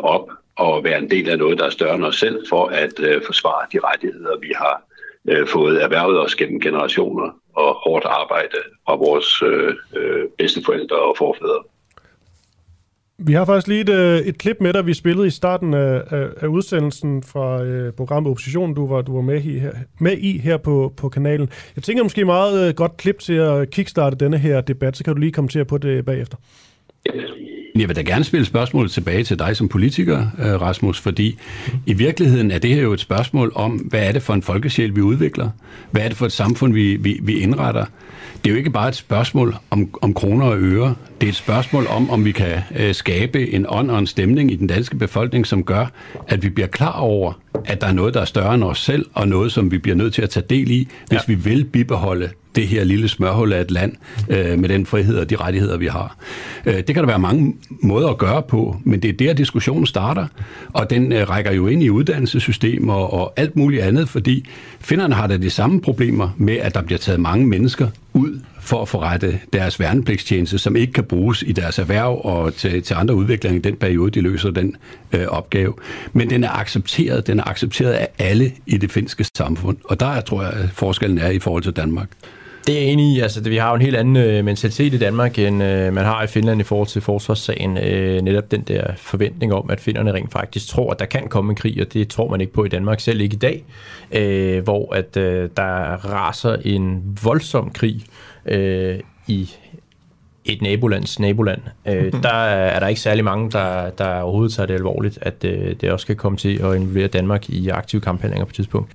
Speaker 10: og være en del af noget, der er større end os selv, for at øh, forsvare de rettigheder, vi har øh, fået erhvervet os gennem generationer og hårdt arbejde fra vores øh, øh, bedsteforældre og forfædre.
Speaker 3: Vi har faktisk lige et, et klip med dig, vi spillede i starten af, af, af udsendelsen fra øh, programmet Oppositionen, du var, du var med i her, med i her på, på kanalen. Jeg tænker måske meget øh, godt klip til at kickstarte denne her debat, så kan du lige kommentere på det bagefter.
Speaker 10: Jeg vil da gerne spille spørgsmålet tilbage til dig som politiker, Rasmus, fordi i virkeligheden er det her jo et spørgsmål om, hvad er det for en folkesjæl, vi udvikler? Hvad er det for et samfund, vi, vi, vi indretter? Det er jo ikke bare et spørgsmål om, om kroner og øre. Det er et spørgsmål om, om vi kan øh, skabe en ånd og en stemning i den danske befolkning, som gør, at vi bliver klar over, at der er noget, der er større end os selv, og noget, som vi bliver nødt til at tage del i, hvis ja. vi vil bibeholde det her lille smørhul af et land øh, med den frihed og de rettigheder, vi har. Øh, det kan der være mange måder at gøre på, men det er der, diskussionen starter, og den øh, rækker jo ind i uddannelsessystemer og, og alt muligt andet, fordi finnerne har da de samme problemer med, at der bliver taget mange mennesker ud for at forrette deres værnepligtstjeneste, som ikke kan bruges i deres erhverv og til, til andre udviklinger i den periode, de løser den øh, opgave. Men den er accepteret, den er accepteret af alle i det finske samfund, og der er, tror jeg, forskellen er i forhold til Danmark.
Speaker 11: Det er jeg enig i. Altså, vi har jo en helt anden øh, mentalitet i Danmark, end øh, man har i Finland i forhold til forsvarssagen. Øh, netop den der forventning om, at finnerne rent faktisk tror, at der kan komme en krig, og det tror man ikke på i Danmark, selv ikke i dag, øh, hvor at øh, der raser en voldsom krig øh, i et nabolands naboland. Øh, der er der ikke særlig mange, der, der overhovedet tager det alvorligt, at øh, det også kan komme til at involvere Danmark i aktive kamphandlinger på et tidspunkt.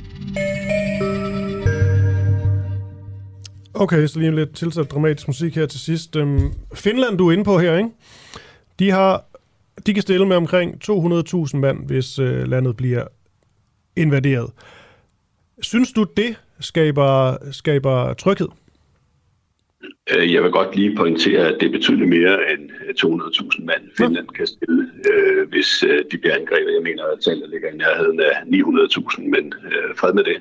Speaker 3: Okay, så lige lidt tilsat dramatisk musik her til sidst. Øhm, Finland, du er inde på her, ikke? De, har, de kan stille med omkring to hundrede tusind mand, hvis øh, landet bliver invaderet. Synes du, det skaber, skaber tryghed?
Speaker 10: Jeg vil godt lige pointere, at det er betydeligt mere end to hundrede tusind mand, Finland kan stille, øh, hvis øh, de bliver angrebet. Jeg mener, at tallet ligger i nærheden af ni hundrede tusind, men øh, fred med det.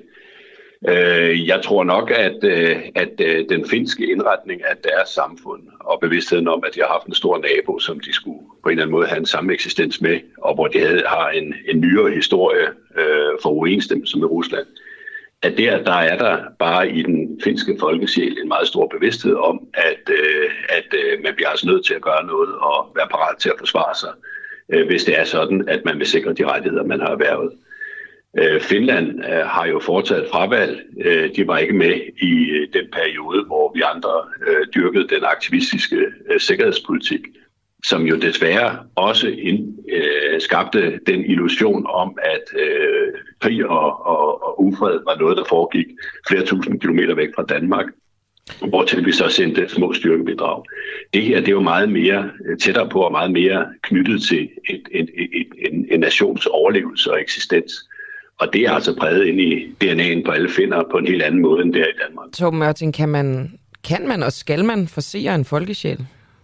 Speaker 10: Jeg tror nok, at, at den finske indretning af deres samfund og bevidstheden om, at de har haft en stor nabo, som de skulle på en eller anden måde have en samme eksistens med, og hvor de havde, har en, en nyere historie øh, for uenstemmelse med Rusland, at der, der er der bare i den finske folkesjæl en meget stor bevidsthed om, at, øh, at øh, man bliver altså nødt til at gøre noget og være parat til at forsvare sig, øh, hvis det er sådan, at man vil sikre de rettigheder, man har erhvervet. Finland har jo foretaget fravalg. De var ikke med i den periode, hvor vi andre dyrkede den aktivistiske sikkerhedspolitik, som jo desværre også ind, skabte den illusion om, at krig og, og, og ufred var noget, der foregik flere tusind kilometer væk fra Danmark, hvortil vi så sendte små styrkebidrag. Det her, det er jo meget mere tættere på og meget mere knyttet til et, et, et, en, en nations overlevelse og eksistens. Og det er altså præget ind i D N A'en på alle finner på en helt anden måde end der i Danmark.
Speaker 4: Torben Ørting, kan man, kan man og skal man forsere en folkesjæl?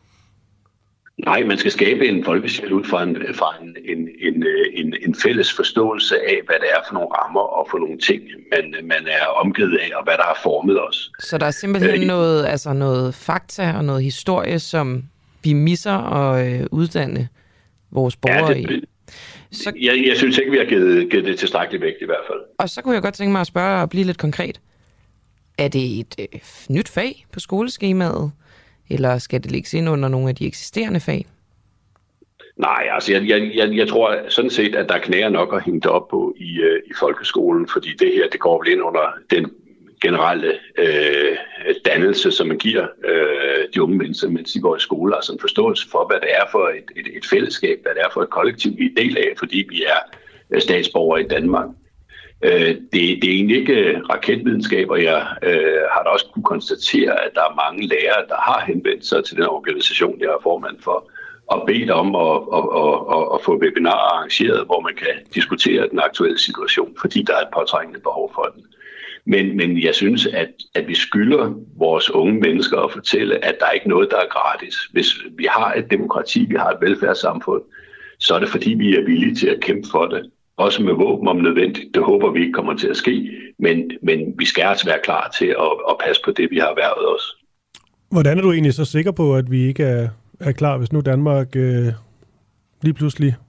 Speaker 10: Nej, man skal skabe en folkesjæl ud fra en, fra en, en, en, en, en fælles forståelse af, hvad det er for nogle rammer og for nogle ting, man, man er omgivet af, og hvad der har formet os.
Speaker 4: Så der er simpelthen øh, noget, altså noget fakta og noget historie, som vi misser at øh, uddanne vores borgere ja, det, i?
Speaker 10: Så, jeg, jeg synes ikke, vi har givet, givet det tilstrækkeligt vægt i hvert fald.
Speaker 4: Og så kunne jeg godt tænke mig at spørge og blive lidt konkret. Er det et øh, nyt fag på skoleskemaet, eller skal det lægges ind under nogle af de eksisterende fag?
Speaker 10: Nej, altså jeg, jeg, jeg, jeg tror sådan set, at der er knæger nok at hænge det op på i, øh, i folkeskolen, fordi det her, det går vel ind under den generelle øh, dannelse, som man giver øh, de unge mennesker, mens de går i skole, altså en forståelse for, hvad det er for et, et, et fællesskab, hvad det er for et kollektiv, vi er del af, fordi vi er statsborgere i Danmark. Øh, det, det er egentlig ikke raketvidenskab, og jeg øh, har da også kunne konstatere, at der er mange lærere, der har henvendt sig til den organisation, jeg er formand for, og bedt om at, at, at, at få webinarer arrangeret, hvor man kan diskutere den aktuelle situation, fordi der er et påtrængende behov for den. Men, men jeg synes, at, at vi skylder vores unge mennesker at fortælle, at der er ikke noget, der er gratis. Hvis vi har et demokrati, vi har et velfærdssamfund, så er det fordi, vi er villige til at kæmpe for det. Også med våben om nødvendigt. Det håber vi ikke kommer til at ske. Men, men vi skal altså være klar til at, at passe på det, vi har erhvervet os.
Speaker 3: Hvordan er du egentlig så sikker på, at vi ikke er, er klar, hvis nu Danmark øh, lige pludselig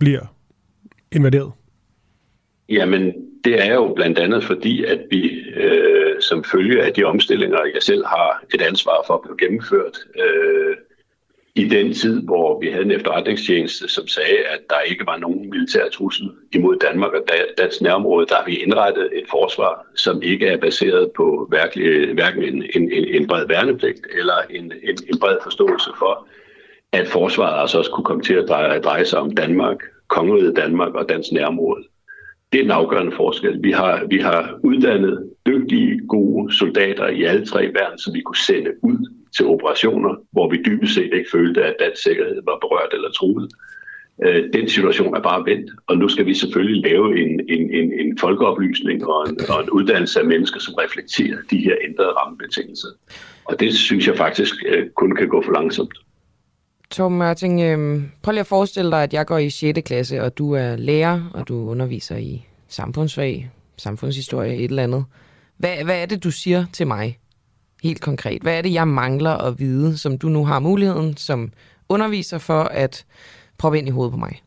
Speaker 3: bliver invaderet?
Speaker 20: Jamen, det er jo blandt andet fordi, at vi øh, som følge af de omstillinger, jeg selv har et ansvar for at blive gennemført, øh, i den tid, hvor vi havde en efterretningstjeneste, som sagde, at der ikke var nogen militær trussel imod Danmark og dansk nærområde, der har vi indrettet et forsvar, som ikke er baseret på hverken, hverken en, en, en bred værnepligt eller en, en, en bred forståelse for, at forsvaret altså også kunne komme til at dreje, dreje sig om Danmark, kongeriget Danmark og dansk nærområde. Det er en afgørende forskel. Vi har, vi har uddannet dygtige, gode soldater i alle tre værn, som vi kunne sende ud til operationer, hvor vi dybest set ikke følte, at dansk sikkerhed var berørt eller truet. Den situation er bare vendt, og nu skal vi selvfølgelig lave en, en, en, en folkeoplysning og en, og en uddannelse af mennesker, som reflekterer de her ændrede rammebetingelser. Og det synes jeg faktisk kun kan gå for langsomt.
Speaker 4: Torben Mørting, øh, prøv lige at forestille dig, at jeg går i sjette klasse, og du er lærer, og du underviser i samfundsfag, samfundshistorie, et eller andet. Hvad, hvad er det, du siger til mig? Helt konkret. Hvad er det, jeg mangler at vide, som du nu har muligheden som underviser for at proppe ind i hovedet på mig?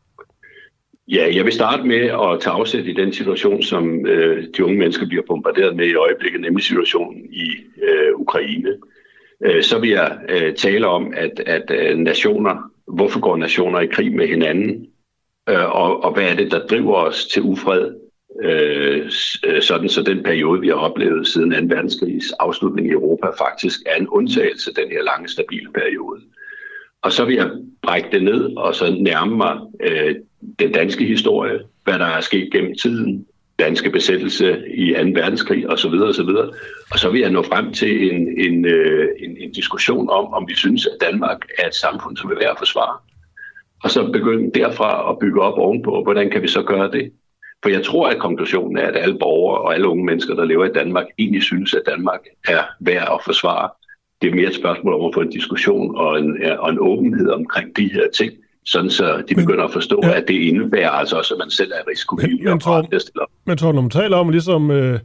Speaker 20: Ja, jeg vil starte med at tage afsæt i den situation, som øh, de unge mennesker bliver bombarderet med i øjeblikket, nemlig situationen i øh, Ukraine. Øh, så vil jeg øh, tale om, at, at øh, nationer, hvorfor går nationer i krig med hinanden, øh, og, og hvad er det, der driver os til ufred? Øh, sådan så den periode, vi har oplevet siden anden verdenskrigs afslutning i Europa, faktisk er en undtagelse, den her lange, stabile periode. Og så vil jeg brække det ned og så nærme mig øh, den danske historie, hvad der er sket gennem tiden, danske besættelse i anden verdenskrig osv. osv. Og så vil jeg nå frem til en, en, øh, en, en diskussion om, om vi synes, at Danmark er et samfund, som vil være at forsvare. Og så begynde derfra at bygge op ovenpå, hvordan kan vi så gøre det? For jeg tror, at konklusionen er, at alle borgere og alle unge mennesker, der lever i Danmark, egentlig synes, at Danmark er værd at forsvare. Det er mere et spørgsmål om at få en diskussion og en, og en åbenhed omkring de her ting, sådan så de begynder at forstå, ja. At det indebærer altså også, at man selv er risikovillig.
Speaker 3: Men, men, tror, men tror, når man taler om ligesom øh,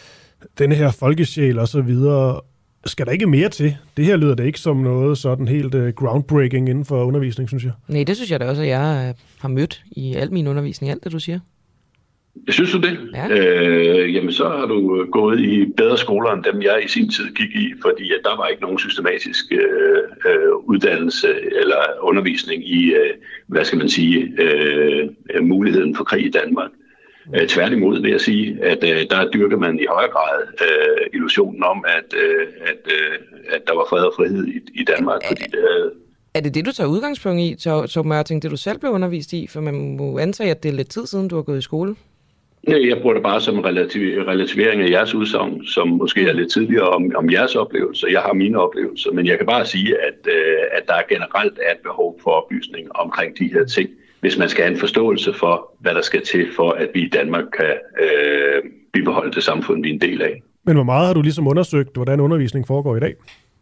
Speaker 3: den her folkesjæl og så videre, skal der ikke mere til? Det her lyder da ikke som noget sådan helt uh, groundbreaking inden for undervisning, synes jeg.
Speaker 4: Nej, det synes jeg da også, at jeg har mødt i al min undervisning, alt det du siger.
Speaker 20: Synes du det? Ja. Øh, jamen, så har du gået i bedre skoler, end dem jeg i sin tid gik i, fordi at der var ikke nogen systematisk øh, øh, uddannelse eller undervisning i, øh, hvad skal man sige, øh, muligheden for krig i Danmark. Øh, tværtimod vil jeg sige, at øh, der dyrker man i højere grad øh, illusionen om, at, øh, at, øh, at der var fred og frihed i, i Danmark. Fordi, øh,
Speaker 4: er det det, du tager udgangspunkt i, Torben Mørting, det du selv blev undervist i? For man må antage, at det er lidt tid siden, du har gået i skole.
Speaker 20: Nej, jeg bruger det bare som relativ- relativering af jeres udsagn, som måske er lidt tidligere om, om jeres oplevelser. Jeg har mine oplevelser, men jeg kan bare sige, at, øh, at der generelt er et behov for oplysning omkring de her ting, hvis man skal have en forståelse for, hvad der skal til for, at vi i Danmark kan øh, bibeholde det samfund, vi er en del af.
Speaker 3: Men hvor meget har du ligesom undersøgt, hvordan undervisning foregår i dag?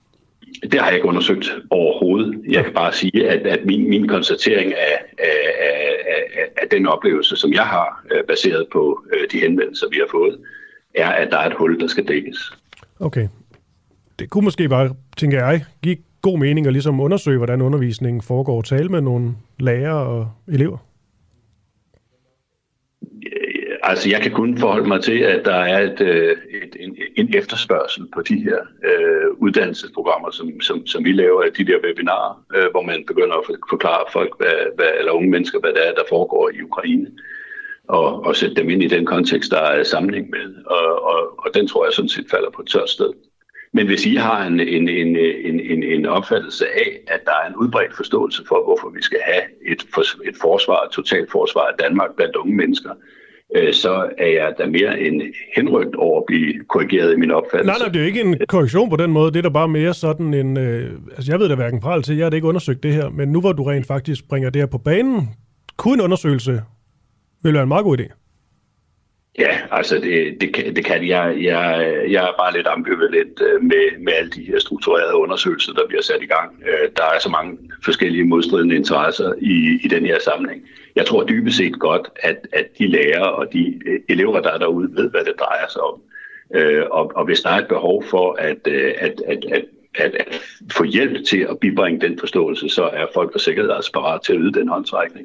Speaker 20: Det har jeg ikke undersøgt overhovedet. Jeg kan bare sige, at, at min, min konstatering af, af, af, af den oplevelse, som jeg har, baseret på de henvendelser, vi har fået, er, at der er et hul, der skal dækkes.
Speaker 3: Okay. Det kunne måske bare, tænker jeg, give god mening at ligesom undersøge, hvordan undervisningen foregår, og tale med nogle lærere og elever.
Speaker 20: Altså, jeg kan kun forholde mig til, at der er et, et, en, en efterspørgsel på de her øh, uddannelsesprogrammer, som, som, som vi laver, de der webinarer, øh, hvor man begynder at forklare folk, hvad, hvad, eller unge mennesker, hvad det er, der foregår i Ukraine, og, og sætte dem ind i den kontekst, der er sammenhæng med. Og, og, og den tror jeg sådan set falder på et tørt sted. Men hvis I har en, en, en, en, en, en opfattelse af, at der er en udbredt forståelse for, hvorfor vi skal have et, et forsvar, et totalt forsvar af Danmark blandt unge mennesker, så er jeg da mere end henrygt over at blive korrigeret i min opfattelse.
Speaker 3: Nej, nej, det er jo ikke en korrektion på den måde. Det er da bare mere sådan en... Øh, altså, jeg ved da hverken fra til, jeg har da ikke undersøgt det her, men nu hvor du rent faktisk bringer det her på banen, kunne en undersøgelse vil være en meget god idé.
Speaker 20: Ja, altså det, det, kan, det kan jeg. jeg. Jeg er bare lidt ambivalent med, med alle de her strukturerede undersøgelser, der bliver sat i gang. Der er så mange forskellige modstridende interesser i, i den her sammenhæng. Jeg tror dybest set godt, at, at de lærere og de elever, der er derude, ved, hvad det drejer sig om. Og, og hvis der er et behov for at, at, at, at, at, at få hjælp til at bibringe den forståelse, så er folk for sikkerhed altså parat til at yde den håndtrækning.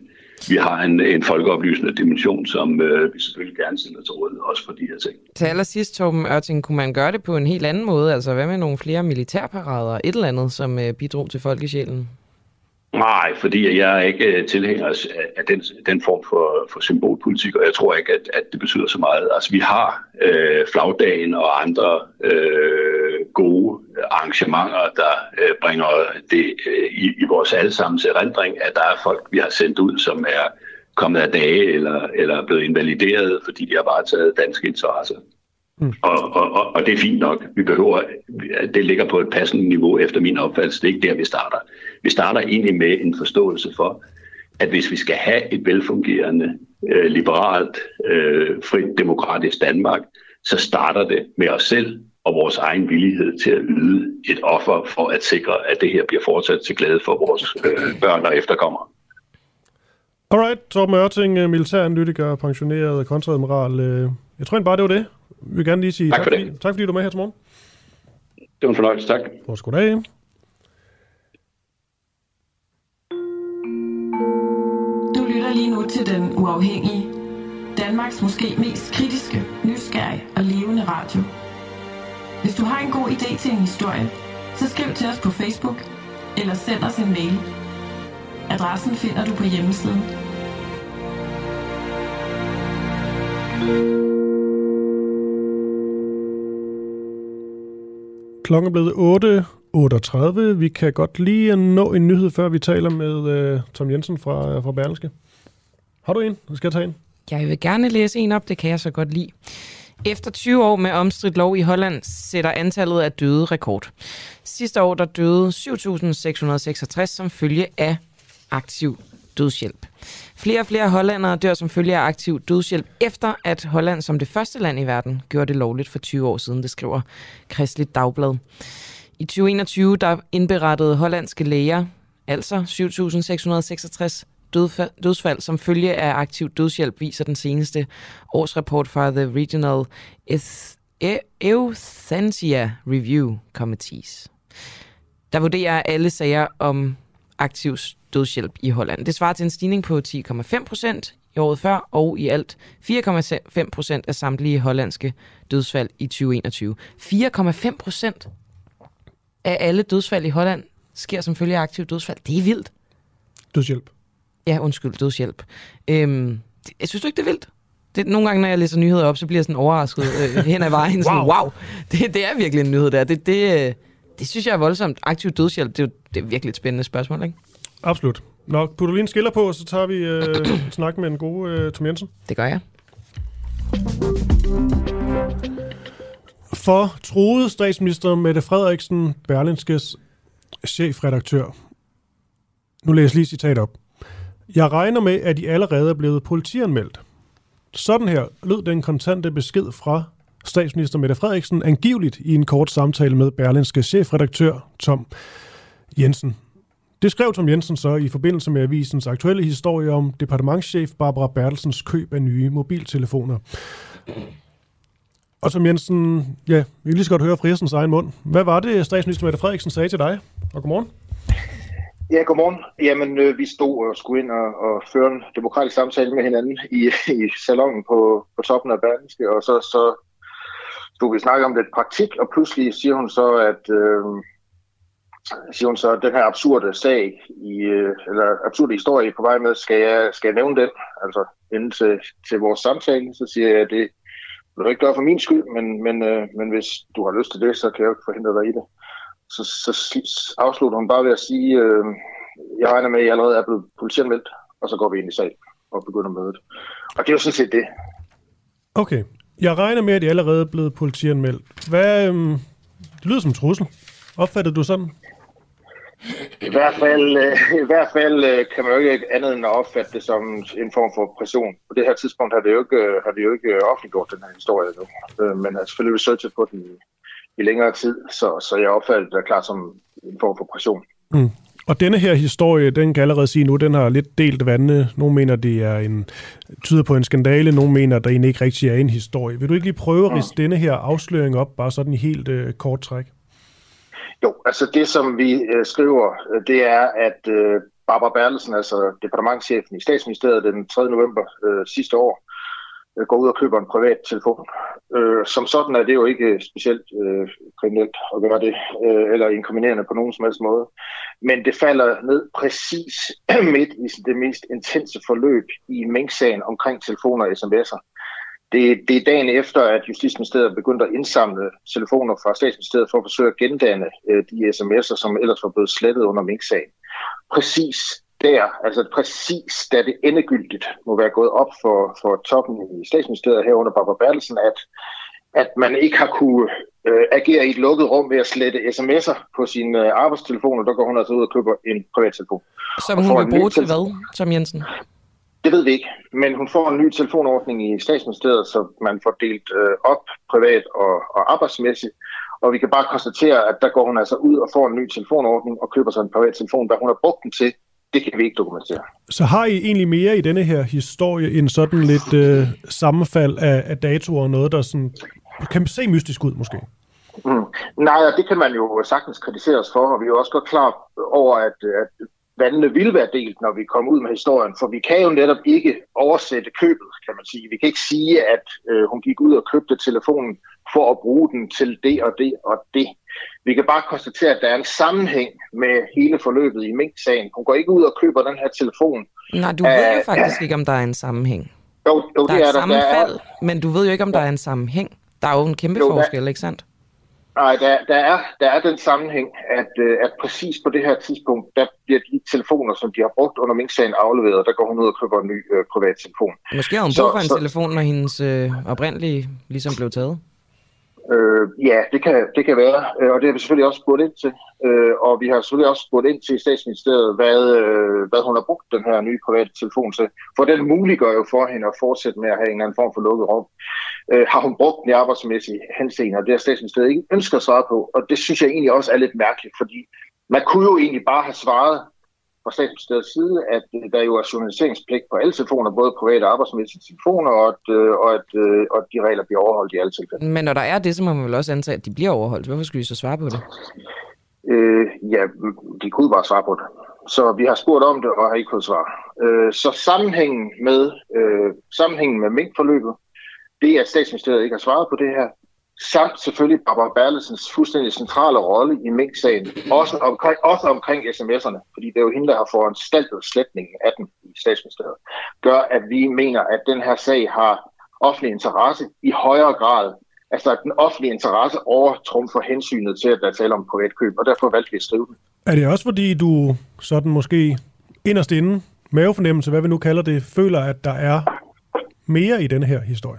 Speaker 20: vi har en, en folkeoplysende dimension, som øh, vi selvfølgelig gerne sender til råd, også for de her ting.
Speaker 4: Til allersidst, Torben Ørting, kunne man gøre det på en helt anden måde? Altså, hvad med nogle flere militærparader, et eller andet, som øh, bidrog til folkesjælen?
Speaker 20: Nej, fordi jeg er ikke tilhænger af den, den form for, for symbolpolitik, og jeg tror ikke, at, at det betyder så meget. Altså, vi har øh, flagdagen og andre øh, gode arrangementer, der øh, bringer det øh, i, i vores allesammens erindring, at der er folk, vi har sendt ud, som er kommet af dage eller, eller blevet invalideret, fordi de har varetaget danske interesser. Mm. Og, og, og det er fint nok. Vi behøver, det ligger på et passende niveau efter min opfattelse. Det er ikke der, vi starter. Vi starter egentlig med en forståelse for, at hvis vi skal have et velfungerende, øh, liberalt, øh, frit, demokratisk Danmark, så starter det med os selv og vores egen villighed til at yde et offer for at sikre, at det her bliver fortsat til glæde for vores øh, børn og efterkommere.
Speaker 3: Alright, Torben Ørting, militæranalytiker, pensioneret kontreadmiral. Jeg tror egentlig bare, det var det. Vi vil gerne lige sige tak, tak, for fordi, tak fordi du er med her til morgen.
Speaker 20: Det var en fornøjelse, tak.
Speaker 3: Og goddag.
Speaker 2: Du lytter lige nu til Den Uafhængige. Danmarks måske mest kritiske, nysgerrige og levende radio. Hvis du har en god idé til en historie, så skriv til os på Facebook eller send os en mail. Adressen finder du på hjemmesiden.
Speaker 3: Klokken er blevet otte otteogtredive. Vi kan godt lige nå en nyhed, før vi taler med uh, Tom Jensen fra, fra Berlingske. Har du en? Skal jeg tage en?
Speaker 4: Jeg vil gerne læse en op, det kan jeg så godt lide. Efter tyve år med omstridt lov i Holland sætter antallet af døde rekord. Sidste år der døde syv tusind seks hundrede seksogtres som følge af aktiv dødshjælp. Flere og flere hollændere dør som følge af aktiv dødshjælp, efter at Holland som det første land i verden gjorde det lovligt for tyve år siden, det skriver Kristeligt Dagblad. I tyve enogtyve der indberettede hollandske læger, altså syv tusind seks hundrede seksogtres dødsfald som følge af aktiv dødshjælp, viser den seneste årsrapport fra The Regional Euthanasia Review Committees. Der vurderer alle sager om aktiv dødshjælp i Holland. Det svarer til en stigning på ti komma fem procent i året før, og i alt fire komma fem procent af samtlige hollandske dødsfald i tyve enogtyve. fire komma fem procent af alle dødsfald i Holland sker som følge af aktiv dødsfald. Det er vildt.
Speaker 3: Dødshjælp.
Speaker 4: Ja, undskyld, dødshjælp. Øhm, jeg synes du ikke, det er vildt? Det, nogle gange, når jeg læser nyheder op, så bliver jeg sådan overrasket øh, hen ad vejen. Sådan, wow, wow det, det er virkelig en nyhed der. Det, det, det synes jeg er voldsomt. Aktiv dødshjælp, det er, det er virkelig et spændende spørgsmål, ikke?
Speaker 3: Absolut. Nå, putter du lige en skiller på, så tager vi øh, snak med en god øh, Tom Jensen.
Speaker 4: Det gør jeg.
Speaker 3: For troede statsminister Mette Frederiksen, Berlingskes chefredaktør. Nu læser jeg lige citat op. Jeg regner med, at I allerede er blevet politianmeldt. Sådan her lød den kontante besked fra statsminister Mette Frederiksen angiveligt i en kort samtale med Berlingskes chefredaktør Tom Jensen. Det skrev Tom Jensen så i forbindelse med avisens aktuelle historie om departementschef Barbara Bertelsens køb af nye mobiltelefoner. Og Tom Jensen, ja, vi vil lige så godt høre fra Jensens egen mund. Hvad var det, statsminister Mette Frederiksen sagde til dig? Og godmorgen.
Speaker 17: Ja, godmorgen. Jamen, øh, vi stod og skulle ind og, og føre en demokratisk samtale med hinanden i, i salongen på, på toppen af Berlingske, og så, så stod vi og snakkede om lidt praktik, og pludselig siger hun så, at øh, siger hun så, at den her absurde sag, i, øh, eller absurde historie på vej med, skal jeg, skal jeg nævne den, altså inden til, til vores samtale, så siger jeg, at det vil du ikke gøre for min skyld, men, men, øh, men hvis du har lyst til det, så kan jeg jo ikke forhindre dig i det. Så, så afslutter hun bare ved at sige, øh, jeg regner med, at jeg allerede er blevet politianmeldt, og så går vi ind i sag og begynder mødet. Og det er jo sådan set det.
Speaker 3: Okay. Jeg regner med, at jeg allerede er blevet politianmeldt. Hvad, øh, det lyder som en trussel. Opfattede du sådan?
Speaker 17: I hvert fald, øh, i hvert fald øh, kan man jo ikke andet end at opfatte det som en form for pression. På det her tidspunkt har det jo ikke, har det jo ikke offentliggjort den her historie nu. Øh, men har selvfølgelig researchet på den i, i længere tid, så, så jeg opfatter det klart som en form for pression.
Speaker 3: Mm. Og denne her historie, den kan allerede sige nu, den har lidt delt vandene. Nogle mener, det er en tyder på en skandale, nogle mener, at der egentlig ikke rigtig er en historie. Vil du ikke lige prøve at ridse mm. denne her afsløring op, bare sådan i helt øh, kort træk?
Speaker 17: Jo, altså det, som vi øh, skriver, det er, at øh,
Speaker 21: Barbara Bertelsen, altså departementschefen i Statsministeriet den tredje november øh, sidste år, øh, går ud og køber en privat telefon. Øh, som sådan er det jo ikke specielt øh, kriminelt at gøre det, øh, eller inkriminerende på nogen som helst måde. Men det falder ned præcis midt i det mest intense forløb i Mink-sagen omkring telefoner og sms'er. Det, det er dagen efter, at Justitsministeriet begyndte at indsamle telefoner fra Statsministeriet for at forsøge at gendanne øh, de sms'er, som ellers var blevet slettet under Mink-sagen. Præcis der, altså præcis da det endegyldigt må være gået op for, for toppen i Statsministeriet herunder Barbara Bertelsen, at, at man ikke har kunne øh, agere i et lukket rum ved at slette sms'er på sine øh, arbejdstelefoner. Der går hun altså ud og køber en privattelefon.
Speaker 4: Som hun vil bruge til hvad, som Jensen?
Speaker 21: Det ved vi ikke, men hun får en ny telefonordning i Statsministeriet, så man får delt øh, op privat og, og arbejdsmæssigt. Og vi kan bare konstatere, at der går hun altså ud og får en ny telefonordning og køber sig en privat telefon, hvad hun har brugt den til. Det kan vi ikke dokumentere.
Speaker 3: Så har I egentlig mere i denne her historie end sådan lidt øh, sammenfald af, af datoer og noget, der sådan, kan se mystisk ud måske?
Speaker 21: Mm. Nej, det kan man jo sagtens kritiseres for, og vi er jo også godt klar over, at, at vandene ville være delt, når vi kommer ud med historien, for vi kan jo netop ikke oversætte købet, kan man sige. Vi kan ikke sige, at øh, hun gik ud og købte telefonen for at bruge den til det og det og det. Vi kan bare konstatere, at der er en sammenhæng med hele forløbet i Mink-sagen. Hun går ikke ud og køber den her telefon.
Speaker 4: Nej, du ved jo faktisk ja. ikke, om der er en sammenhæng.
Speaker 21: Jo, jo
Speaker 4: der
Speaker 21: det
Speaker 4: er
Speaker 21: er
Speaker 4: et
Speaker 21: der.
Speaker 4: sammenfald,
Speaker 21: der er...
Speaker 4: men du ved jo ikke, om der er en sammenhæng. Der er jo en kæmpe
Speaker 21: jo,
Speaker 4: forskel,
Speaker 21: der...
Speaker 4: ikke sandt?
Speaker 21: Nej, der, der, er, der er den sammenhæng, at, at præcis på det her tidspunkt, der bliver de telefoner, som de har brugt under Mink-sagen afleveret, og der går hun ud og køber en ny øh, privat telefon.
Speaker 4: Måske har hun brug for en så... telefon, når hendes øh, oprindelige ligesom blev taget?
Speaker 21: Øh, ja, det kan, det kan være, og det har vi selvfølgelig også spurgt ind til. Øh, og vi har selvfølgelig også spurgt ind til Statsministeriet, hvad, øh, hvad hun har brugt den her nye private telefon til. For den muliggør jo for hende at fortsætte med at have en eller anden form for lukket rum. Øh, har hun brugt den i arbejdsmæssig henseende, og det har Statsministeriet ikke ønsker at svare på. Og det synes jeg egentlig også er lidt mærkeligt, fordi man kunne jo egentlig bare have svaret fra Statsministeriets side, at der jo er journaliseringspligt på alle telefoner, både private og arbejdsmæssige telefoner, og at, og, at, og at de regler bliver overholdt i alle tilfælde.
Speaker 4: Men når der er det, så må man vel også antage, at de bliver overholdt. Hvorfor skulle I så svare på det?
Speaker 21: Øh, ja, de kunne bare svare på det. Så vi har spurgt om det, og har ikke kunnet svare. Øh, så sammenhængen med, øh, sammenhængen med Mink-forløbet, det er, at Statsministeriet ikke har svaret på det her, samt selvfølgelig Barbara Bertelsens fuldstændig centrale rolle i Mink-sagen, også omkring, også omkring sms'erne, fordi det er jo hende, der har foranstaltet sletningen af den i Statsministeriet, gør, at vi mener, at den her sag har offentlig interesse i højere grad, altså at den offentlige interesse overtrumfer hensynet til, at der er tale om privatkøb, og derfor valgte vi at skrive den.
Speaker 3: Er det også fordi, du sådan måske inderst inde, mavefornemmelse, hvad vi nu kalder det, føler, at der er mere i denne her historie?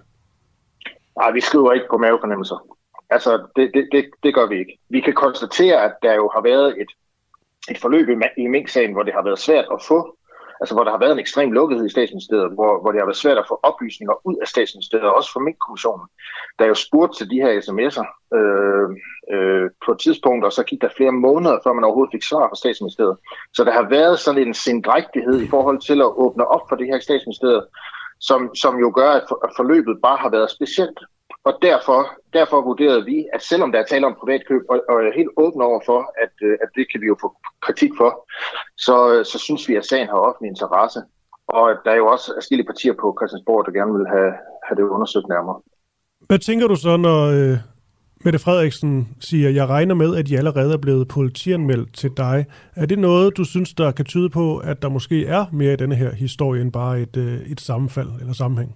Speaker 21: Nej, vi skriver ikke på mavefornemmelser. Altså, det, det, det, det gør vi ikke. Vi kan konstatere, at der jo har været et, et forløb i Mink-sagen, hvor det har været svært at få, altså hvor der har været en ekstrem lukkethed i Statsministeriet, hvor, hvor det har været svært at få oplysninger ud af Statsministeriet, også fra Mink-kommissionen. Der er jo spurgt til de her sms'er øh, øh, på et tidspunkt, og så gik der flere måneder, før man overhovedet fik svar fra Statsministeriet. Så der har været sådan en sindrægtighed i forhold til at åbne op for det her i Statsministeriet, Som, som jo gør, at forløbet bare har været specielt. Og derfor, derfor vurderede vi, at selvom der er tale om privatkøb, og, og er helt åbne over for, at, at det kan vi jo få kritik for, så, så synes vi, at sagen har offentlig interesse. Og der er jo også forskellige partier på Christiansborg, der gerne vil have, have det undersøgt nærmere.
Speaker 3: Hvad tænker du så, når øh, Mette Frederiksen siger, at jeg regner med, at I allerede er blevet politianmeldt til dig? Er det noget, du synes, der kan tyde på, at der måske er mere i denne her historie, end bare et, et sammenfald eller sammenhæng?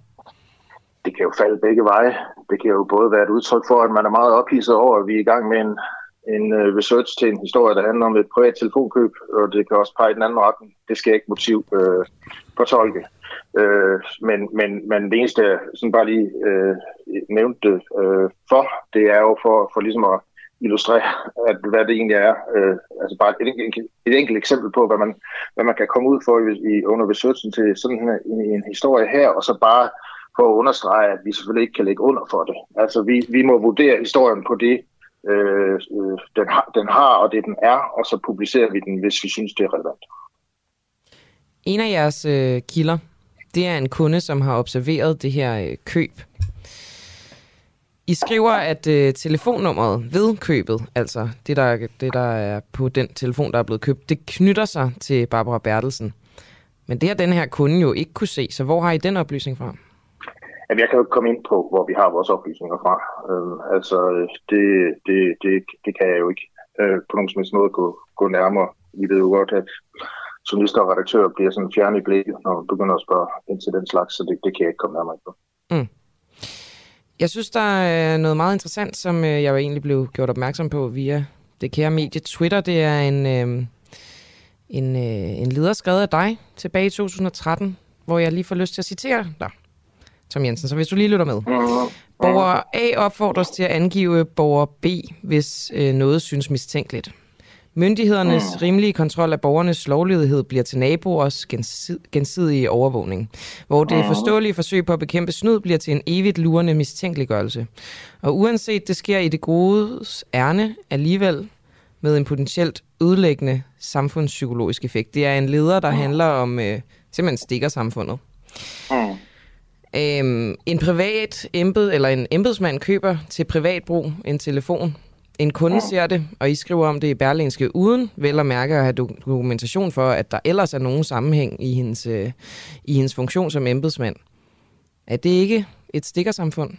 Speaker 21: Det kan jo falde begge veje. Det kan jo både være et udtryk for, at man er meget ophidset over, at vi er i gang med en, en research til en historie, der handler om et privat telefonkøb, og det kan også pege i den anden retning. Det skal ikke motiv øh, fortolke. Øh, men, men, men det eneste, jeg sådan bare lige øh, nævnte øh, for, det er jo for, for ligesom at illustrere, at, hvad det egentlig er. Øh, altså bare et, et, et enkelt eksempel på, hvad man, hvad man kan komme ud for i, i, under researchen til sådan en, en, en historie her, og så bare for at understrege, at vi selvfølgelig ikke kan lægge under for det. Altså vi, vi må vurdere historien på det, øh, den, har, den har, og det den er, og så publicerer vi den, hvis vi synes, det er relevant.
Speaker 4: En af jeres øh, kilder, det er en kunde, som har observeret det her øh, køb. I skriver, at øh, telefonnummeret ved købet, altså det der, det, der er på den telefon, der er blevet købt, det knytter sig til Barbara Bertelsen. Men det har den her kunde jo ikke kunne se, så hvor har I den oplysning fra?
Speaker 21: Jamen, jeg kan jo ikke komme ind på, hvor vi har vores oplysninger fra. Øh, altså, det, det, det, det kan jeg jo ikke øh, på nogen som helst måde gå, gå nærmere. I ved jo godt, at journalister og redaktører bliver sådan fjerne i blikket, når man begynder at spørge ind til den slags, så det, det kan jeg ikke komme nærmere ind på. Mm.
Speaker 4: Jeg synes, der er noget meget interessant, som jeg jo egentlig blev gjort opmærksom på via det kære medie Twitter. Det er en, øh, en, øh, en leder skrevet af dig tilbage i to tusind og tretten, hvor jeg lige får lyst til at citere dig, Tom Jensen. Så hvis du lige lytter med. Borger A opfordres til at angive borger B, hvis øh, noget synes mistænkeligt. Myndighedernes rimelige kontrol af borgernes lovlydighed bliver til naboers gensidige overvågning, hvor det forståelige forsøg på at bekæmpe snyd bliver til en evigt lurende mistænkeliggørelse. Og uanset det sker i det godes ærne, alligevel med en potentielt ødelæggende samfundspsykologisk effekt. Det er en leder, der handler om øh, simpelthen stikker samfundet. Øhm, en privat embed, eller en embedsmand køber til privat brug en telefon. En kunde ser det, og I skriver om det i Berlingske, uden vel at mærke at have dokumentation for, at der ellers er nogen sammenhæng i hendes, øh, i hendes funktion som embedsmand. Er det ikke et stikkersamfund?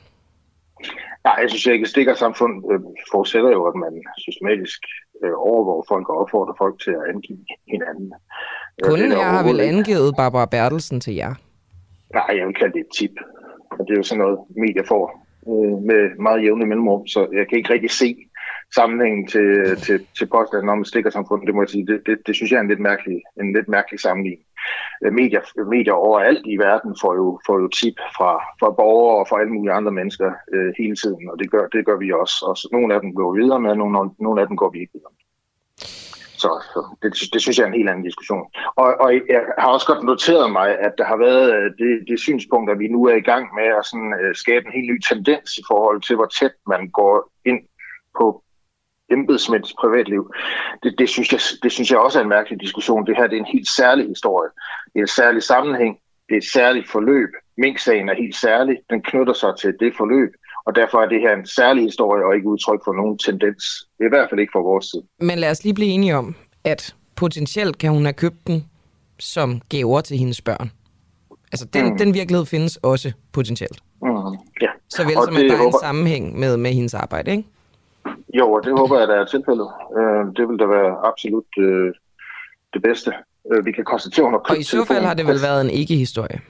Speaker 21: Nej, jeg synes ikke, et stikkersamfund øh, forudsætter jo, at man systematisk øh, overvåger folk og opfordrer folk til at angive hinanden.
Speaker 4: Kunden her har vel angivet Barbara Bertelsen til jer?
Speaker 21: Nej, jeg vil kalde det et tip. Og det er jo sådan noget, medier får øh, med meget jævne mellemrum, så jeg kan ikke rigtig se sammenhængen til, til, til påstanden om et stikkersamfund. Det må jeg sige, det, det, det synes jeg er en lidt mærkelig, en lidt mærkelig sammenligning. Medier, medier overalt i verden får jo, får jo tip fra, fra borgere og fra alle mulige andre mennesker øh, hele tiden, og det gør, det gør vi også. Og nogle af dem går videre med, nogle, nogle af dem går vi ikke videre med. Så, så det, det synes jeg er en helt anden diskussion. Og, og jeg har også godt noteret mig, at der har været det, det synspunkt, at vi nu er i gang med at sådan, uh, skabe en helt ny tendens i forhold til, hvor tæt man går ind på embedsmænds privatliv. Det, det, synes jeg, det synes jeg også er en mærkelig diskussion. Det her det er en helt særlig historie. Det er en særlig sammenhæng. Det er et særligt forløb. Mink-sagen er helt særlig. Den knytter sig til det forløb. Og derfor er det her en særlig historie og ikke udtryk for nogen tendens. Det er i hvert fald ikke fra vores side.
Speaker 4: Men lad os lige blive enige om, at potentielt kan hun have købt den som gaver til hendes børn. Altså den, mm. den virkelighed findes også potentielt.
Speaker 21: Mm. Ja.
Speaker 4: Såvel som at der er en sammenhæng med, med hendes arbejde, ikke?
Speaker 21: Jo, og det håber jeg, der er tilfældet. Det vil da være absolut øh, det bedste. Vi kan konstatere, hun har købt.
Speaker 4: Og i så fald har det vel været en ikke-historie?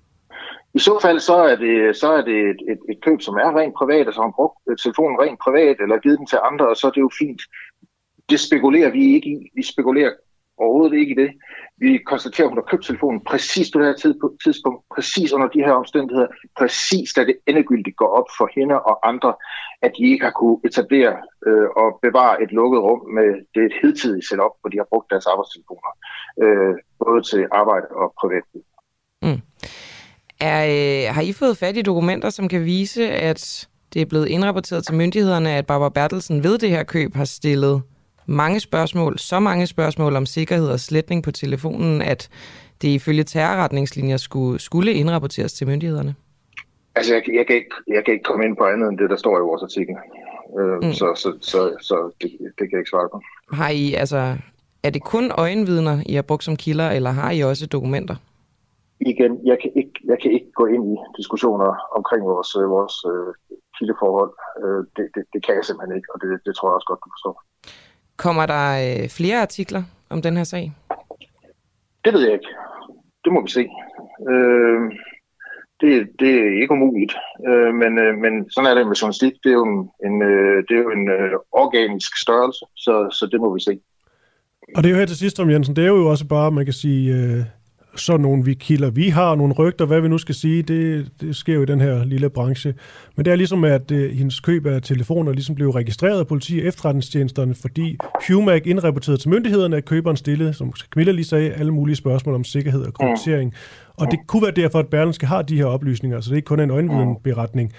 Speaker 21: I så fald så er det, så er det et, et, et køb, som er rent privat, og så har hun brugt telefonen rent privat, eller givet den til andre, og så er det jo fint. Det spekulerer vi ikke i. Vi spekulerer overhovedet ikke i det. Vi konstaterer, at hun har købt telefonen præcis på det her tidspunkt, præcis under de her omstændigheder, præcis da det endegyldigt går op for hende og andre, at de ikke har kunne etablere øh, og bevare et lukket rum med det hidtidige setup, hvor de har brugt deres arbejdstelefoner, øh, både til arbejde og privat.
Speaker 4: Mm. Er, øh, har I fået fat i dokumenter, som kan vise, at det er blevet indrapporteret til myndighederne, at Barbara Bertelsen ved det her køb har stillet mange spørgsmål, så mange spørgsmål om sikkerhed og sletning på telefonen, at det ifølge terrorretningslinjer skulle, skulle indrapporteres til myndighederne?
Speaker 21: Altså, jeg, jeg, kan ikke, jeg kan ikke komme ind på andet end det, der står i vores artikel. Øh, mm. Så, så, så, så det, det kan jeg ikke svare på.
Speaker 4: Har I, altså, er det kun øjenvidner, I har brugt som kilder, eller har I også dokumenter?
Speaker 21: Igen, jeg kan ikke, jeg kan ikke gå ind i diskussioner omkring vores, vores øh, kildeforhold. Øh, det, det, det kan jeg simpelthen ikke, og det, det tror jeg også godt, du forstår.
Speaker 4: Kommer der øh, flere artikler om den her sag?
Speaker 21: Det ved jeg ikke. Det må vi se. Øh, det, det er ikke umuligt, øh, men, øh, men sådan er det med journalistik. Det er jo en, en, øh, det er jo en øh, organisk størrelse, så, så det må vi se.
Speaker 3: Og det er jo her til sidst, Tom Jensen, det er jo også bare, man kan sige... Øh sådan nogle vi kilder. Vi har nogle rygter, hvad vi nu skal sige, det, det sker jo i den her lille branche. Men det er ligesom, at uh, hendes køb af telefoner ligesom blev registreret af politi og efterretningstjenesterne, fordi Humac indrapporterede til myndighederne, at køberen stillede, som Camilla lige sagde, alle mulige spørgsmål om sikkerhed og kryptering. Og det kunne være derfor, at Berlingske har de her oplysninger, så det er ikke kun en øjenvidenberetning.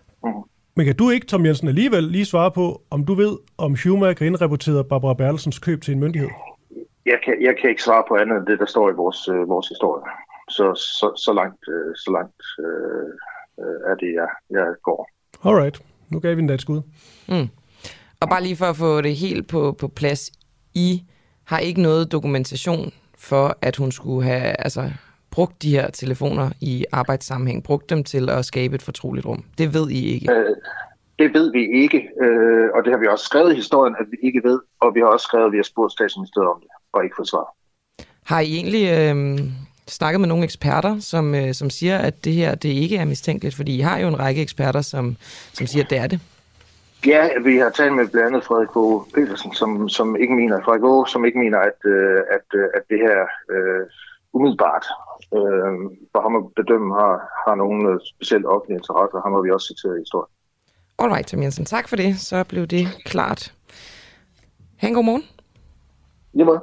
Speaker 3: Men kan du ikke, Tom Jensen, alligevel lige svare på, om du ved, om Humac har indrapporteret Barbara Bertelsens køb til en myndighed?
Speaker 21: Jeg kan, jeg kan ikke svare på andet end det, der står i vores, øh, vores historie. Så, så, så langt, øh, så langt øh, er det, jeg, jeg går.
Speaker 3: Alright. Nu gav vi den da et skud.
Speaker 4: Mm. Og bare lige for at få det helt på, på plads, I har ikke noget dokumentation for, at hun skulle have altså, brugt de her telefoner i arbejdssammenhæng, brugt dem til at skabe et fortroligt rum. Det ved I ikke?
Speaker 21: Øh, det ved vi ikke, øh, og det har vi også skrevet i historien, at vi ikke ved, og vi har også skrevet, at vi har spurgt statsministeriet om det, og ikke fået svar.
Speaker 4: Har I egentlig øh, snakket med nogle eksperter, som, øh, som siger, at det her det ikke er mistænkeligt? Fordi I har jo en række eksperter, som, som siger, at det er det.
Speaker 21: Ja, vi har talt med blandt andet Frederik K. Petersen, som, som ikke mener, Frederik K., som ikke mener, at, øh, at, øh, at det her øh, umiddelbart øh, for ham at bedømme har, har nogen øh, specielt offentlig interesse, og ham har vi også citeret i historien.
Speaker 4: Alright, Tom Jensen, tak for det. Så blev det klart. Ha' en god morgen.
Speaker 21: Jamen.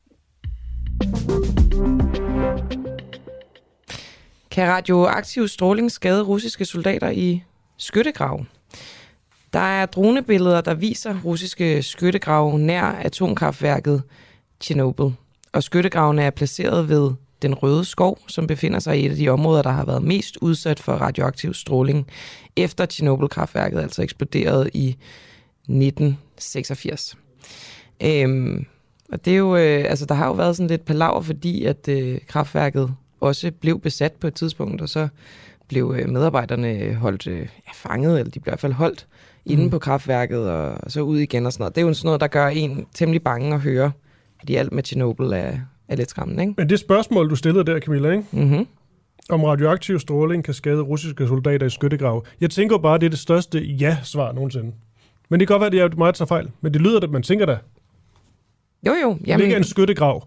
Speaker 4: Kan radioaktiv stråling skade russiske soldater i skyttegrave? Der er dronebilleder, der viser russiske skyttegrave nær atomkraftværket Chernobyl. Og skyttegravene er placeret ved den Røde Skov, som befinder sig i et af de områder, der har været mest udsat for radioaktiv stråling, efter Chernobyl-kraftværket altså eksploderede i nitten seksogfirs. Øhm, og det er jo, øh, altså der har jo været sådan lidt palaver, fordi at øh, kraftværket også blev besat på et tidspunkt, og så blev øh, medarbejderne holdt øh, ja, fanget, eller de blev i hvert fald holdt mm. inde på kraftværket, og, og så ud igen og sådan noget. Det er jo sådan noget, der gør en temmelig bange at høre, fordi alt med Chernobyl er, er lidt skræmmende, ikke?
Speaker 3: Men det spørgsmål, du stillede der, Camilla, ikke?
Speaker 4: Mm-hmm.
Speaker 3: Om radioaktiv stråling kan skade russiske soldater i skyttegrave. Jeg tænker bare, det er det største ja-svar nogensinde. Men det kan godt være, at det er meget tager fejl. Men det lyder, at man tænker da.
Speaker 4: Jo, jo.
Speaker 3: Jamen... Det ligger en skyttegrav.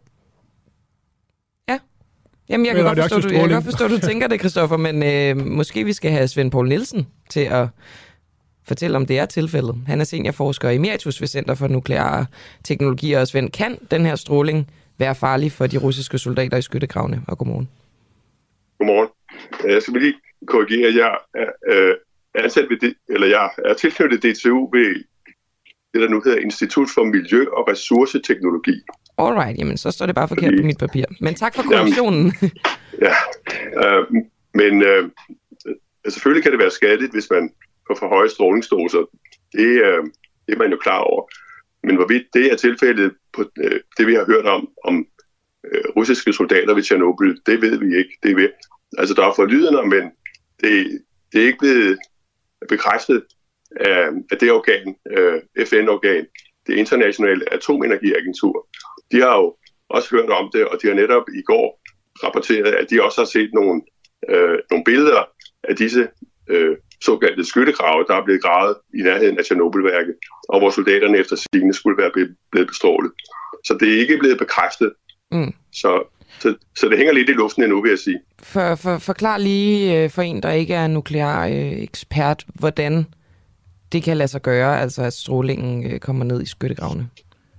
Speaker 4: Ja. Jamen, jeg kan, godt forstå, du, jeg kan godt forstå, at du tænker det, Christoffer, men øh, måske vi skal have Svend Poul Nielsen til at fortælle, om det er tilfældet. Han er seniorforsker emeritus ved Center for Nukleare Teknologier, og Svend, kan den her stråling være farlig for de russiske soldater i skyttegravene? Og godmorgen.
Speaker 8: Godmorgen. Jeg skal lige korrigere, at jeg er, øh, ansat ved det, eller jeg er tilknyttet D T U ved det, der nu hedder Institut for Miljø- og Ressourceteknologi.
Speaker 4: Alright, jamen så står det bare forkert Fordi, på mit papir. Men tak for korrektionen.
Speaker 8: Ja, øh, men øh, selvfølgelig kan det være skadeligt, hvis man får for høje strålingsdoser. Det, øh, det er man jo klar over. Men hvorvidt det er tilfældet på øh, det, vi har hørt om, om øh, russiske soldater ved Chernobyl, det ved vi ikke. Det er, altså, der er forlydender, men det, det er ikke blevet bekræftet af, af det organ, øh, F N-organ, det internationale atomenergiagentur. De har jo også hørt om det, og de har netop i går rapporteret, at de også har set nogle, øh, nogle billeder af disse øh, såkaldte skyttegrave, der er blevet gravet i nærheden af Tjernobylværket, og hvor soldaterne efter sigende skulle være blevet bestrålet. Så det er ikke blevet bekræftet.
Speaker 4: Mm.
Speaker 8: Så, så, så det hænger lidt i luften endnu, vil jeg sige.
Speaker 4: For, for, forklar lige for en, der ikke er nuklear øh, ekspert, hvordan det kan lade sig gøre, altså at strålingen øh, kommer ned i skyttegravene.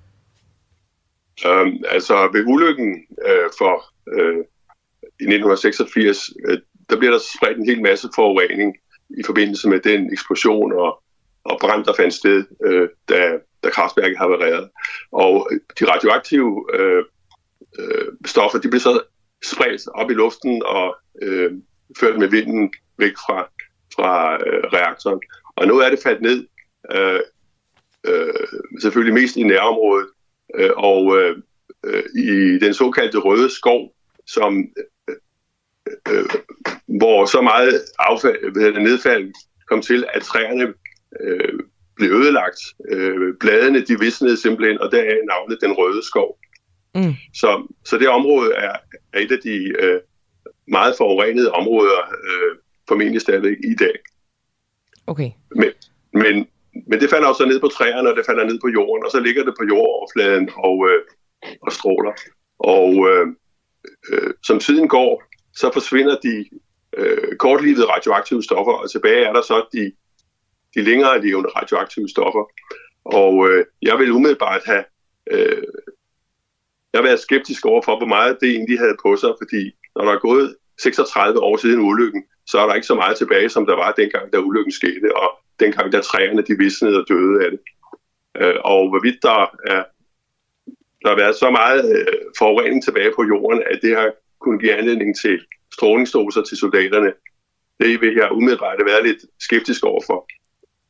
Speaker 8: Um, altså ved ulykken øh, for øh, i nitten seksogfirs, øh, der bliver der spredt en hel masse forurening i forbindelse med den eksplosion og, og brand, der fandt sted, øh, da, da kraftværket har været. Og de radioaktive øh, øh, stoffer, de bliver så spredt op i luften og øh, ført med vinden væk fra, fra øh, reaktoren. Og noget af det faldt ned, øh, øh, selvfølgelig mest i nærområdet, øh, og øh, øh, i den såkaldte Røde Skov, som, øh, øh, hvor så meget affald, nedfald kom til, at træerne øh, blev ødelagt. Øh, bladene de visnede simpelthen, og der er navnet Den Røde Skov.
Speaker 4: Mm.
Speaker 8: Så, så det område er, er et af de øh, meget forurenede områder, øh, formentlig stadigvæk i dag.
Speaker 4: Okay.
Speaker 8: Men, men, men det falder også ned på træerne, og det falder ned på jorden, og så ligger det på jordoverfladen og, øh, og stråler. Og øh, øh, som tiden går, så forsvinder de øh, kortlivede radioaktive stoffer, og tilbage er der så de, de længere levende radioaktive stoffer. Og øh, jeg vil umiddelbart have øh, jeg har været skeptisk over for, hvor meget det egentlig havde på sig, fordi når der er gået seksogtredive år siden ulykken, så er der ikke så meget tilbage, som der var dengang, da ulykken skete, og dengang, da træerne de visnede og døde af det. Og hvorvidt der, er, der har været så meget forurening tilbage på jorden, at det har kunnet give anledning til strålingsdoser til soldaterne, det vil jeg umiddelbart være lidt skeptisk overfor.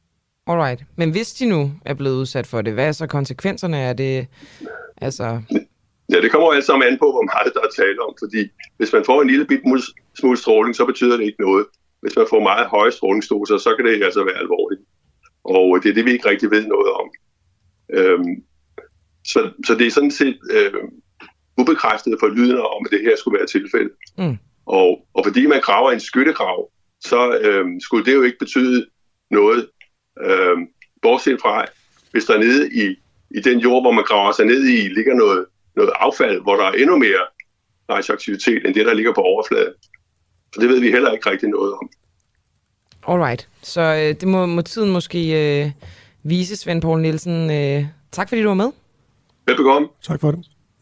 Speaker 4: Alright. Men hvis de nu er blevet udsat for det, hvad er så konsekvenserne af det? Altså...
Speaker 8: Ja, det kommer jo alt sammen an på, hvor meget der er tale om, fordi hvis man får en lille bit smule stråling, så betyder det ikke noget. Hvis man får meget høje strålingsdoser, så kan det altså være alvorligt. Og det er det, vi ikke rigtig ved noget om. Øhm, så, så det er sådan set øh, ubekræftet for lydende om, at det her skulle være tilfældet. Mm. Og, og fordi man graver en skyttegrav, så øh, skulle det jo ikke betyde noget. Øh, bortset fra, hvis der nede i, i den jord, hvor man graver sig ned i, ligger noget, noget affald, hvor der er endnu mere radioaktivitet end det, der ligger på overfladen. Så det ved vi heller ikke rigtig noget om.
Speaker 4: Alright. Så øh, det må, må tiden måske øh, vise, Svend Poul Nielsen. Øh, tak fordi du var med.
Speaker 8: Velbekomme.
Speaker 3: Tak for det.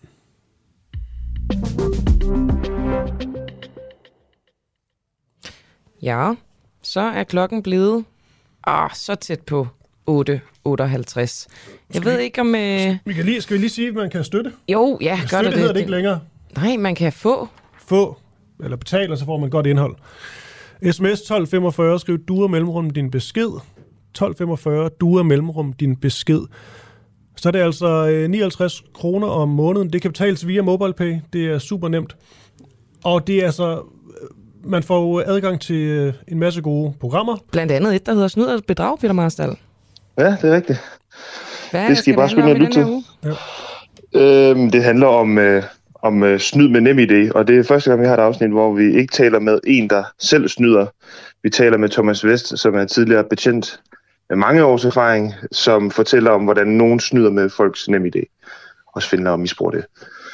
Speaker 4: Ja, så er klokken blevet ah, så tæt på otte otteoghalvtreds. Jeg skal ved ikke om... Øh...
Speaker 3: Vi kan lige, skal vi lige sige, at man kan støtte?
Speaker 4: Jo, ja, gør det.
Speaker 3: Støtte hedder det ikke længere.
Speaker 4: Nej, man kan få.
Speaker 3: Få, eller betale, og så får man godt indhold. sms tolv femogfyrre, skriv du er mellemrum din besked. tolv femogfyrre, du er mellemrum din besked. Så er det altså nioghalvtreds kroner om måneden. Det kan betales via MobilePay. Det er super nemt. Og det er altså... Man får adgang til en masse gode programmer.
Speaker 4: Blandt andet et, der hedder Snyd og Bedrag, Peter Marstal.
Speaker 19: Ja, det er rigtigt.
Speaker 4: Hvad
Speaker 19: det skal I bare skynde at lytte til. Ja. Øhm, det handler om, øh, om øh, snyd med NemID, og det er første gang, vi har et afsnit, hvor vi ikke taler med en, der selv snyder. Vi taler med Thomas Vest, som er tidligere betjent med mange års erfaring, som fortæller om, hvordan nogen snyder med folks NemID. Og svindler og misbruger det.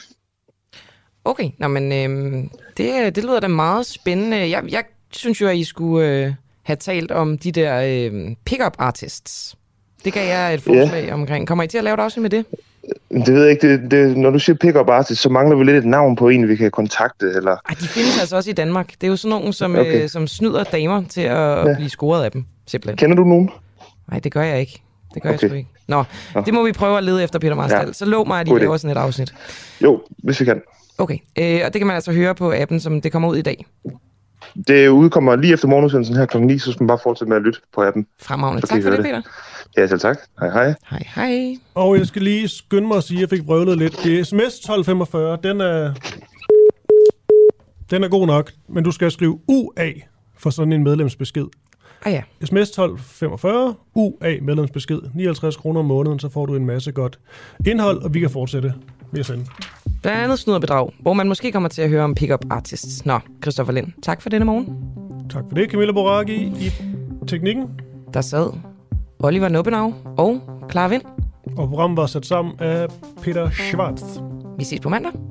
Speaker 4: Okay, nå, men øh, det, det lyder da meget spændende. Jeg, jeg synes jo, at I skulle øh, have talt om de der øh, pick-up artists. Det gav jeg et forslag yeah. omkring. Kommer I til at lave et afsnit med det?
Speaker 19: Det ved jeg ikke. Det, det, når du siger pick-up artist, så mangler vi lidt et navn på en, vi kan kontakte. Eller...
Speaker 4: Ej, de findes altså også i Danmark. Det er jo sådan nogen, som, okay. øh, som snyder damer til at ja. blive scoret af dem, simpelthen.
Speaker 19: Kender du nogen?
Speaker 4: Nej, det gør jeg ikke. Det gør okay. jeg sgu ikke. Nå, Nå, det må vi prøve at lede efter, Peter Marstal. Ja. Så lov mig, at I laver sådan et afsnit.
Speaker 19: Jo, hvis vi kan.
Speaker 4: Okay, øh, og det kan man altså høre på appen, som det kommer ud i dag.
Speaker 19: Det udkommer lige efter morgenudsendelsen her klokken ni, så skal man bare fortsætte med at lytte på appen.
Speaker 4: Fremragende. Tak for det, Peter.
Speaker 19: Ja, selv tak. Hej, hej.
Speaker 4: Hej, hej.
Speaker 3: Og jeg skal lige skynde mig at sige, at jeg fik brøvlet lidt. Det er sms tolv femogfyrre, den er, den er god nok, men du skal skrive U A for sådan en medlemsbesked.
Speaker 4: Ah ja.
Speaker 3: sms tolv femogfyrre, U A medlemsbesked, nioghalvtreds kroner om måneden, så får du en masse godt indhold, og vi kan fortsætte med at sende.
Speaker 4: Blandt andet Snyd og Bedrag, hvor man måske kommer til at høre om pick-up artists. Nå, Christoffer Lind, tak for denne morgen.
Speaker 3: Tak for det, Camilla Boraghi i teknikken.
Speaker 4: Der sad Oliver Nubbenau og Clara Vind.
Speaker 3: Og programmet var sat sammen af Peter Schwartz.
Speaker 4: Vi ses på mandag.